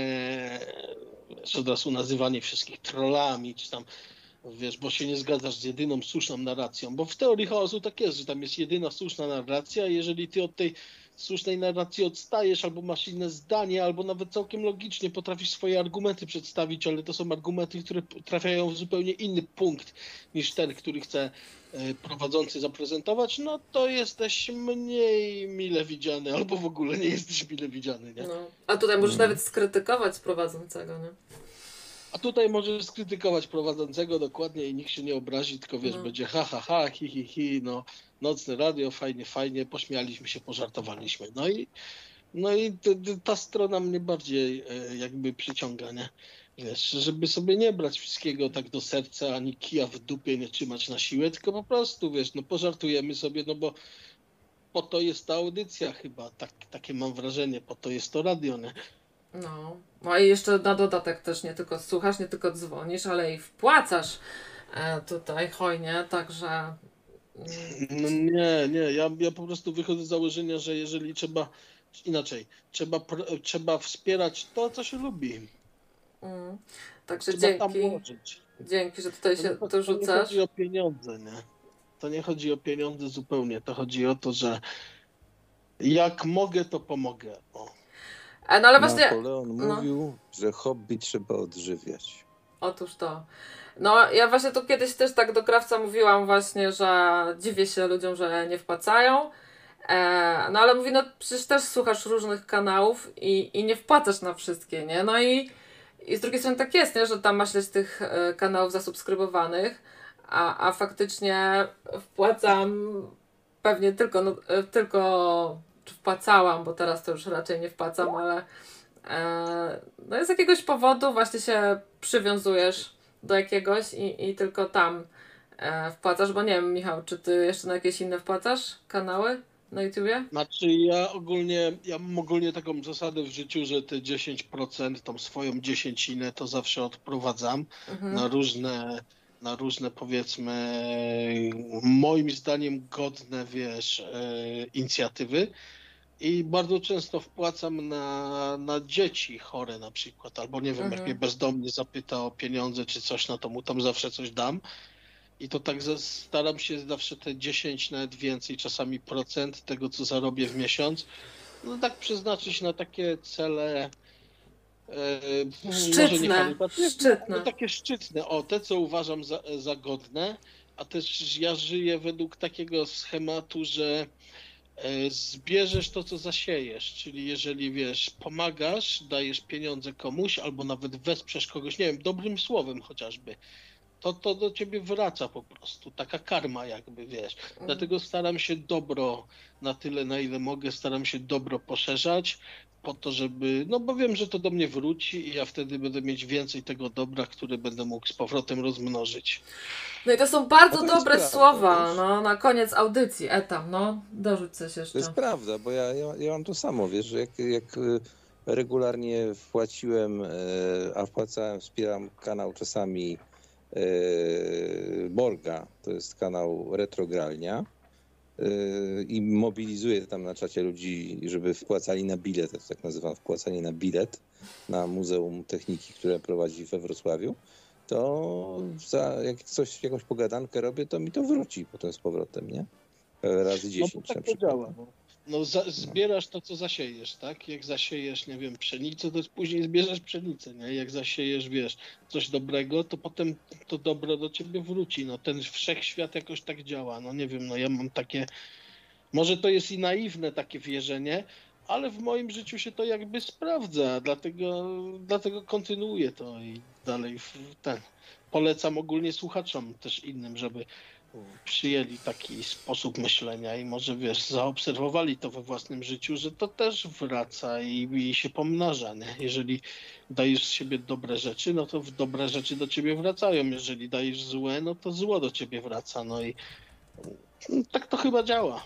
nie wiesz, od razu nazywanie wszystkich trollami, czy tam wiesz, bo się nie zgadzasz z jedyną słuszną narracją, bo w teorii chaosu tak jest, że tam jest jedyna słuszna narracja, a jeżeli ty od tej słusznej narracji odstajesz, albo masz inne zdanie, albo nawet całkiem logicznie potrafisz swoje argumenty przedstawić, ale to są argumenty, które trafiają w zupełnie inny punkt niż ten, który chce prowadzący zaprezentować, no to jesteś mniej mile widziany, albo w ogóle nie jesteś mile widziany, nie? No. A tutaj możesz hmm. nawet skrytykować prowadzącego, nie? A tutaj możesz skrytykować prowadzącego dokładnie i nikt się nie obrazi, tylko wiesz, no. będzie ha, ha, ha, hi, hi, hi, no, nocne radio, fajnie, fajnie, pośmialiśmy się, pożartowaliśmy. No i, no i t, t, ta strona mnie bardziej e, jakby przyciąga, nie? Wiesz, żeby sobie nie brać wszystkiego tak do serca, ani kija w dupie nie trzymać na siłę, tylko po prostu, wiesz, no pożartujemy sobie, no bo po to jest ta audycja chyba, tak, takie mam wrażenie, po to jest to radio, nie? No, no i jeszcze na dodatek też nie tylko słuchasz, nie tylko dzwonisz, ale i wpłacasz e, tutaj hojnie, także... No nie, nie, ja, ja po prostu wychodzę z założenia, że jeżeli trzeba, inaczej, trzeba, trzeba wspierać to, co się lubi. Mm. Także trzeba dzięki, tam włożyć. dzięki, że tutaj się to, dorzucasz. To nie chodzi o pieniądze, nie? To nie chodzi o pieniądze zupełnie, to chodzi o to, że jak mogę, to pomogę. O. A no ale właśnie... Napoleon no. mówił, że hobby trzeba odżywiać. Otóż to. No ja właśnie tu kiedyś też tak do Krawca mówiłam właśnie, że dziwię się ludziom, że nie wpłacają. E, no ale mówi, no przecież też słuchasz różnych kanałów i, i nie wpłacasz na wszystkie, nie? No i, i z drugiej strony tak jest, nie? Że tam masz ileś tych e, kanałów zasubskrybowanych, a, a faktycznie wpłacam pewnie tylko, no, tylko wpłacałam, bo teraz to już raczej nie wpłacam, ale e, no z jakiegoś powodu właśnie się przywiązujesz do jakiegoś i, i tylko tam e, wpłacasz, bo nie wiem, Michał, czy ty jeszcze na jakieś inne wpłacasz kanały na YouTubie? Znaczy ja ogólnie, ja mam ogólnie taką zasadę w życiu, że te dziesięć procent, tą swoją dziesięcinę to zawsze odprowadzam Mhm. na różne, na różne powiedzmy, moim zdaniem godne, wiesz, e, inicjatywy. I bardzo często wpłacam na, na dzieci chore na przykład, albo nie wiem, Mhm. jak mnie bezdomny zapyta o pieniądze czy coś, no to mu tam zawsze coś dam. I to tak za- staram się zawsze te dziesięć, nawet więcej czasami procent tego, co zarobię w miesiąc, no tak przeznaczyć na takie cele, e, może nie Szczytne, charytatywne, szczytne. ale takie szczytne, o te, co uważam za, za godne, a też ja żyję według takiego schematu, że e, zbierzesz to, co zasiejesz, czyli jeżeli, wiesz, pomagasz, dajesz pieniądze komuś, albo nawet wesprzesz kogoś, nie wiem, dobrym słowem chociażby, to to do ciebie wraca po prostu, taka karma jakby, wiesz. Dlatego staram się dobro, na tyle na ile mogę, staram się dobro poszerzać, po to, żeby, no bo wiem, że to do mnie wróci i ja wtedy będę mieć więcej tego dobra, które będę mógł z powrotem rozmnożyć. No i to są bardzo No to jest dobre prawda, słowa, wiesz. no, na koniec audycji, etam, no, dorzuć coś To jeszcze. jest prawda, bo ja, ja, ja mam to samo, wiesz, że jak, jak y, regularnie wpłaciłem, e, a wpłacałem, wspieram kanał czasami e, Borga, to jest kanał Retrogralnia e, i mobilizuję tam na czacie ludzi, żeby wpłacali na bilet, to tak nazywam, wpłacanie na bilet na Muzeum Techniki, które prowadzi we Wrocławiu, to za, jak coś, jakąś pogadankę robię, to mi to wróci potem z powrotem, nie? Razy No dziesięć bo na tak to przykład. działa. No, no za, zbierasz to, co zasiejesz, tak? Jak zasiejesz, nie wiem, pszenicę, to później zbierzesz pszenicę, nie? Jak zasiejesz, wiesz, coś dobrego, to potem to dobro do ciebie wróci. No ten wszechświat jakoś tak działa. No nie wiem, no ja mam takie, może to jest i naiwne takie wierzenie, ale w moim życiu się to jakby sprawdza, dlatego, dlatego kontynuuję to i dalej w ten. Polecam ogólnie słuchaczom też innym, żeby przyjęli taki sposób myślenia i może, wiesz, zaobserwowali to we własnym życiu, że to też wraca i, i się pomnaża, nie? Jeżeli dajesz z siebie dobre rzeczy, no to dobre rzeczy do ciebie wracają. Jeżeli dajesz złe, no to zło do ciebie wraca. No i no, tak to chyba działa.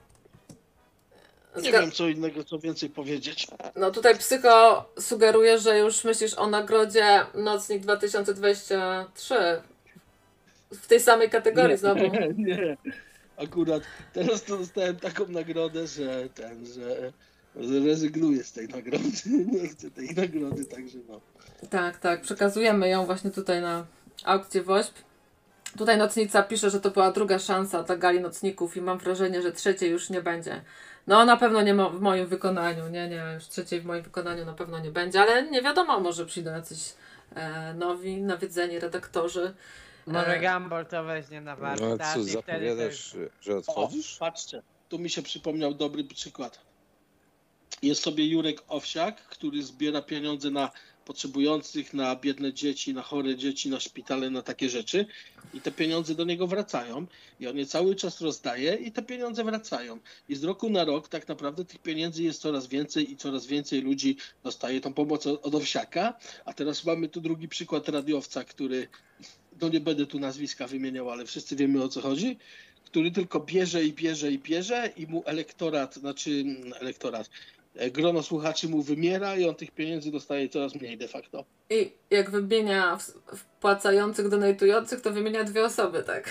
Nie Zga- wiem, co innego, co więcej powiedzieć. No tutaj Psycho sugeruje, że już myślisz o nagrodzie Nocnik dwa tysiące dwudziesty trzeci. W tej samej kategorii znowu. Nie, nie. Akurat teraz to dostałem taką nagrodę, że ten, że, że rezygnuję z tej nagrody. Nie chcę tej nagrody, także no. Tak, tak. Przekazujemy ją właśnie tutaj na aukcję Wośp. Tutaj Nocnica pisze, że to była druga szansa dla gali nocników i mam wrażenie, że trzeciej już nie będzie. No na pewno nie mo- w moim wykonaniu. Nie, nie, już trzeciej w moim wykonaniu na pewno nie będzie, ale nie wiadomo, może przyjdą jacyś e, nowi, nawiedzeni redaktorzy. Może E, Gumball to weźmie na No warsztat co, i wtedy to zapowiadasz, już... że O, odchodzisz? patrzcie, tu mi się przypomniał dobry przykład. Jest sobie Jurek Owsiak, który zbiera pieniądze na potrzebujących, na biedne dzieci, na chore dzieci, na szpitale, na takie rzeczy i te pieniądze do niego wracają i on je cały czas rozdaje i te pieniądze wracają. I z roku na rok tak naprawdę tych pieniędzy jest coraz więcej i coraz więcej ludzi dostaje tą pomoc od od Owsiaka, a teraz mamy tu drugi przykład radiowca, który, no nie będę tu nazwiska wymieniał, ale wszyscy wiemy, o co chodzi, który tylko bierze i bierze i bierze i mu elektorat, znaczy mm, elektorat, e, grono słuchaczy mu wymiera i on tych pieniędzy dostaje coraz mniej de facto. I jak wymienia w- wpłacających, donatujących, to wymienia dwie osoby, tak?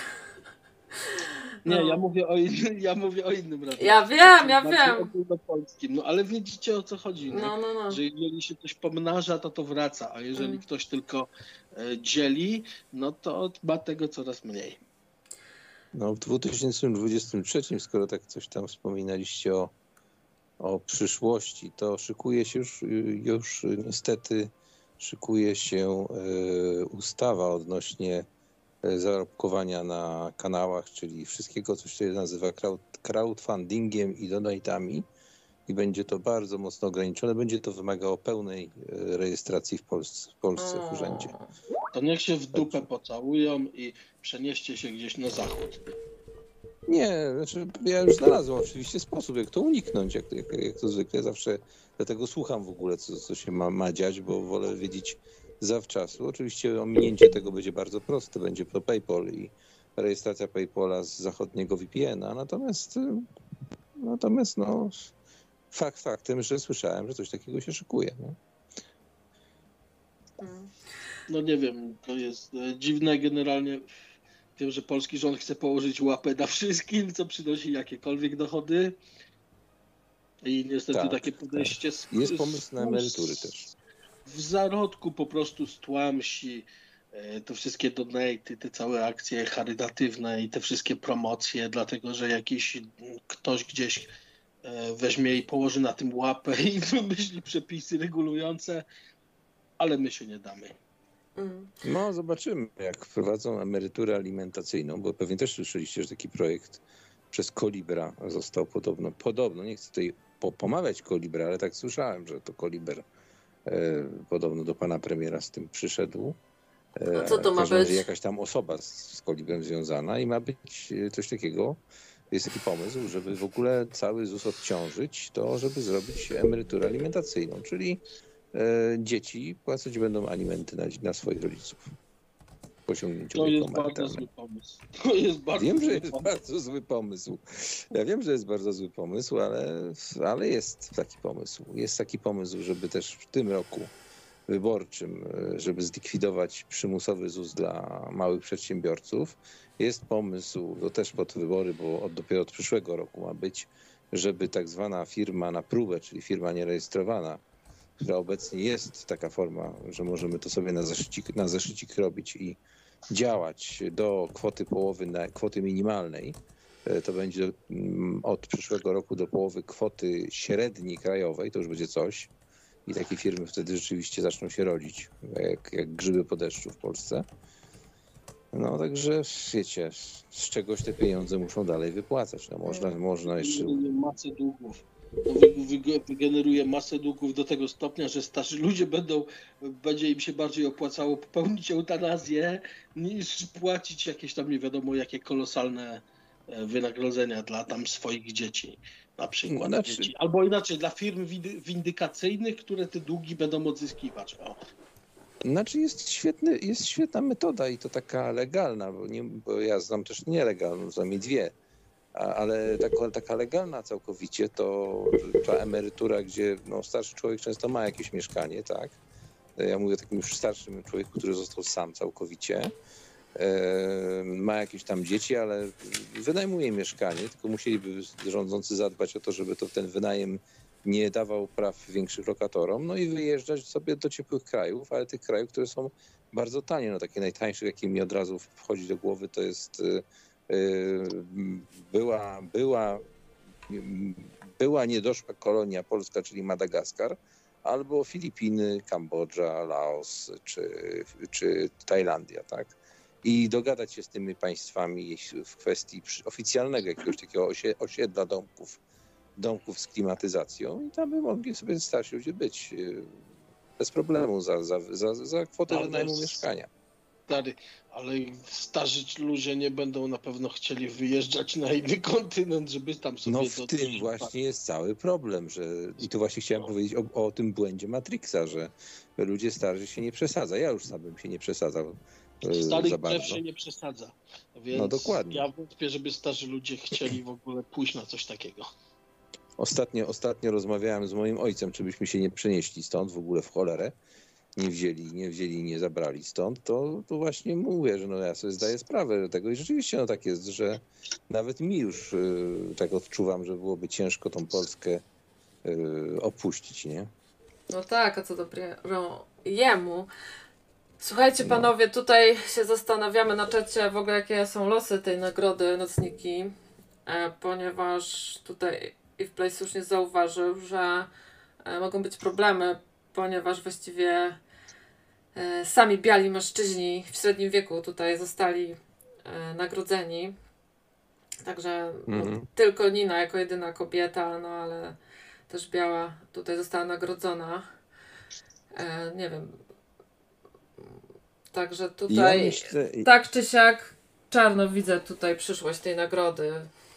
Nie, No. ja mówię o innym, ja mówię o innym radiu. Ja wiem, ja Bardziej wiem. ogólnopolskim. No ale widzicie, o co chodzi, nie? No, no, no. Że jeżeli się coś pomnaża, to to wraca, a jeżeli Mm. ktoś tylko e, dzieli, no to ma tego coraz mniej. No w dwa tysiące dwudziestym trzecim, skoro tak coś tam wspominaliście o, o przyszłości, to szykuje się już, już niestety szykuje się e, ustawa odnośnie e, zarobkowania na kanałach, czyli wszystkiego, co się nazywa crowd, crowdfundingiem i donatami i będzie to bardzo mocno ograniczone. Będzie to wymagało pełnej e, rejestracji w Polsce, w, Polsce, w urzędzie. To niech się w dupę pocałują i przenieście się gdzieś na zachód. Nie, znaczy ja już znalazłem oczywiście sposób, jak to uniknąć, jak, jak, jak to zwykle zawsze, dlatego słucham w ogóle, co, co się ma, ma dziać, bo wolę wiedzieć zawczasu. Oczywiście ominięcie tego będzie bardzo proste, będzie to PayPal i rejestracja PayPala z zachodniego V P N a, natomiast, natomiast no, fakt faktem, że słyszałem, że coś takiego się szykuje. No. No nie wiem, to jest dziwne generalnie. Wiem, że polski rząd chce położyć łapę na wszystkim, co przynosi jakiekolwiek dochody. I niestety Tak, takie podejście... tak. Jest pomysł na emerytury też. W zarodku po prostu stłamsi te wszystkie donaty, te całe akcje charytatywne i te wszystkie promocje, dlatego że jakiś ktoś gdzieś weźmie i położy na tym łapę i wymyśli przepisy regulujące, ale my się nie damy. No, zobaczymy, jak wprowadzą emeryturę alimentacyjną, bo pewnie też słyszeliście, że taki projekt przez Kolibra został podobno, podobno, nie chcę tutaj pomawiać Kolibra, ale tak słyszałem, że to Koliber e, podobno do pana premiera z tym przyszedł. E, A co to ma być? Jakaś tam osoba z, z Kolibrem związana i ma być coś takiego, jest taki pomysł, żeby w ogóle cały Z U S odciążyć, to żeby zrobić emeryturę alimentacyjną, czyli dzieci płacić będą alimenty na, na swoich rodziców po osiągnięciu To wieku jest bardzo emerytalnego. zły pomysł. To jest bardzo Wiem, że zły jest pomysł. bardzo zły pomysł. Ja wiem, że jest bardzo zły pomysł, ale, ale jest taki pomysł. Jest taki pomysł, żeby też w tym roku wyborczym, żeby zlikwidować przymusowy Z U S dla małych przedsiębiorców. Jest pomysł, to też pod wybory, bo od, dopiero od przyszłego roku ma być, żeby tak zwana firma na próbę, czyli firma nierejestrowana, która obecnie jest taka forma, że możemy to sobie na zeszycik, na zeszycik robić i działać do kwoty połowy, na kwoty minimalnej. To będzie od przyszłego roku do połowy kwoty średniej krajowej, to już będzie coś. I takie firmy wtedy rzeczywiście zaczną się rodzić, jak, jak grzyby po deszczu w Polsce. No także wiecie, z czegoś te pieniądze muszą dalej wypłacać. No można, można jeszcze... Masę długów. To wy, wy, wygeneruje masę długów do tego stopnia, że starzy ludzie będą, będzie im się bardziej opłacało popełnić eutanazję, niż płacić jakieś tam nie wiadomo jakie kolosalne wynagrodzenia dla tam swoich dzieci. Na przykład Znaczy... dzieci. Albo inaczej, dla firm windykacyjnych, które te długi będą odzyskiwać. O. Znaczy jest, świetny, jest świetna metoda i to taka legalna, bo, nie, bo ja znam też nielegalną, znam i dwie, a, ale taka, taka legalna całkowicie to ta emerytura, gdzie no, starszy człowiek często ma jakieś mieszkanie, tak? Ja mówię o takim już starszym człowieku, który został sam całkowicie, e, ma jakieś tam dzieci, ale wynajmuje mieszkanie, tylko musieliby rządzący zadbać o to, żeby to ten wynajem nie dawał praw większych lokatorom, no i wyjeżdżać sobie do ciepłych krajów, ale tych krajów, które są bardzo tanie. No takie najtańsze, jakie mi od razu wchodzi do głowy, to jest yy, była, była, była niedoszła kolonia polska, czyli Madagaskar, albo Filipiny, Kambodża, Laos czy, czy Tajlandia, tak? I dogadać się z tymi państwami w kwestii oficjalnego jakiegoś takiego osiedla domków, domków z klimatyzacją i tam by mogli sobie starsi ludzie być bez problemu za, za, za, za kwotę Ale wynajmu jest... mieszkania. Stary, ale starzy ludzie nie będą na pewno chcieli wyjeżdżać na inny kontynent, żeby tam sobie... No w tym właśnie jest cały problem, że i tu właśnie chciałem no. powiedzieć o, o tym błędzie Matrixa, że ludzie starzy się nie przesadza. Ja już sam bym się nie przesadzał. Starych drzew się nie przesadza, więc no dokładnie. Ja wątpię, żeby starzy ludzie chcieli w ogóle pójść na coś takiego. Ostatnio, ostatnio rozmawiałem z moim ojcem, czy byśmy się nie przenieśli stąd w ogóle w cholerę, nie wzięli, nie wzięli i nie zabrali stąd, to, to właśnie mówię, że no ja sobie zdaję sprawę tego i rzeczywiście no tak jest, że nawet mi już y, tak odczuwam, że byłoby ciężko tą Polskę y, opuścić, nie? No tak, a co dopiero jemu. Słuchajcie panowie, tutaj się zastanawiamy na czacie w ogóle jakie są losy tej nagrody Nocniki, e, ponieważ tutaj i w Play słusznie zauważył, że e, mogą być problemy, ponieważ właściwie e, sami biali mężczyźni w średnim wieku tutaj zostali e, nagrodzeni. Także no, mm-hmm. tylko Nina jako jedyna kobieta, no ale też biała tutaj została nagrodzona. E, nie wiem. Także tutaj ja myślę... tak czy siak czarno widzę tutaj przyszłość tej nagrody.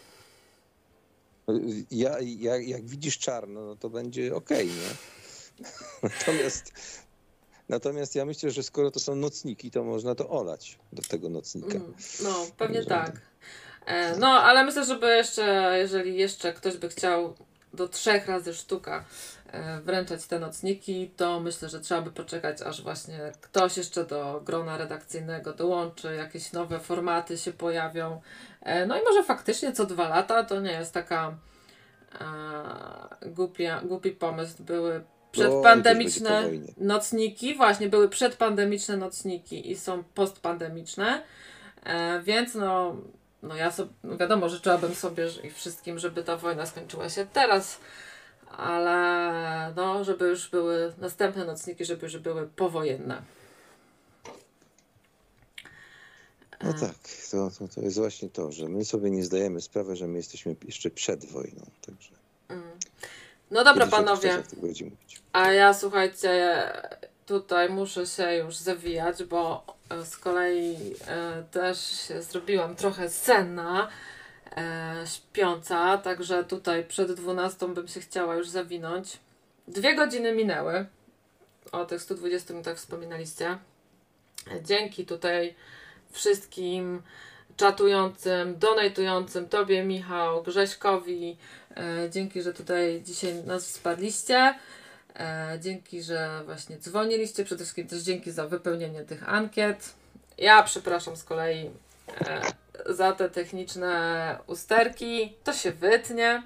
Ja, ja, jak widzisz czarno, no to będzie okej, nie? Natomiast, natomiast ja myślę, że skoro to są nocniki, to można to olać do tego nocnika. No, pewnie Że- tak. E, No, ale myślę, żeby jeszcze, jeżeli jeszcze ktoś by chciał do trzech razy sztuka e, wręczać te nocniki, to myślę, że trzeba by poczekać, aż właśnie ktoś jeszcze do grona redakcyjnego dołączy, jakieś nowe formaty się pojawią. E, No i może faktycznie co dwa lata to nie jest taka e, głupia, głupi pomysł. Były przedpandemiczne to już będzie po wojnie. nocniki, właśnie były przedpandemiczne nocniki i są postpandemiczne, e, więc no, no ja sobie, no wiadomo, życzyłabym sobie że- i wszystkim, żeby ta wojna skończyła się teraz, ale no, żeby już były następne nocniki, żeby już były powojenne. No tak, to, to, to jest właśnie to, że my sobie nie zdajemy sprawy, że my jesteśmy jeszcze przed wojną. Także Mm. No dobra, kiedyś o tych panowie. czasach tak będzie mówić. A ja słuchajcie, tutaj muszę się już zawijać, bo e, z kolei e, też się zrobiłam trochę senna, e, śpiąca, także tutaj przed dwunastą bym się chciała już zawinąć. Dwie godziny minęły. O tych stu dwudziestu minutach wspominaliście. Dzięki tutaj wszystkim czatującym, donatującym, Tobie, Michał, Grześkowi. E, dzięki, że tutaj dzisiaj nas wsparliście. E, dzięki, że właśnie dzwoniliście. Przede wszystkim też dzięki za wypełnienie tych ankiet. Ja przepraszam z kolei e, za te techniczne usterki. To się wytnie.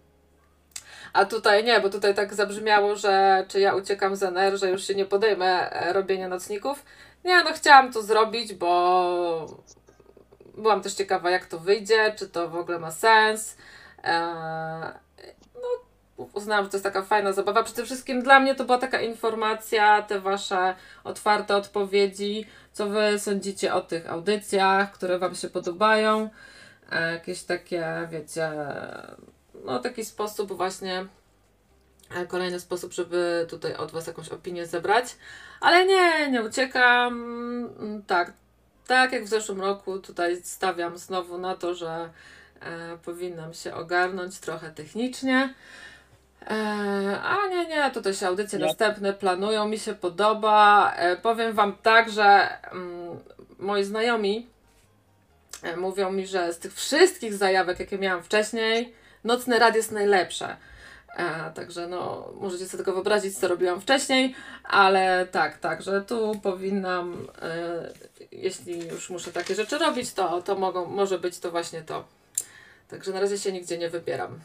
A tutaj nie, bo tutaj tak zabrzmiało, że czy ja uciekam z N R, że już się nie podejmę e, robienia nocników. Nie, no chciałam to zrobić, bo byłam też ciekawa, jak to wyjdzie, czy to w ogóle ma sens. Eee, no, uznałam, że to jest taka fajna zabawa. Przede wszystkim dla mnie to była taka informacja, te wasze otwarte odpowiedzi, co wy sądzicie o tych audycjach, które wam się podobają. E, jakieś takie, wiecie, no taki sposób właśnie, e, kolejny sposób, żeby tutaj od was jakąś opinię zebrać. Ale nie, nie uciekam. Mm, Tak, tak jak w zeszłym roku tutaj stawiam znowu na to, że e, powinnam się ogarnąć trochę technicznie. E, a nie, nie, tutaj się audycje Ja- następne planują, mi się podoba. E, powiem wam tak, że mm, moi znajomi e, mówią mi, że z tych wszystkich zajawek, jakie miałam wcześniej, Nocne Radio jest najlepsze. E, także no, możecie sobie tylko wyobrazić, co robiłam wcześniej, ale tak, tak, że tu powinnam, e, jeśli już muszę takie rzeczy robić, to, to mogą, może być to właśnie to. Także na razie się nigdzie nie wybieram.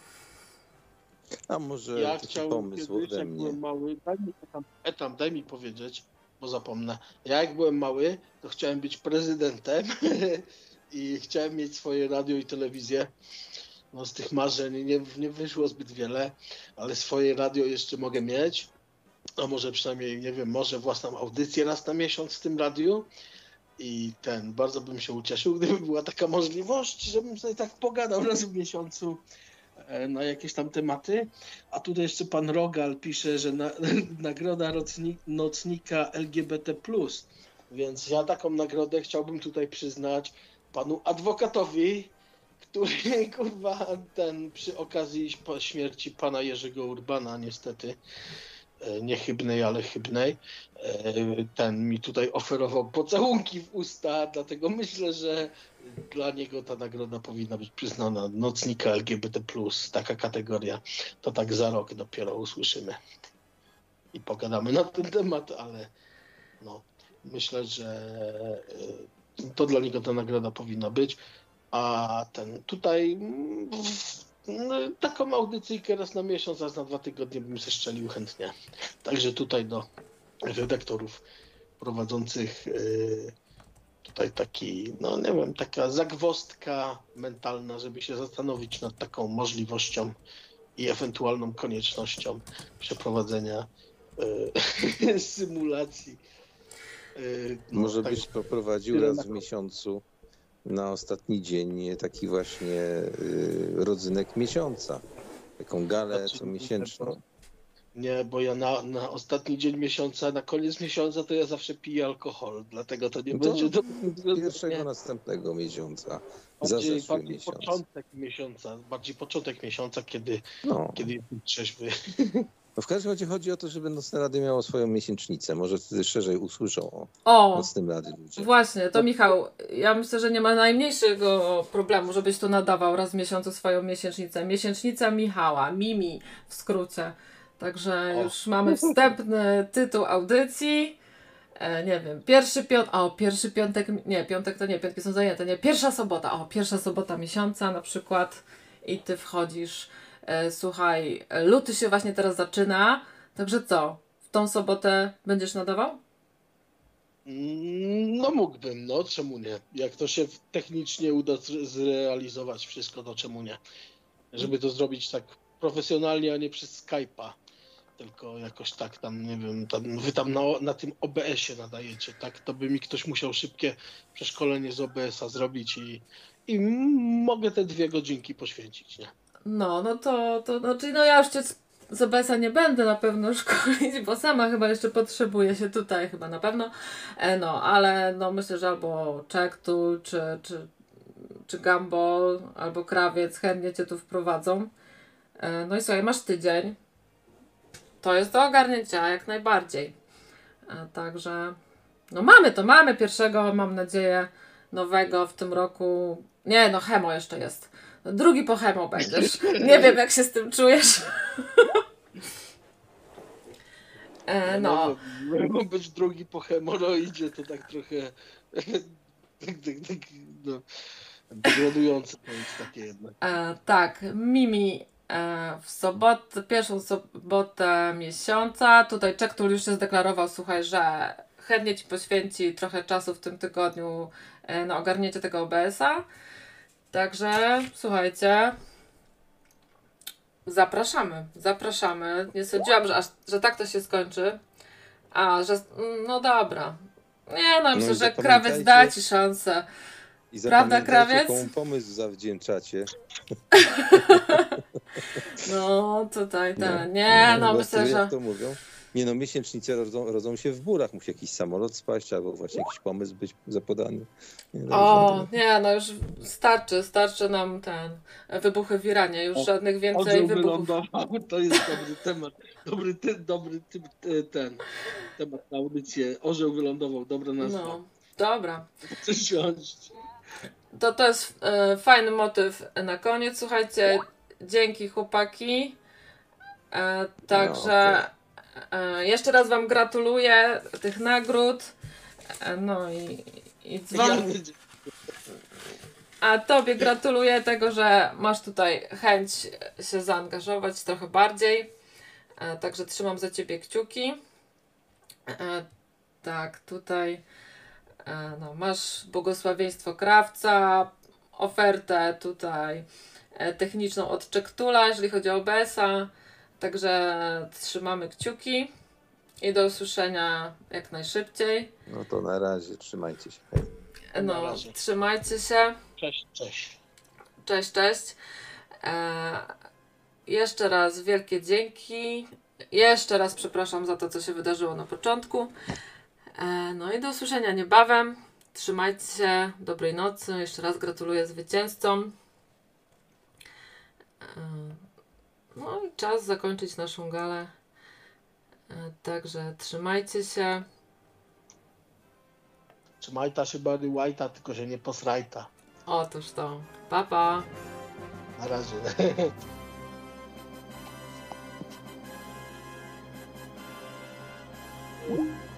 A może Ja taki chciałem pomysł kiedyś, ode jak mnie. byłem mały, daj mi etam, etam, daj mi powiedzieć, bo zapomnę. Ja jak byłem mały, to chciałem być prezydentem i chciałem mieć swoje radio i telewizję. No z tych marzeń nie, nie wyszło zbyt wiele, ale swoje radio jeszcze mogę mieć. A może przynajmniej, nie wiem, może własną audycję raz na miesiąc w tym radiu. I ten, bardzo bym się ucieszył, gdyby była taka możliwość, żebym sobie tak pogadał raz w miesiącu e, na jakieś tam tematy. A tutaj jeszcze pan Rogal pisze, że na, nagroda rocni, nocnika L G B T plus. Więc ja taką nagrodę chciałbym tutaj przyznać panu adwokatowi, który kurwa ten przy okazji po śmierci pana Jerzego Urbana niestety e, nie chybnej, ale chybnej, e, ten mi tutaj oferował pocałunki w usta, dlatego myślę, że dla niego ta nagroda powinna być przyznana. Nocnika L G B T plus, taka kategoria. To tak za rok dopiero usłyszymy i pogadamy na ten temat, ale no, myślę, że e, to dla niego ta nagroda powinna być. A ten tutaj mm, no, taką audycyjkę raz na miesiąc, raz na dwa tygodnie bym zeszczelił chętnie. Także tutaj do redaktorów prowadzących yy, tutaj taki, no nie wiem, taka zagwozdka mentalna, żeby się zastanowić nad taką możliwością i ewentualną koniecznością przeprowadzenia yy, symulacji. Yy, no, Może tak- byś poprowadził tyle raz na- w miesiącu na ostatni dzień taki właśnie y, rodzynek miesiąca. Taką galę Znaczy, comiesięczną. Nie, bo ja na, na ostatni dzień miesiąca, na koniec miesiąca to ja zawsze piję alkohol, dlatego to nie No będzie to do pierwszego nie. następnego miesiąca. Za Bardziej, zeszły bardziej miesiąc. początek miesiąca, bardziej początek miesiąca, kiedy, No. kiedy jestem trzeźwy. No w każdym razie chodzi o to, żeby Nocne Rady miało swoją miesięcznicę. Może wtedy szerzej usłyszą o O, Nocnym Rady ludzie. właśnie, to Michał, ja myślę, że nie ma najmniejszego problemu, żebyś tu nadawał raz w miesiącu swoją miesięcznicę. Miesięcznica Michała, Mimi w skrócie. Także O. już mamy wstępny tytuł audycji. E, nie wiem, pierwszy piątek, o, pierwszy piątek, nie, piątek to nie, piątki są zajęte, nie, pierwsza sobota, o, pierwsza sobota miesiąca na przykład i ty wchodzisz, e, słuchaj, luty się właśnie teraz zaczyna, także co, w tą sobotę będziesz nadawał? Mm, No mógłbym, no czemu nie? Jak to się technicznie uda zre- zrealizować wszystko, to czemu nie? Żeby to zrobić tak profesjonalnie, a nie przez Skype'a. Tylko jakoś tak tam, nie wiem, tam, wy tam na, na tym O B S-ie nadajecie, tak? To by mi ktoś musiał szybkie przeszkolenie z O B S-a zrobić i, i m- mogę te dwie godzinki poświęcić, nie? No, no to, to znaczy, no ja już cię z- z O B S-a nie będę na pewno szkolić, bo sama chyba jeszcze potrzebuję się tutaj chyba na pewno, e, no, ale no myślę, że albo Checktool, czy, czy, czy Gumball, albo Krawiec chętnie cię tu wprowadzą. E, no i słuchaj, masz tydzień. To jest do ogarnięcia, jak najbardziej. E, także, no mamy to, mamy pierwszego, mam nadzieję, nowego w tym roku. Nie, no Hemo jeszcze jest. Drugi po Hemo będziesz. Nie wiem, jak się z tym czujesz. E, no. Mogą być drugi po hemoroidzie, to tak trochę tak, tak, tak, no, degradujące to jest takie jednak. E, tak, Mimi e, w sobotę, pierwszą sobotę miesiąca. Tutaj Checktool już się zdeklarował, słuchaj, że chętnie ci poświęci trochę czasu w tym tygodniu e, na ogarnięcie tego O B S-a. Także słuchajcie, zapraszamy, zapraszamy. Nie sądziłam, że, aż, że tak to się skończy. A, że no dobra. Nie no, myślę, i że Krawiec da zapamiętajcie- ci szansę. I Prawda, zapamiętajcie, Krawiec? komu pomysł zawdzięczacie. No tutaj, No. tak. Nie no, Właściwie, myślę, że... jak to mówią? Nie no, miesięcznice rodzą, rodzą się w bórach. Musi jakiś samolot spaść, albo właśnie jakiś pomysł być zapodany. Nie, no, O, nie, no już starczy, starczy nam ten wybuchy w Iranie, już O, żadnych więcej Orzeł wybuchów. wylądował, to jest dobry temat. Dobry, ty, dobry ty, ty, ten temat na audycję. Orzeł wylądował, dobra nazwa. No, dobra. Chcę siąść. To to jest e, fajny motyw na koniec. Słuchajcie, dzięki chłopaki. E, także e, jeszcze raz wam gratuluję tych nagród. E, no i, i dzwon... Ja, A tobie gratuluję tego, że masz tutaj chęć się zaangażować trochę bardziej. E, także trzymam za ciebie kciuki. E, tak, tutaj e, no, masz błogosławieństwo Krawca, ofertę tutaj e, techniczną od Checktoola, jeżeli chodzi o O B S-a. Także trzymamy kciuki i do usłyszenia jak najszybciej. no to na razie, trzymajcie się. Hej. Na No, razie. trzymajcie się. Cześć, cześć. Cześć, cześć. E, jeszcze raz wielkie dzięki. Jeszcze raz przepraszam za to, co się wydarzyło na początku. E, no i do usłyszenia niebawem. Trzymajcie się. Dobrej nocy. Jeszcze raz gratuluję zwycięzcom. E, no i czas zakończyć naszą galę. E, także trzymajcie się. Trzymajta się Barry White'a, tylko że nie posrajta. Otóż to. Pa, pa. Na razie. Thank you.